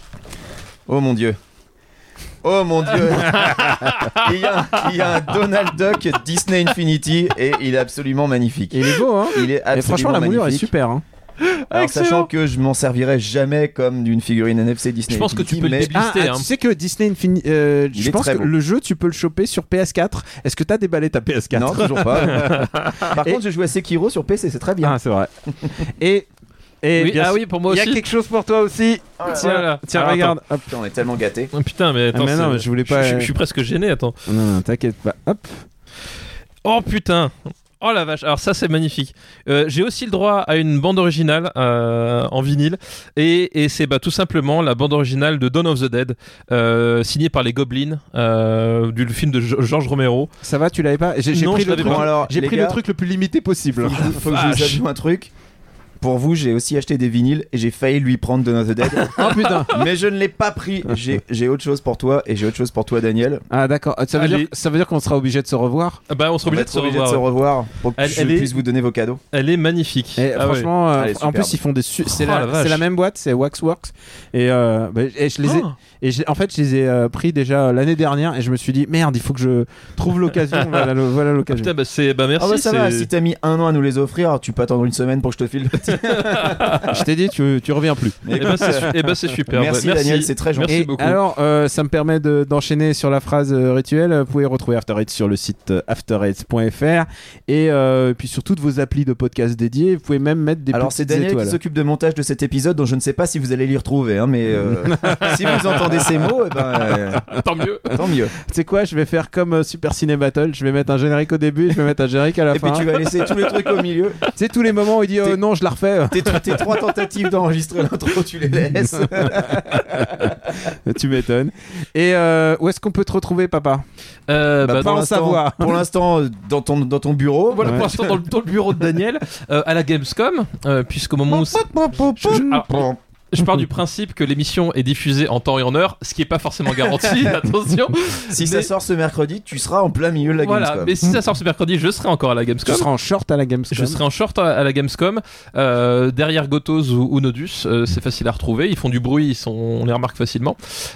Speaker 5: Oh mon dieu. Oh mon dieu. il, y a, il y a un Donald Duck Disney Infinity et il est absolument magnifique.
Speaker 4: il est beau, hein.
Speaker 5: Il est absolument
Speaker 4: Et franchement, la moulure est
Speaker 5: magnifique.
Speaker 4: super. Hein.
Speaker 5: Alors,
Speaker 6: Excellent.
Speaker 5: sachant que je m'en servirai jamais comme d'une figurine N F C Disney
Speaker 6: Je pense que tu
Speaker 5: Infinity,
Speaker 6: peux le
Speaker 5: mais
Speaker 6: débiter.
Speaker 4: Ah, ah,
Speaker 6: hein.
Speaker 4: tu sais que Disney Infini- euh,
Speaker 5: Il
Speaker 4: je
Speaker 5: est
Speaker 4: pense
Speaker 5: très
Speaker 4: que
Speaker 5: beau.
Speaker 4: le jeu tu peux le choper sur P S quatre. Est-ce que t'as déballé ta P S quatre?
Speaker 5: non, toujours pas. Par
Speaker 4: Et-
Speaker 5: contre, j'ai joué à Sekiro sur P C, c'est très bien.
Speaker 4: Ah, c'est vrai. et et
Speaker 6: Oui,
Speaker 4: bien
Speaker 6: ah
Speaker 4: sûr,
Speaker 6: oui, pour moi
Speaker 4: il y a
Speaker 6: aussi.
Speaker 4: quelque chose pour toi aussi. Tiens,
Speaker 6: Voilà.
Speaker 4: tiens,
Speaker 6: Alors,
Speaker 4: regarde. Hop.
Speaker 5: Putain, on est tellement gâtés.
Speaker 6: Oh, putain, mais attends.
Speaker 4: Ah, mais non,
Speaker 6: c'est-
Speaker 4: mais je voulais pas-
Speaker 6: Je, je- je suis presque gêné, attends.
Speaker 4: Non, non, t'inquiète pas. Hop.
Speaker 6: Oh putain. Oh la vache, alors ça c'est magnifique. Euh, j'ai aussi le droit à une bande originale euh, en vinyle et, et c'est bah, tout simplement la bande originale de Dawn of the Dead, euh, signée par les Goblins, euh, du film de Jo- George Romero.
Speaker 4: Ça va, tu l'avais pas? J'ai j'ai
Speaker 6: Non,
Speaker 4: pris,
Speaker 6: je
Speaker 4: le
Speaker 6: l'avais
Speaker 4: truc,
Speaker 5: pas. Alors,
Speaker 4: j'ai
Speaker 5: les
Speaker 4: pris
Speaker 5: gars,
Speaker 4: le truc le plus limité possible.
Speaker 5: Faut que, je- faut que je vous
Speaker 6: Vache.
Speaker 5: avoue un truc. Pour vous, j'ai aussi acheté des vinyles et j'ai failli lui prendre Dawn of the Dead.
Speaker 4: Oh putain.
Speaker 5: Mais je ne l'ai pas pris. J'ai, j'ai autre chose pour toi et j'ai autre chose pour toi, Daniel.
Speaker 4: Ah d'accord. Ça veut
Speaker 6: Allez.
Speaker 4: dire, ça veut dire qu'on sera obligé de se revoir.
Speaker 6: Ah bah on sera
Speaker 5: On va
Speaker 6: obligé de
Speaker 5: être
Speaker 6: se
Speaker 5: obligé de
Speaker 6: revoir.
Speaker 5: se revoir pour que
Speaker 6: Elle-
Speaker 5: je
Speaker 6: elle est-
Speaker 5: puisse vous donner vos cadeaux.
Speaker 6: Elle est magnifique.
Speaker 4: Et
Speaker 6: Ah ouais.
Speaker 4: franchement, euh,
Speaker 5: Elle est
Speaker 4: en plus
Speaker 5: superbe.
Speaker 4: ils font des su- c'est
Speaker 6: Oh,
Speaker 4: la,
Speaker 6: la vache.
Speaker 4: c'est la même boîte, c'est Waxworks et, euh, bah, et je les ai
Speaker 6: Oh.
Speaker 4: et j'ai- en fait je les ai euh, pris déjà l'année dernière et je me suis dit merde, il faut que je trouve l'occasion. voilà, le- voilà
Speaker 6: Ah,
Speaker 4: l'occasion.
Speaker 6: putain, bah c'est bah merci.
Speaker 5: Ah bah ça va,
Speaker 6: c'est-
Speaker 5: si t'as mis un an à nous les offrir, tu peux attendre une semaine pour que je te file le
Speaker 4: Je t'ai dit, tu, tu reviens plus.
Speaker 6: Et ben c'est, su- eh ben, c'est super.
Speaker 5: Merci,
Speaker 6: Merci
Speaker 5: Daniel, c'est très gentil.
Speaker 6: Merci
Speaker 4: Et
Speaker 6: beaucoup.
Speaker 4: alors, euh, ça me permet de, d'enchaîner sur la phrase euh, rituelle. Vous pouvez retrouver After Eight sur le site euh, after eight point f r et euh, puis sur toutes vos applis de podcast dédiés. Vous pouvez même mettre des
Speaker 5: Alors
Speaker 4: petites
Speaker 5: c'est Daniel
Speaker 4: étoiles.
Speaker 5: qui s'occupe de montage de cet épisode, dont je ne sais pas si vous allez l'y retrouver, hein, mais euh, si vous entendez ces mots, eh ben, euh,
Speaker 6: Tant mieux.
Speaker 5: tant mieux.
Speaker 4: Tu sais quoi, je vais faire comme euh, Super Ciné Battle. Je vais mettre un générique au début, je vais mettre un générique à la
Speaker 5: Et
Speaker 4: fin.
Speaker 5: puis tu vas laisser tous les trucs au milieu.
Speaker 4: Tu sais, tous les moments où il dit oh,
Speaker 5: T'es-
Speaker 4: non, je la refais.
Speaker 5: Tes, tes trois tentatives d'enregistrer l'intro, tu les laisses.
Speaker 4: Tu m'étonnes. Et euh, où est-ce qu'on peut te retrouver, papa?
Speaker 6: Euh,
Speaker 5: Bah,
Speaker 6: bah,
Speaker 4: pas
Speaker 5: pour
Speaker 4: en
Speaker 5: l'instant-
Speaker 4: savoir.
Speaker 5: Pour l'instant, euh, dans ton, dans ton bureau.
Speaker 6: Voilà
Speaker 4: Ouais.
Speaker 6: pour l'instant dans le, dans le bureau de Daniel euh, à la Gamescom, euh, puisqu'au moment où c'est- je, je- alors, je pars du principe que l'émission est diffusée en temps et en heure, ce qui est pas forcément garanti. Attention.
Speaker 5: Si
Speaker 6: Mais-
Speaker 5: ça sort ce mercredi, tu seras en plein milieu de la
Speaker 6: Voilà,
Speaker 5: Gamescom.
Speaker 6: mais si ça sort ce mercredi, je serai encore à la
Speaker 4: Tu
Speaker 6: Gamescom.
Speaker 4: seras en short à la Gamescom.
Speaker 6: Je serai en short à, à la Gamescom, euh, derrière Gotos ou, ou Nodus, euh, c'est facile à retrouver. Ils font du bruit, ils sont, on les remarque facilement.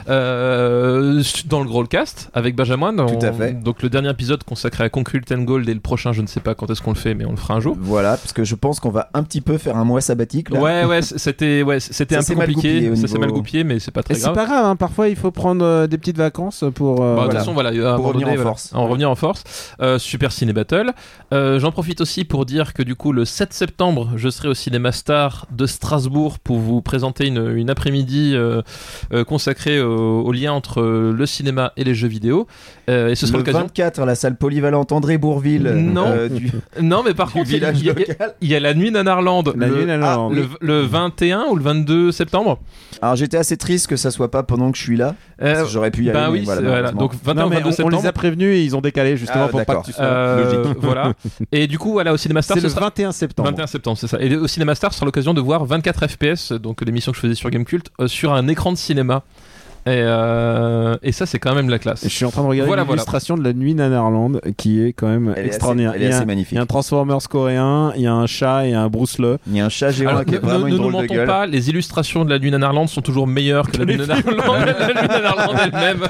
Speaker 6: Euh, dans le Growlcast avec Benjamin, on-
Speaker 5: Tout à fait.
Speaker 6: donc le dernier épisode consacré à Concrete and Gold et le prochain, je ne sais pas quand est-ce qu'on le fait, mais on le fera un jour.
Speaker 5: Voilà, parce que je pense qu'on va un petit peu faire un mois sabbatique là.
Speaker 6: Ouais, ouais, c- c'était, ouais, c'était
Speaker 5: Ça
Speaker 6: un
Speaker 5: s'est
Speaker 6: peu
Speaker 5: mal
Speaker 6: compliqué.
Speaker 5: goupillé au
Speaker 6: Ça s'est
Speaker 5: niveau-
Speaker 6: mal goupillé, mais c'est pas
Speaker 4: Et
Speaker 6: très
Speaker 4: c'est
Speaker 6: grave.
Speaker 4: pas grave, hein, parfois il faut prendre euh, des petites vacances pour. euh,
Speaker 6: Bah, de toute
Speaker 4: voilà.
Speaker 6: façon, voilà, à un moment
Speaker 5: revenir
Speaker 6: donné,
Speaker 5: en
Speaker 6: voilà,
Speaker 5: force.
Speaker 6: en revenir en force. Euh, Super Ciné Battle. Euh, j'en profite aussi pour dire que du coup, le sept septembre, je serai au Cinéma Star de Strasbourg pour vous présenter une, une après-midi euh, euh, consacrée au, au lien entre le cinéma et les jeux vidéo. Euh, et ce sera
Speaker 5: Le
Speaker 6: l'occasion.
Speaker 5: vingt-quatre à la salle polyvalente André Bourville.
Speaker 6: Non.
Speaker 5: euh, du,
Speaker 6: Non, mais par
Speaker 5: du
Speaker 6: contre, il y, a-
Speaker 5: village
Speaker 6: il y a-
Speaker 5: local.
Speaker 6: il y a la nuit Nanarland.
Speaker 4: La
Speaker 6: le,
Speaker 4: nuit Nanarland.
Speaker 6: ah, le, le vingt et un ou le vingt-deux septembre.
Speaker 5: Alors j'étais assez triste que ça soit pas pendant que je suis là.
Speaker 6: Euh,
Speaker 5: Parce que J'aurais pu y aller.
Speaker 6: bah
Speaker 5: mais
Speaker 6: oui,
Speaker 5: voilà,
Speaker 6: c'est- voilà.
Speaker 5: malheureusement.
Speaker 6: Donc vingt et un
Speaker 4: Non,
Speaker 6: ou
Speaker 4: mais
Speaker 6: vingt-deux
Speaker 4: on, on
Speaker 6: septembre.
Speaker 4: les a prévenus et ils ont décalé justement
Speaker 5: Ah,
Speaker 4: pour pas
Speaker 5: d'accord.
Speaker 4: que tu sois
Speaker 6: Euh,
Speaker 4: logique.
Speaker 6: voilà. Et du coup, voilà, au Cinéma Star,
Speaker 4: C'est
Speaker 6: ce
Speaker 4: le
Speaker 6: sera-
Speaker 4: vingt et un septembre.
Speaker 6: vingt et un septembre, c'est ça. Et au Cinéma Star, ce sera l'occasion de voir vingt-quatre F P S, donc l'émission que je faisais sur Gamecult, euh, sur un écran de cinéma. Et, euh, et ça, c'est quand même la classe.
Speaker 4: Et je suis en train de regarder
Speaker 6: Voilà, voilà.
Speaker 4: l'illustration de la nuit Nanarland qui est quand même
Speaker 5: Elle est
Speaker 4: extraordinaire.
Speaker 5: assez- elle est
Speaker 4: il, y a
Speaker 5: assez
Speaker 4: un,
Speaker 5: magnifique.
Speaker 4: il y a un Transformers coréen, il y a un chat et un Bruce Lee.
Speaker 5: Il y a un chat géant
Speaker 6: Alors,
Speaker 5: qui
Speaker 6: ne
Speaker 5: est vraiment
Speaker 6: ne-
Speaker 5: une
Speaker 6: ne nous
Speaker 5: drôle de
Speaker 6: mentons
Speaker 5: gueule.
Speaker 6: pas, les illustrations de la nuit Nanarland sont toujours meilleures que la nuit Nanarland, la nuit Nanarland elle-même.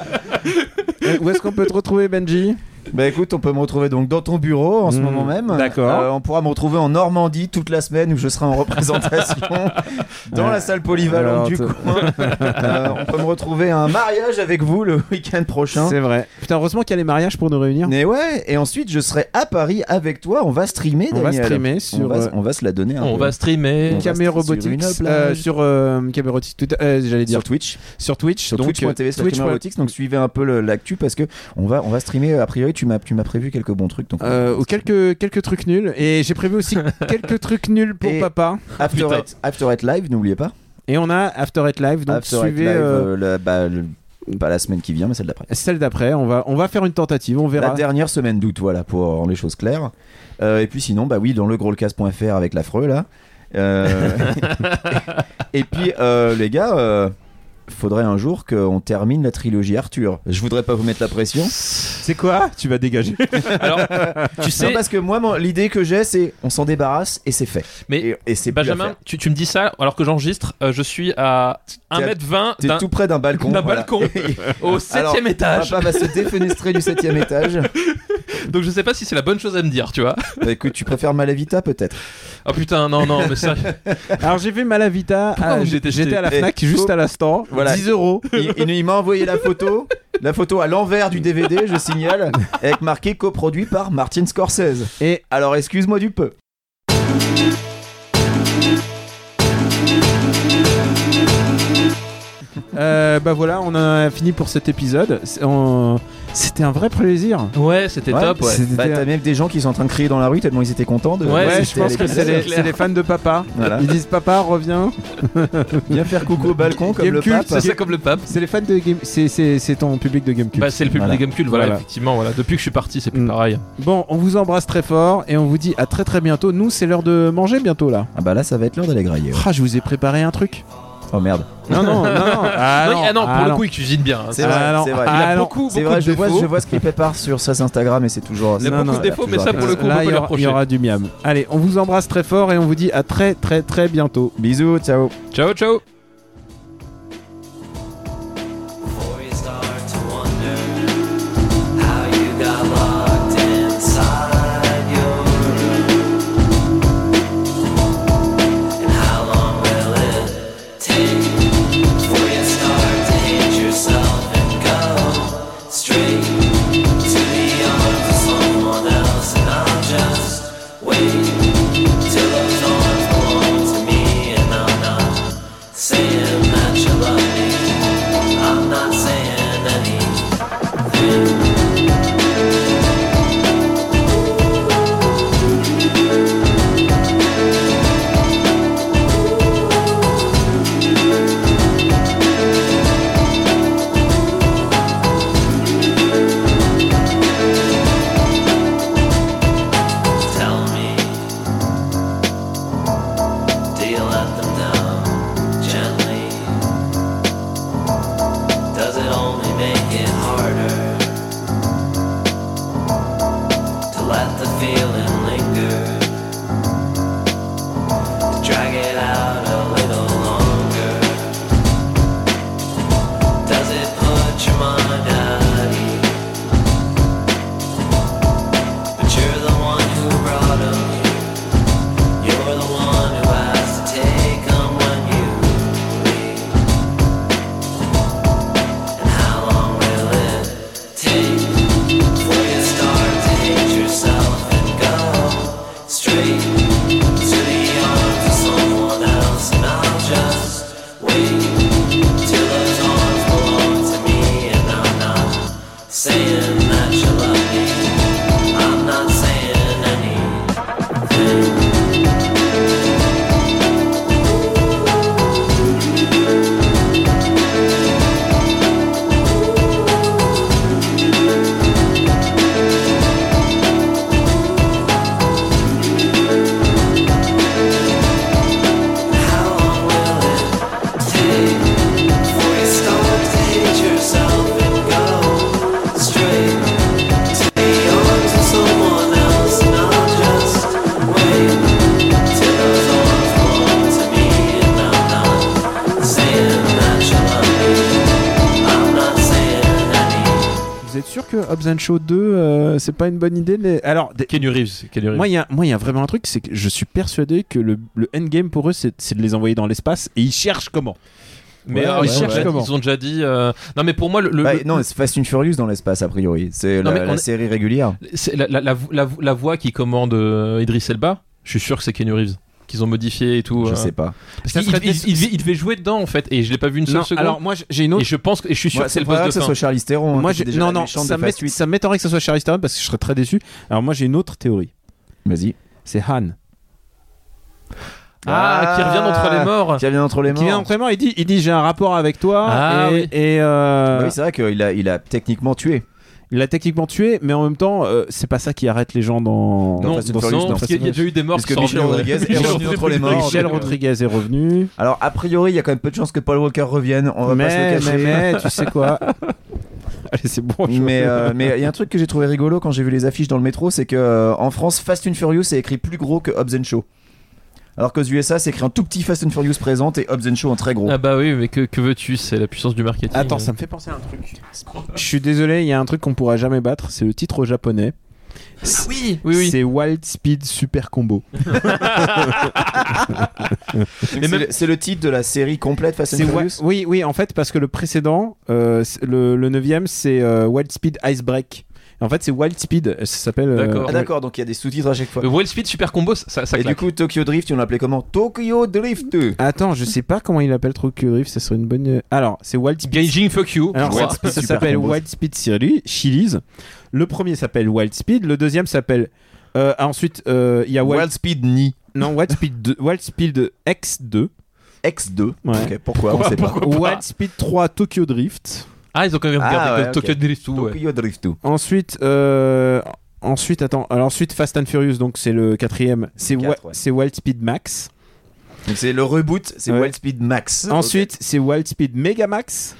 Speaker 4: Euh, Où est-ce qu'on peut te retrouver, Benji?
Speaker 5: Bah écoute, on peut me retrouver donc dans ton bureau en ce
Speaker 4: Mmh,
Speaker 5: moment même.
Speaker 4: d'accord.
Speaker 5: Euh, on pourra me retrouver en Normandie toute la semaine où je serai en représentation dans
Speaker 4: Ouais.
Speaker 5: la salle polyvalente
Speaker 4: Alors,
Speaker 5: du
Speaker 4: t-
Speaker 5: coin. Euh, on peut me retrouver à un mariage avec vous le week-end prochain.
Speaker 4: C'est vrai. Putain, heureusement qu'il y a les mariages pour nous réunir.
Speaker 5: Mais ouais, et ensuite je serai à Paris avec toi. On va streamer,
Speaker 4: On va
Speaker 5: Daniel.
Speaker 4: streamer
Speaker 5: On
Speaker 4: sur
Speaker 5: va,
Speaker 4: euh,
Speaker 5: on va se la donner un
Speaker 6: On
Speaker 5: peu.
Speaker 6: va streamer.
Speaker 5: On va
Speaker 4: Camé
Speaker 5: sur
Speaker 4: Robotics
Speaker 5: une plage.
Speaker 4: euh, sur euh, Camé Robotics, tout- euh, j'allais dire
Speaker 5: Sur Twitch,
Speaker 4: sur Twitch,
Speaker 5: sur
Speaker 4: donc
Speaker 5: twitch point t v slash
Speaker 4: Twitch
Speaker 5: Camera
Speaker 4: point-
Speaker 5: Robotics. Donc suivez un peu le- l'actu parce que on va on va streamer. A priori, tu m'as tu m'as prévu quelques bons trucs. Donc
Speaker 4: euh, ou quelques quelques trucs nuls et j'ai prévu aussi quelques trucs nuls pour
Speaker 5: Et-
Speaker 4: papa.
Speaker 5: After
Speaker 6: Putain.
Speaker 5: Eight, After Eight Live, n'oubliez pas.
Speaker 4: Et on a After Eight Live, donc
Speaker 5: After Eight
Speaker 4: suivez
Speaker 5: Live,
Speaker 4: euh,
Speaker 5: euh, la- bah, le- pas la semaine qui vient, mais celle d'après.
Speaker 4: celle d'après. On va on va faire une tentative, on
Speaker 5: La
Speaker 4: verra.
Speaker 5: dernière semaine d'août, voilà, pour rendre les choses claires. Euh, et puis sinon, bah oui, dans le growlcast point f r avec l'affreux là. Euh, et puis euh, les gars, euh, faudrait un jour qu'on termine la trilogie Arthur. Je voudrais pas vous mettre la pression.
Speaker 4: C'est quoi? Tu vas dégager.
Speaker 6: Alors, tu sais,
Speaker 5: Non, parce que moi, mon- l'idée que j'ai, c'est on s'en débarrasse et c'est fait.
Speaker 6: mais
Speaker 5: Et, et c'est plus à
Speaker 6: Benjamin,
Speaker 5: faire.
Speaker 6: tu, tu me dis ça alors que j'enregistre, euh, je suis à un
Speaker 5: T'es à-
Speaker 6: mètre vingt
Speaker 5: T'es
Speaker 6: d'un
Speaker 5: tout près d'un balcon.
Speaker 6: d'un
Speaker 5: voilà.
Speaker 6: balcon au septième
Speaker 5: Alors,
Speaker 6: étage.
Speaker 5: Papa va se défenestrer du septième étage.
Speaker 6: Donc je sais pas si c'est la bonne chose à me dire, tu vois.
Speaker 5: Bah, écoute, tu préfères Malavita peut-être.
Speaker 6: Oh putain, non, non, mais sérieux.
Speaker 4: Alors j'ai vu Malavita,
Speaker 6: Pourquoi
Speaker 4: ah,
Speaker 6: vous
Speaker 4: j'ai-
Speaker 6: détestez
Speaker 4: j'étais à la
Speaker 5: Eh,
Speaker 4: Fnac juste
Speaker 5: faut-
Speaker 4: à l'instant,
Speaker 5: Voilà.
Speaker 4: dix euros.
Speaker 5: Il, il- il m'a envoyé la photo, la photo à l'envers du D V D, je signale, avec marqué coproduit par Martin Scorsese.
Speaker 4: Et
Speaker 5: Alors excuse-moi du peu.
Speaker 4: euh, bah voilà, on a fini pour cet épisode. C'est- on- C'était un vrai plaisir.
Speaker 6: Ouais, c'était
Speaker 5: Ouais,
Speaker 6: top, ouais.
Speaker 4: C'était-
Speaker 5: Bah t'as même des gens qui sont en train de crier dans la rue tellement ils étaient contents de.
Speaker 6: Ouais,
Speaker 4: Ouais,
Speaker 5: d'assister
Speaker 4: je
Speaker 5: à
Speaker 4: pense que
Speaker 5: l'épisode.
Speaker 4: c'est les,
Speaker 6: clair.
Speaker 4: c'est les fans de papa.
Speaker 5: Voilà.
Speaker 4: Ils disent papa reviens.
Speaker 5: Viens faire coucou au balcon comme le
Speaker 4: Gamecult,
Speaker 5: pape.
Speaker 6: C'est ça comme le pape.
Speaker 4: C'est les fans de Game, c'est c'est c'est ton public de Gamecult.
Speaker 6: Bah, c'est le public
Speaker 5: Voilà.
Speaker 6: des Gamecult, voilà,
Speaker 4: Voilà.
Speaker 6: effectivement, voilà. Depuis que je suis parti, c'est plus
Speaker 4: Mm.
Speaker 6: pareil.
Speaker 4: Bon, on vous embrasse très fort et on vous dit à très très bientôt. Nous, c'est l'heure de manger bientôt là.
Speaker 5: Ah bah là ça va être l'heure d'aller grailler. ouais.
Speaker 4: Ah, je vous ai préparé un truc.
Speaker 5: Oh merde.
Speaker 4: Non non non non. Ah
Speaker 6: non, ah non, pour
Speaker 4: ah
Speaker 6: le
Speaker 4: non.
Speaker 6: coup, il cuisine bien. hein.
Speaker 5: C'est
Speaker 6: Ça-
Speaker 5: vrai,
Speaker 4: Ah non,
Speaker 5: c'est vrai.
Speaker 6: Il a
Speaker 4: ah non.
Speaker 6: beaucoup,
Speaker 5: C'est
Speaker 6: beaucoup
Speaker 5: vrai,
Speaker 6: de
Speaker 5: je vois,
Speaker 6: défauts.
Speaker 5: je vois ce qu'il prépare sur sa Instagram et c'est toujours.
Speaker 6: Il y a
Speaker 5: c'est-
Speaker 6: beaucoup
Speaker 4: non,
Speaker 6: de défauts, mais
Speaker 5: toujours
Speaker 6: ça, pour le coup, on
Speaker 4: Là,
Speaker 6: peut
Speaker 4: il
Speaker 6: pas
Speaker 4: y,
Speaker 6: lui
Speaker 4: aura, il y
Speaker 6: reprocher.
Speaker 4: aura du miam. Allez, on vous embrasse très fort et on vous dit à très très très bientôt.
Speaker 5: Bisous, ciao.
Speaker 6: Ciao, ciao.
Speaker 8: Before you start to wonder how you got locked inside your room,
Speaker 4: Hobbs and Shaw deux, euh, c'est pas une bonne idée. Les... Alors, des-
Speaker 6: Keanu Reeves. Keanu Reeves.
Speaker 4: moi, il y a, moi, il y a vraiment un truc, c'est que je suis persuadé que le, le endgame pour eux, c'est, c'est de les envoyer dans l'espace et ils cherchent comment.
Speaker 6: mais
Speaker 5: Ouais,
Speaker 6: alors,
Speaker 5: ouais,
Speaker 6: ils, cherchent
Speaker 5: ouais.
Speaker 6: comment ils ont déjà dit. euh, Non, mais pour moi, le, le-
Speaker 5: Bah,
Speaker 6: le-
Speaker 5: non, c'est Fast and Furious dans l'espace a priori. C'est
Speaker 6: Non,
Speaker 5: la,
Speaker 6: mais on
Speaker 5: la
Speaker 6: est-
Speaker 5: série régulière.
Speaker 6: c'est la, la, la, la, la voix qui commande euh, Idris Elba. Je suis sûr que c'est Keanu Reeves qu'ils ont modifié et tout.
Speaker 5: Je
Speaker 6: euh,
Speaker 5: sais pas.
Speaker 6: Parce
Speaker 4: Ça
Speaker 6: qu'il
Speaker 4: serait
Speaker 6: il,
Speaker 4: des-
Speaker 6: il- il- il devait jouer dedans en fait, et je l'ai pas vu une seule
Speaker 4: Non,
Speaker 6: seconde.
Speaker 4: alors moi, j'ai une autre.
Speaker 6: Et je pense que et je suis sûr
Speaker 5: Ouais,
Speaker 6: que c'est le
Speaker 5: pas
Speaker 6: boss
Speaker 5: grave
Speaker 6: de
Speaker 5: que ce
Speaker 6: fin.
Speaker 5: soit Charlize Theron. hein,
Speaker 4: Moi,
Speaker 5: qui
Speaker 4: j'ai...
Speaker 5: était déjà
Speaker 4: non,
Speaker 5: la
Speaker 4: non,
Speaker 5: méchante
Speaker 4: ça,
Speaker 5: de
Speaker 4: m'ét-
Speaker 5: Fast huit.
Speaker 4: ça m'étonnerait que ce soit Charlize Theron parce que je serais très déçu. Alors moi, j'ai une autre théorie.
Speaker 5: Vas-y.
Speaker 4: C'est Han.
Speaker 6: Ah, qui revient d'entre les morts.
Speaker 5: Qui revient entre les morts.
Speaker 4: Qui vient d'entre les morts, il dit, il dit j'ai un rapport avec toi.
Speaker 6: Ah,
Speaker 4: et
Speaker 6: oui.
Speaker 4: et, euh,
Speaker 5: Bah oui, c'est vrai qu'il a, il a techniquement tué.
Speaker 4: il l'a techniquement tué, mais en même temps, euh, c'est pas ça qui arrête les gens dans.
Speaker 5: Dans
Speaker 6: Non,
Speaker 5: Fast and
Speaker 6: non,
Speaker 5: Furious, non.
Speaker 6: parce qu'il y a déjà eu des morts
Speaker 5: Parce
Speaker 6: qui
Speaker 5: que
Speaker 6: sont
Speaker 5: Michel
Speaker 6: revenus,
Speaker 5: Rodriguez
Speaker 6: ouais.
Speaker 5: est
Speaker 6: Michel
Speaker 5: revenu entre les
Speaker 6: Rodriguez.
Speaker 5: morts.
Speaker 4: Michel Rodriguez est revenu.
Speaker 5: Alors, a priori, il y a quand même peu de chances que Paul Walker revienne. On va pas se
Speaker 4: Mais,
Speaker 5: le cacher.
Speaker 4: mais, mais, tu sais quoi Allez, c'est bon. je-
Speaker 5: Mais euh, mais il y a un truc que j'ai trouvé rigolo quand j'ai vu les affiches dans le métro, c'est que euh, en France, Fast and Furious est écrit plus gros que Hobbs and Shaw. Alors qu'aux U S A, c'est écrit un tout petit Fast and Furious présente et Hobbs and Shaw en très gros.
Speaker 6: Ah bah oui, mais que, que veux-tu, c'est la puissance du marketing.
Speaker 4: Attends, ça me fait penser à un truc. Je suis désolé, il y a un truc qu'on pourra jamais battre, c'est le titre japonais. C'est-
Speaker 6: Oui, oui, oui.
Speaker 4: C'est Wild Speed Super Combo.
Speaker 5: Donc, c'est,
Speaker 6: même-
Speaker 5: le, c'est le titre de la série complète Fast and
Speaker 4: C'est
Speaker 5: Furious.
Speaker 4: Wi- oui, oui, en fait, parce que le précédent, euh, c'est- le, le neuvième, c'est euh, Wild Speed Icebreak. En fait, c'est Wild Speed, ça s'appelle. euh,
Speaker 6: D'accord.
Speaker 5: Ah d'accord, donc il y a des sous-titres à chaque fois.
Speaker 6: Le Wild Speed Super Combo, ça, ça
Speaker 5: Et du
Speaker 6: claque.
Speaker 5: coup, Tokyo Drift, on l'appelait comment Tokyo Drift.
Speaker 4: Attends, je sais pas comment il appelle Tokyo Drift, ça serait une bonne. Alors, c'est Wild Speed.
Speaker 6: Gaijin Fuck You.
Speaker 4: Alors,
Speaker 6: je
Speaker 4: ça,
Speaker 6: crois.
Speaker 5: Speed
Speaker 4: ça
Speaker 5: Super
Speaker 4: s'appelle
Speaker 5: Combos.
Speaker 4: Wild Speed Chili- Chili's. Le premier s'appelle Wild Speed, le deuxième s'appelle. euh, ensuite, euh, il y a Wild,
Speaker 5: Wild Speed Ni
Speaker 4: non Wild Speed deux, Wild Speed X deux,
Speaker 5: X deux.
Speaker 4: Ouais.
Speaker 5: Ok, pourquoi, on sait pas.
Speaker 4: Wild Speed trois Tokyo Drift.
Speaker 6: Ah, ils ont quand même
Speaker 5: Ah,
Speaker 6: regardé
Speaker 5: ouais,
Speaker 6: comme Tokyo
Speaker 5: ok.
Speaker 6: Drift tout. Ouais.
Speaker 5: Tokyo Drift deux.
Speaker 4: Ensuite, euh, ensuite, attends, alors ensuite Fast and Furious, donc c'est le quatrième, c'est,
Speaker 5: Quatre,
Speaker 4: Wa-
Speaker 5: ouais.
Speaker 4: c'est Wild Speed Max.
Speaker 5: Donc c'est le reboot, c'est
Speaker 4: Ouais.
Speaker 5: Wild Speed Max.
Speaker 4: Ensuite, c'est Wild Speed Mega Max.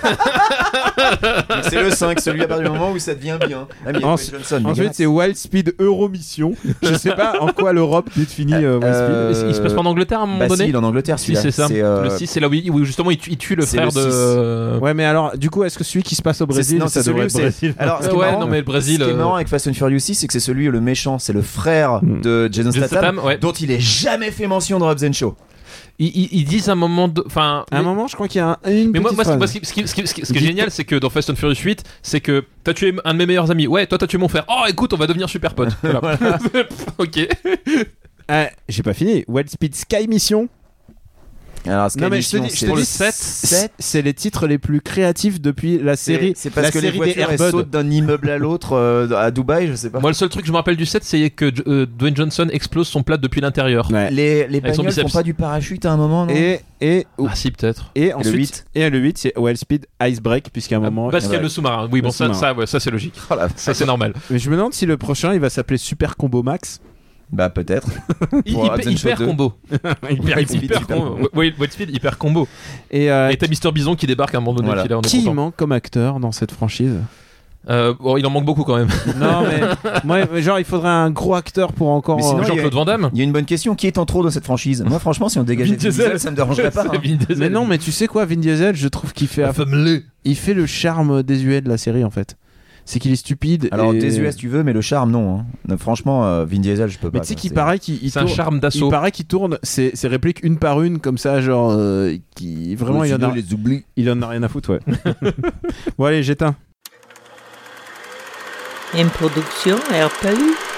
Speaker 5: Donc, c'est le cinq, celui à partir du moment où ça devient bien. Ah, mais il y a
Speaker 4: Ensuite-
Speaker 5: Dwayne Johnson,
Speaker 4: Ensuite,
Speaker 5: Megax.
Speaker 4: c'est Wild Speed Euro Mission. Je sais pas en quoi l'Europe définit euh, Wild
Speaker 5: Euh,
Speaker 6: Il se passe pas en Angleterre à un moment
Speaker 5: Bah
Speaker 6: donné
Speaker 5: si, il est en Angleterre
Speaker 6: Si,
Speaker 5: celui-là.
Speaker 6: c'est ça.
Speaker 5: euh,
Speaker 6: Le six, c'est là où, il- où justement il tue, il tue le
Speaker 5: c'est
Speaker 6: frère
Speaker 5: le
Speaker 6: de.
Speaker 5: six.
Speaker 6: euh,
Speaker 4: Speed. Ouais, mais alors, du coup, est-ce que celui qui se passe au
Speaker 5: c'est-
Speaker 4: Brésil,
Speaker 5: non,
Speaker 4: ça
Speaker 5: c'est
Speaker 4: devrait
Speaker 5: celui
Speaker 4: être
Speaker 5: où c'est-
Speaker 4: Brésil?
Speaker 5: Alors, ce qui est
Speaker 6: Ouais,
Speaker 5: marrant-
Speaker 6: non, mais le Brésil,
Speaker 5: Ce qui est
Speaker 6: euh,
Speaker 5: marrant avec Fast and Furious six, c'est que c'est celui où le méchant, c'est le frère
Speaker 4: Hmm.
Speaker 5: de Jason
Speaker 6: Jason
Speaker 5: Statham,
Speaker 6: Statham, ouais.
Speaker 5: dont il est jamais fait mention dans Hobbs and Shaw.
Speaker 6: Ils, ils- ils disent un moment de. Enfin.
Speaker 4: À un
Speaker 6: mais-
Speaker 4: moment, je crois qu'il y a un, une
Speaker 6: Mais moi,
Speaker 4: petite
Speaker 6: moi, ce,
Speaker 4: phrase.
Speaker 6: moi, ce qui, ce qui- ce qui- ce qui- ce qui est
Speaker 4: Dites-
Speaker 6: génial, c'est que dans Fast and Furious huit, c'est que t'as tué un de mes meilleurs amis. Ouais, toi t'as tué mon frère. Oh, écoute, on va devenir super potes. Voilà. ok.
Speaker 4: Ah, j'ai pas fini. Wild Speed Sky Mission.
Speaker 5: Alors, Sky
Speaker 4: Non, mais je te
Speaker 5: Mission,
Speaker 4: dis, je
Speaker 5: c'est
Speaker 4: te
Speaker 6: pour
Speaker 4: dis,
Speaker 6: le sept.
Speaker 4: c'est- c'est les titres les plus créatifs depuis la
Speaker 5: c'est-
Speaker 4: série.
Speaker 5: C'est parce
Speaker 4: la
Speaker 5: que les
Speaker 4: série des
Speaker 5: voitures elles
Speaker 4: Air Bud.
Speaker 5: sautent d'un immeuble à l'autre euh, à Dubaï, je sais pas.
Speaker 6: Moi, le seul truc que je me rappelle du sept, c'est que euh, Dwayne Johnson explose son plat depuis l'intérieur.
Speaker 4: Ouais.
Speaker 5: Les, les
Speaker 6: Avec son
Speaker 5: bagnoles font
Speaker 6: biceps.
Speaker 5: pas du parachute à un moment, non
Speaker 4: Et, et,
Speaker 6: Ah, si, peut-être.
Speaker 4: et ensuite,
Speaker 5: huit.
Speaker 4: et le huit, c'est Wild Speed Icebreak, puisqu'à un moment.
Speaker 6: Parce qu'il y a
Speaker 5: ouais.
Speaker 6: le sous-marin. Oui,
Speaker 4: Le
Speaker 6: bon, ça,
Speaker 4: sous-marin.
Speaker 6: ça, ouais, ça c'est logique.
Speaker 5: Oh la-
Speaker 6: Ça, c'est normal.
Speaker 4: Mais je me demande si le prochain il va s'appeler Super Combo Max.
Speaker 5: Bah peut-être.
Speaker 6: Hy-
Speaker 5: Pour
Speaker 6: hyper,
Speaker 5: Hobbs and Shaw
Speaker 6: hyper
Speaker 5: deux.
Speaker 6: combo.
Speaker 4: Hyper
Speaker 5: Wild Speed,
Speaker 6: Hyper
Speaker 5: super
Speaker 6: combo.
Speaker 5: combo.
Speaker 6: Oui, Wild Speed, hyper combo.
Speaker 4: Et, euh,
Speaker 6: Et t'as Mister Bison qui débarque à un moment donné.
Speaker 5: Voilà.
Speaker 6: Qui, là, on est
Speaker 4: qui
Speaker 6: content.
Speaker 4: manque comme acteur dans cette franchise?
Speaker 6: Euh, bon, il en manque beaucoup quand même.
Speaker 4: Non, mais moi, genre, il faudrait un gros acteur pour encore.
Speaker 5: Mais sinon,
Speaker 4: euh,
Speaker 5: il y a-
Speaker 6: Jean-Claude Van Damme.
Speaker 5: Il y a une bonne question, qui est en trop dans cette franchise? Moi franchement, si on dégageait
Speaker 6: Vin
Speaker 5: Vin Diesel,
Speaker 6: Diesel.
Speaker 5: ça me dérangerait pas. hein.
Speaker 6: C'est Vin Diesel.
Speaker 4: Mais non, mais tu sais quoi, Vin Diesel, je trouve qu'il fait,
Speaker 6: La femme laid.
Speaker 4: il fait le charme désuet de la série en fait. C'est qu'il est stupide.
Speaker 5: Alors
Speaker 4: et...
Speaker 5: désuet si tu veux, mais le charme non. hein. Non, franchement, euh, Vin Diesel, je peux pas.
Speaker 4: Mais tu sais
Speaker 5: quoi,
Speaker 4: qu'il
Speaker 5: c'est-
Speaker 4: paraît qu'il il
Speaker 6: C'est un
Speaker 4: tourne-
Speaker 6: charme
Speaker 4: Il
Speaker 6: d'assaut.
Speaker 4: paraît qu'il tourne ses, ses répliques une par une comme ça, genre euh, qui vraiment il en a,
Speaker 5: les oublie.
Speaker 4: il en a rien à foutre, ouais. Bon allez, j'éteins.
Speaker 9: Une production R P U.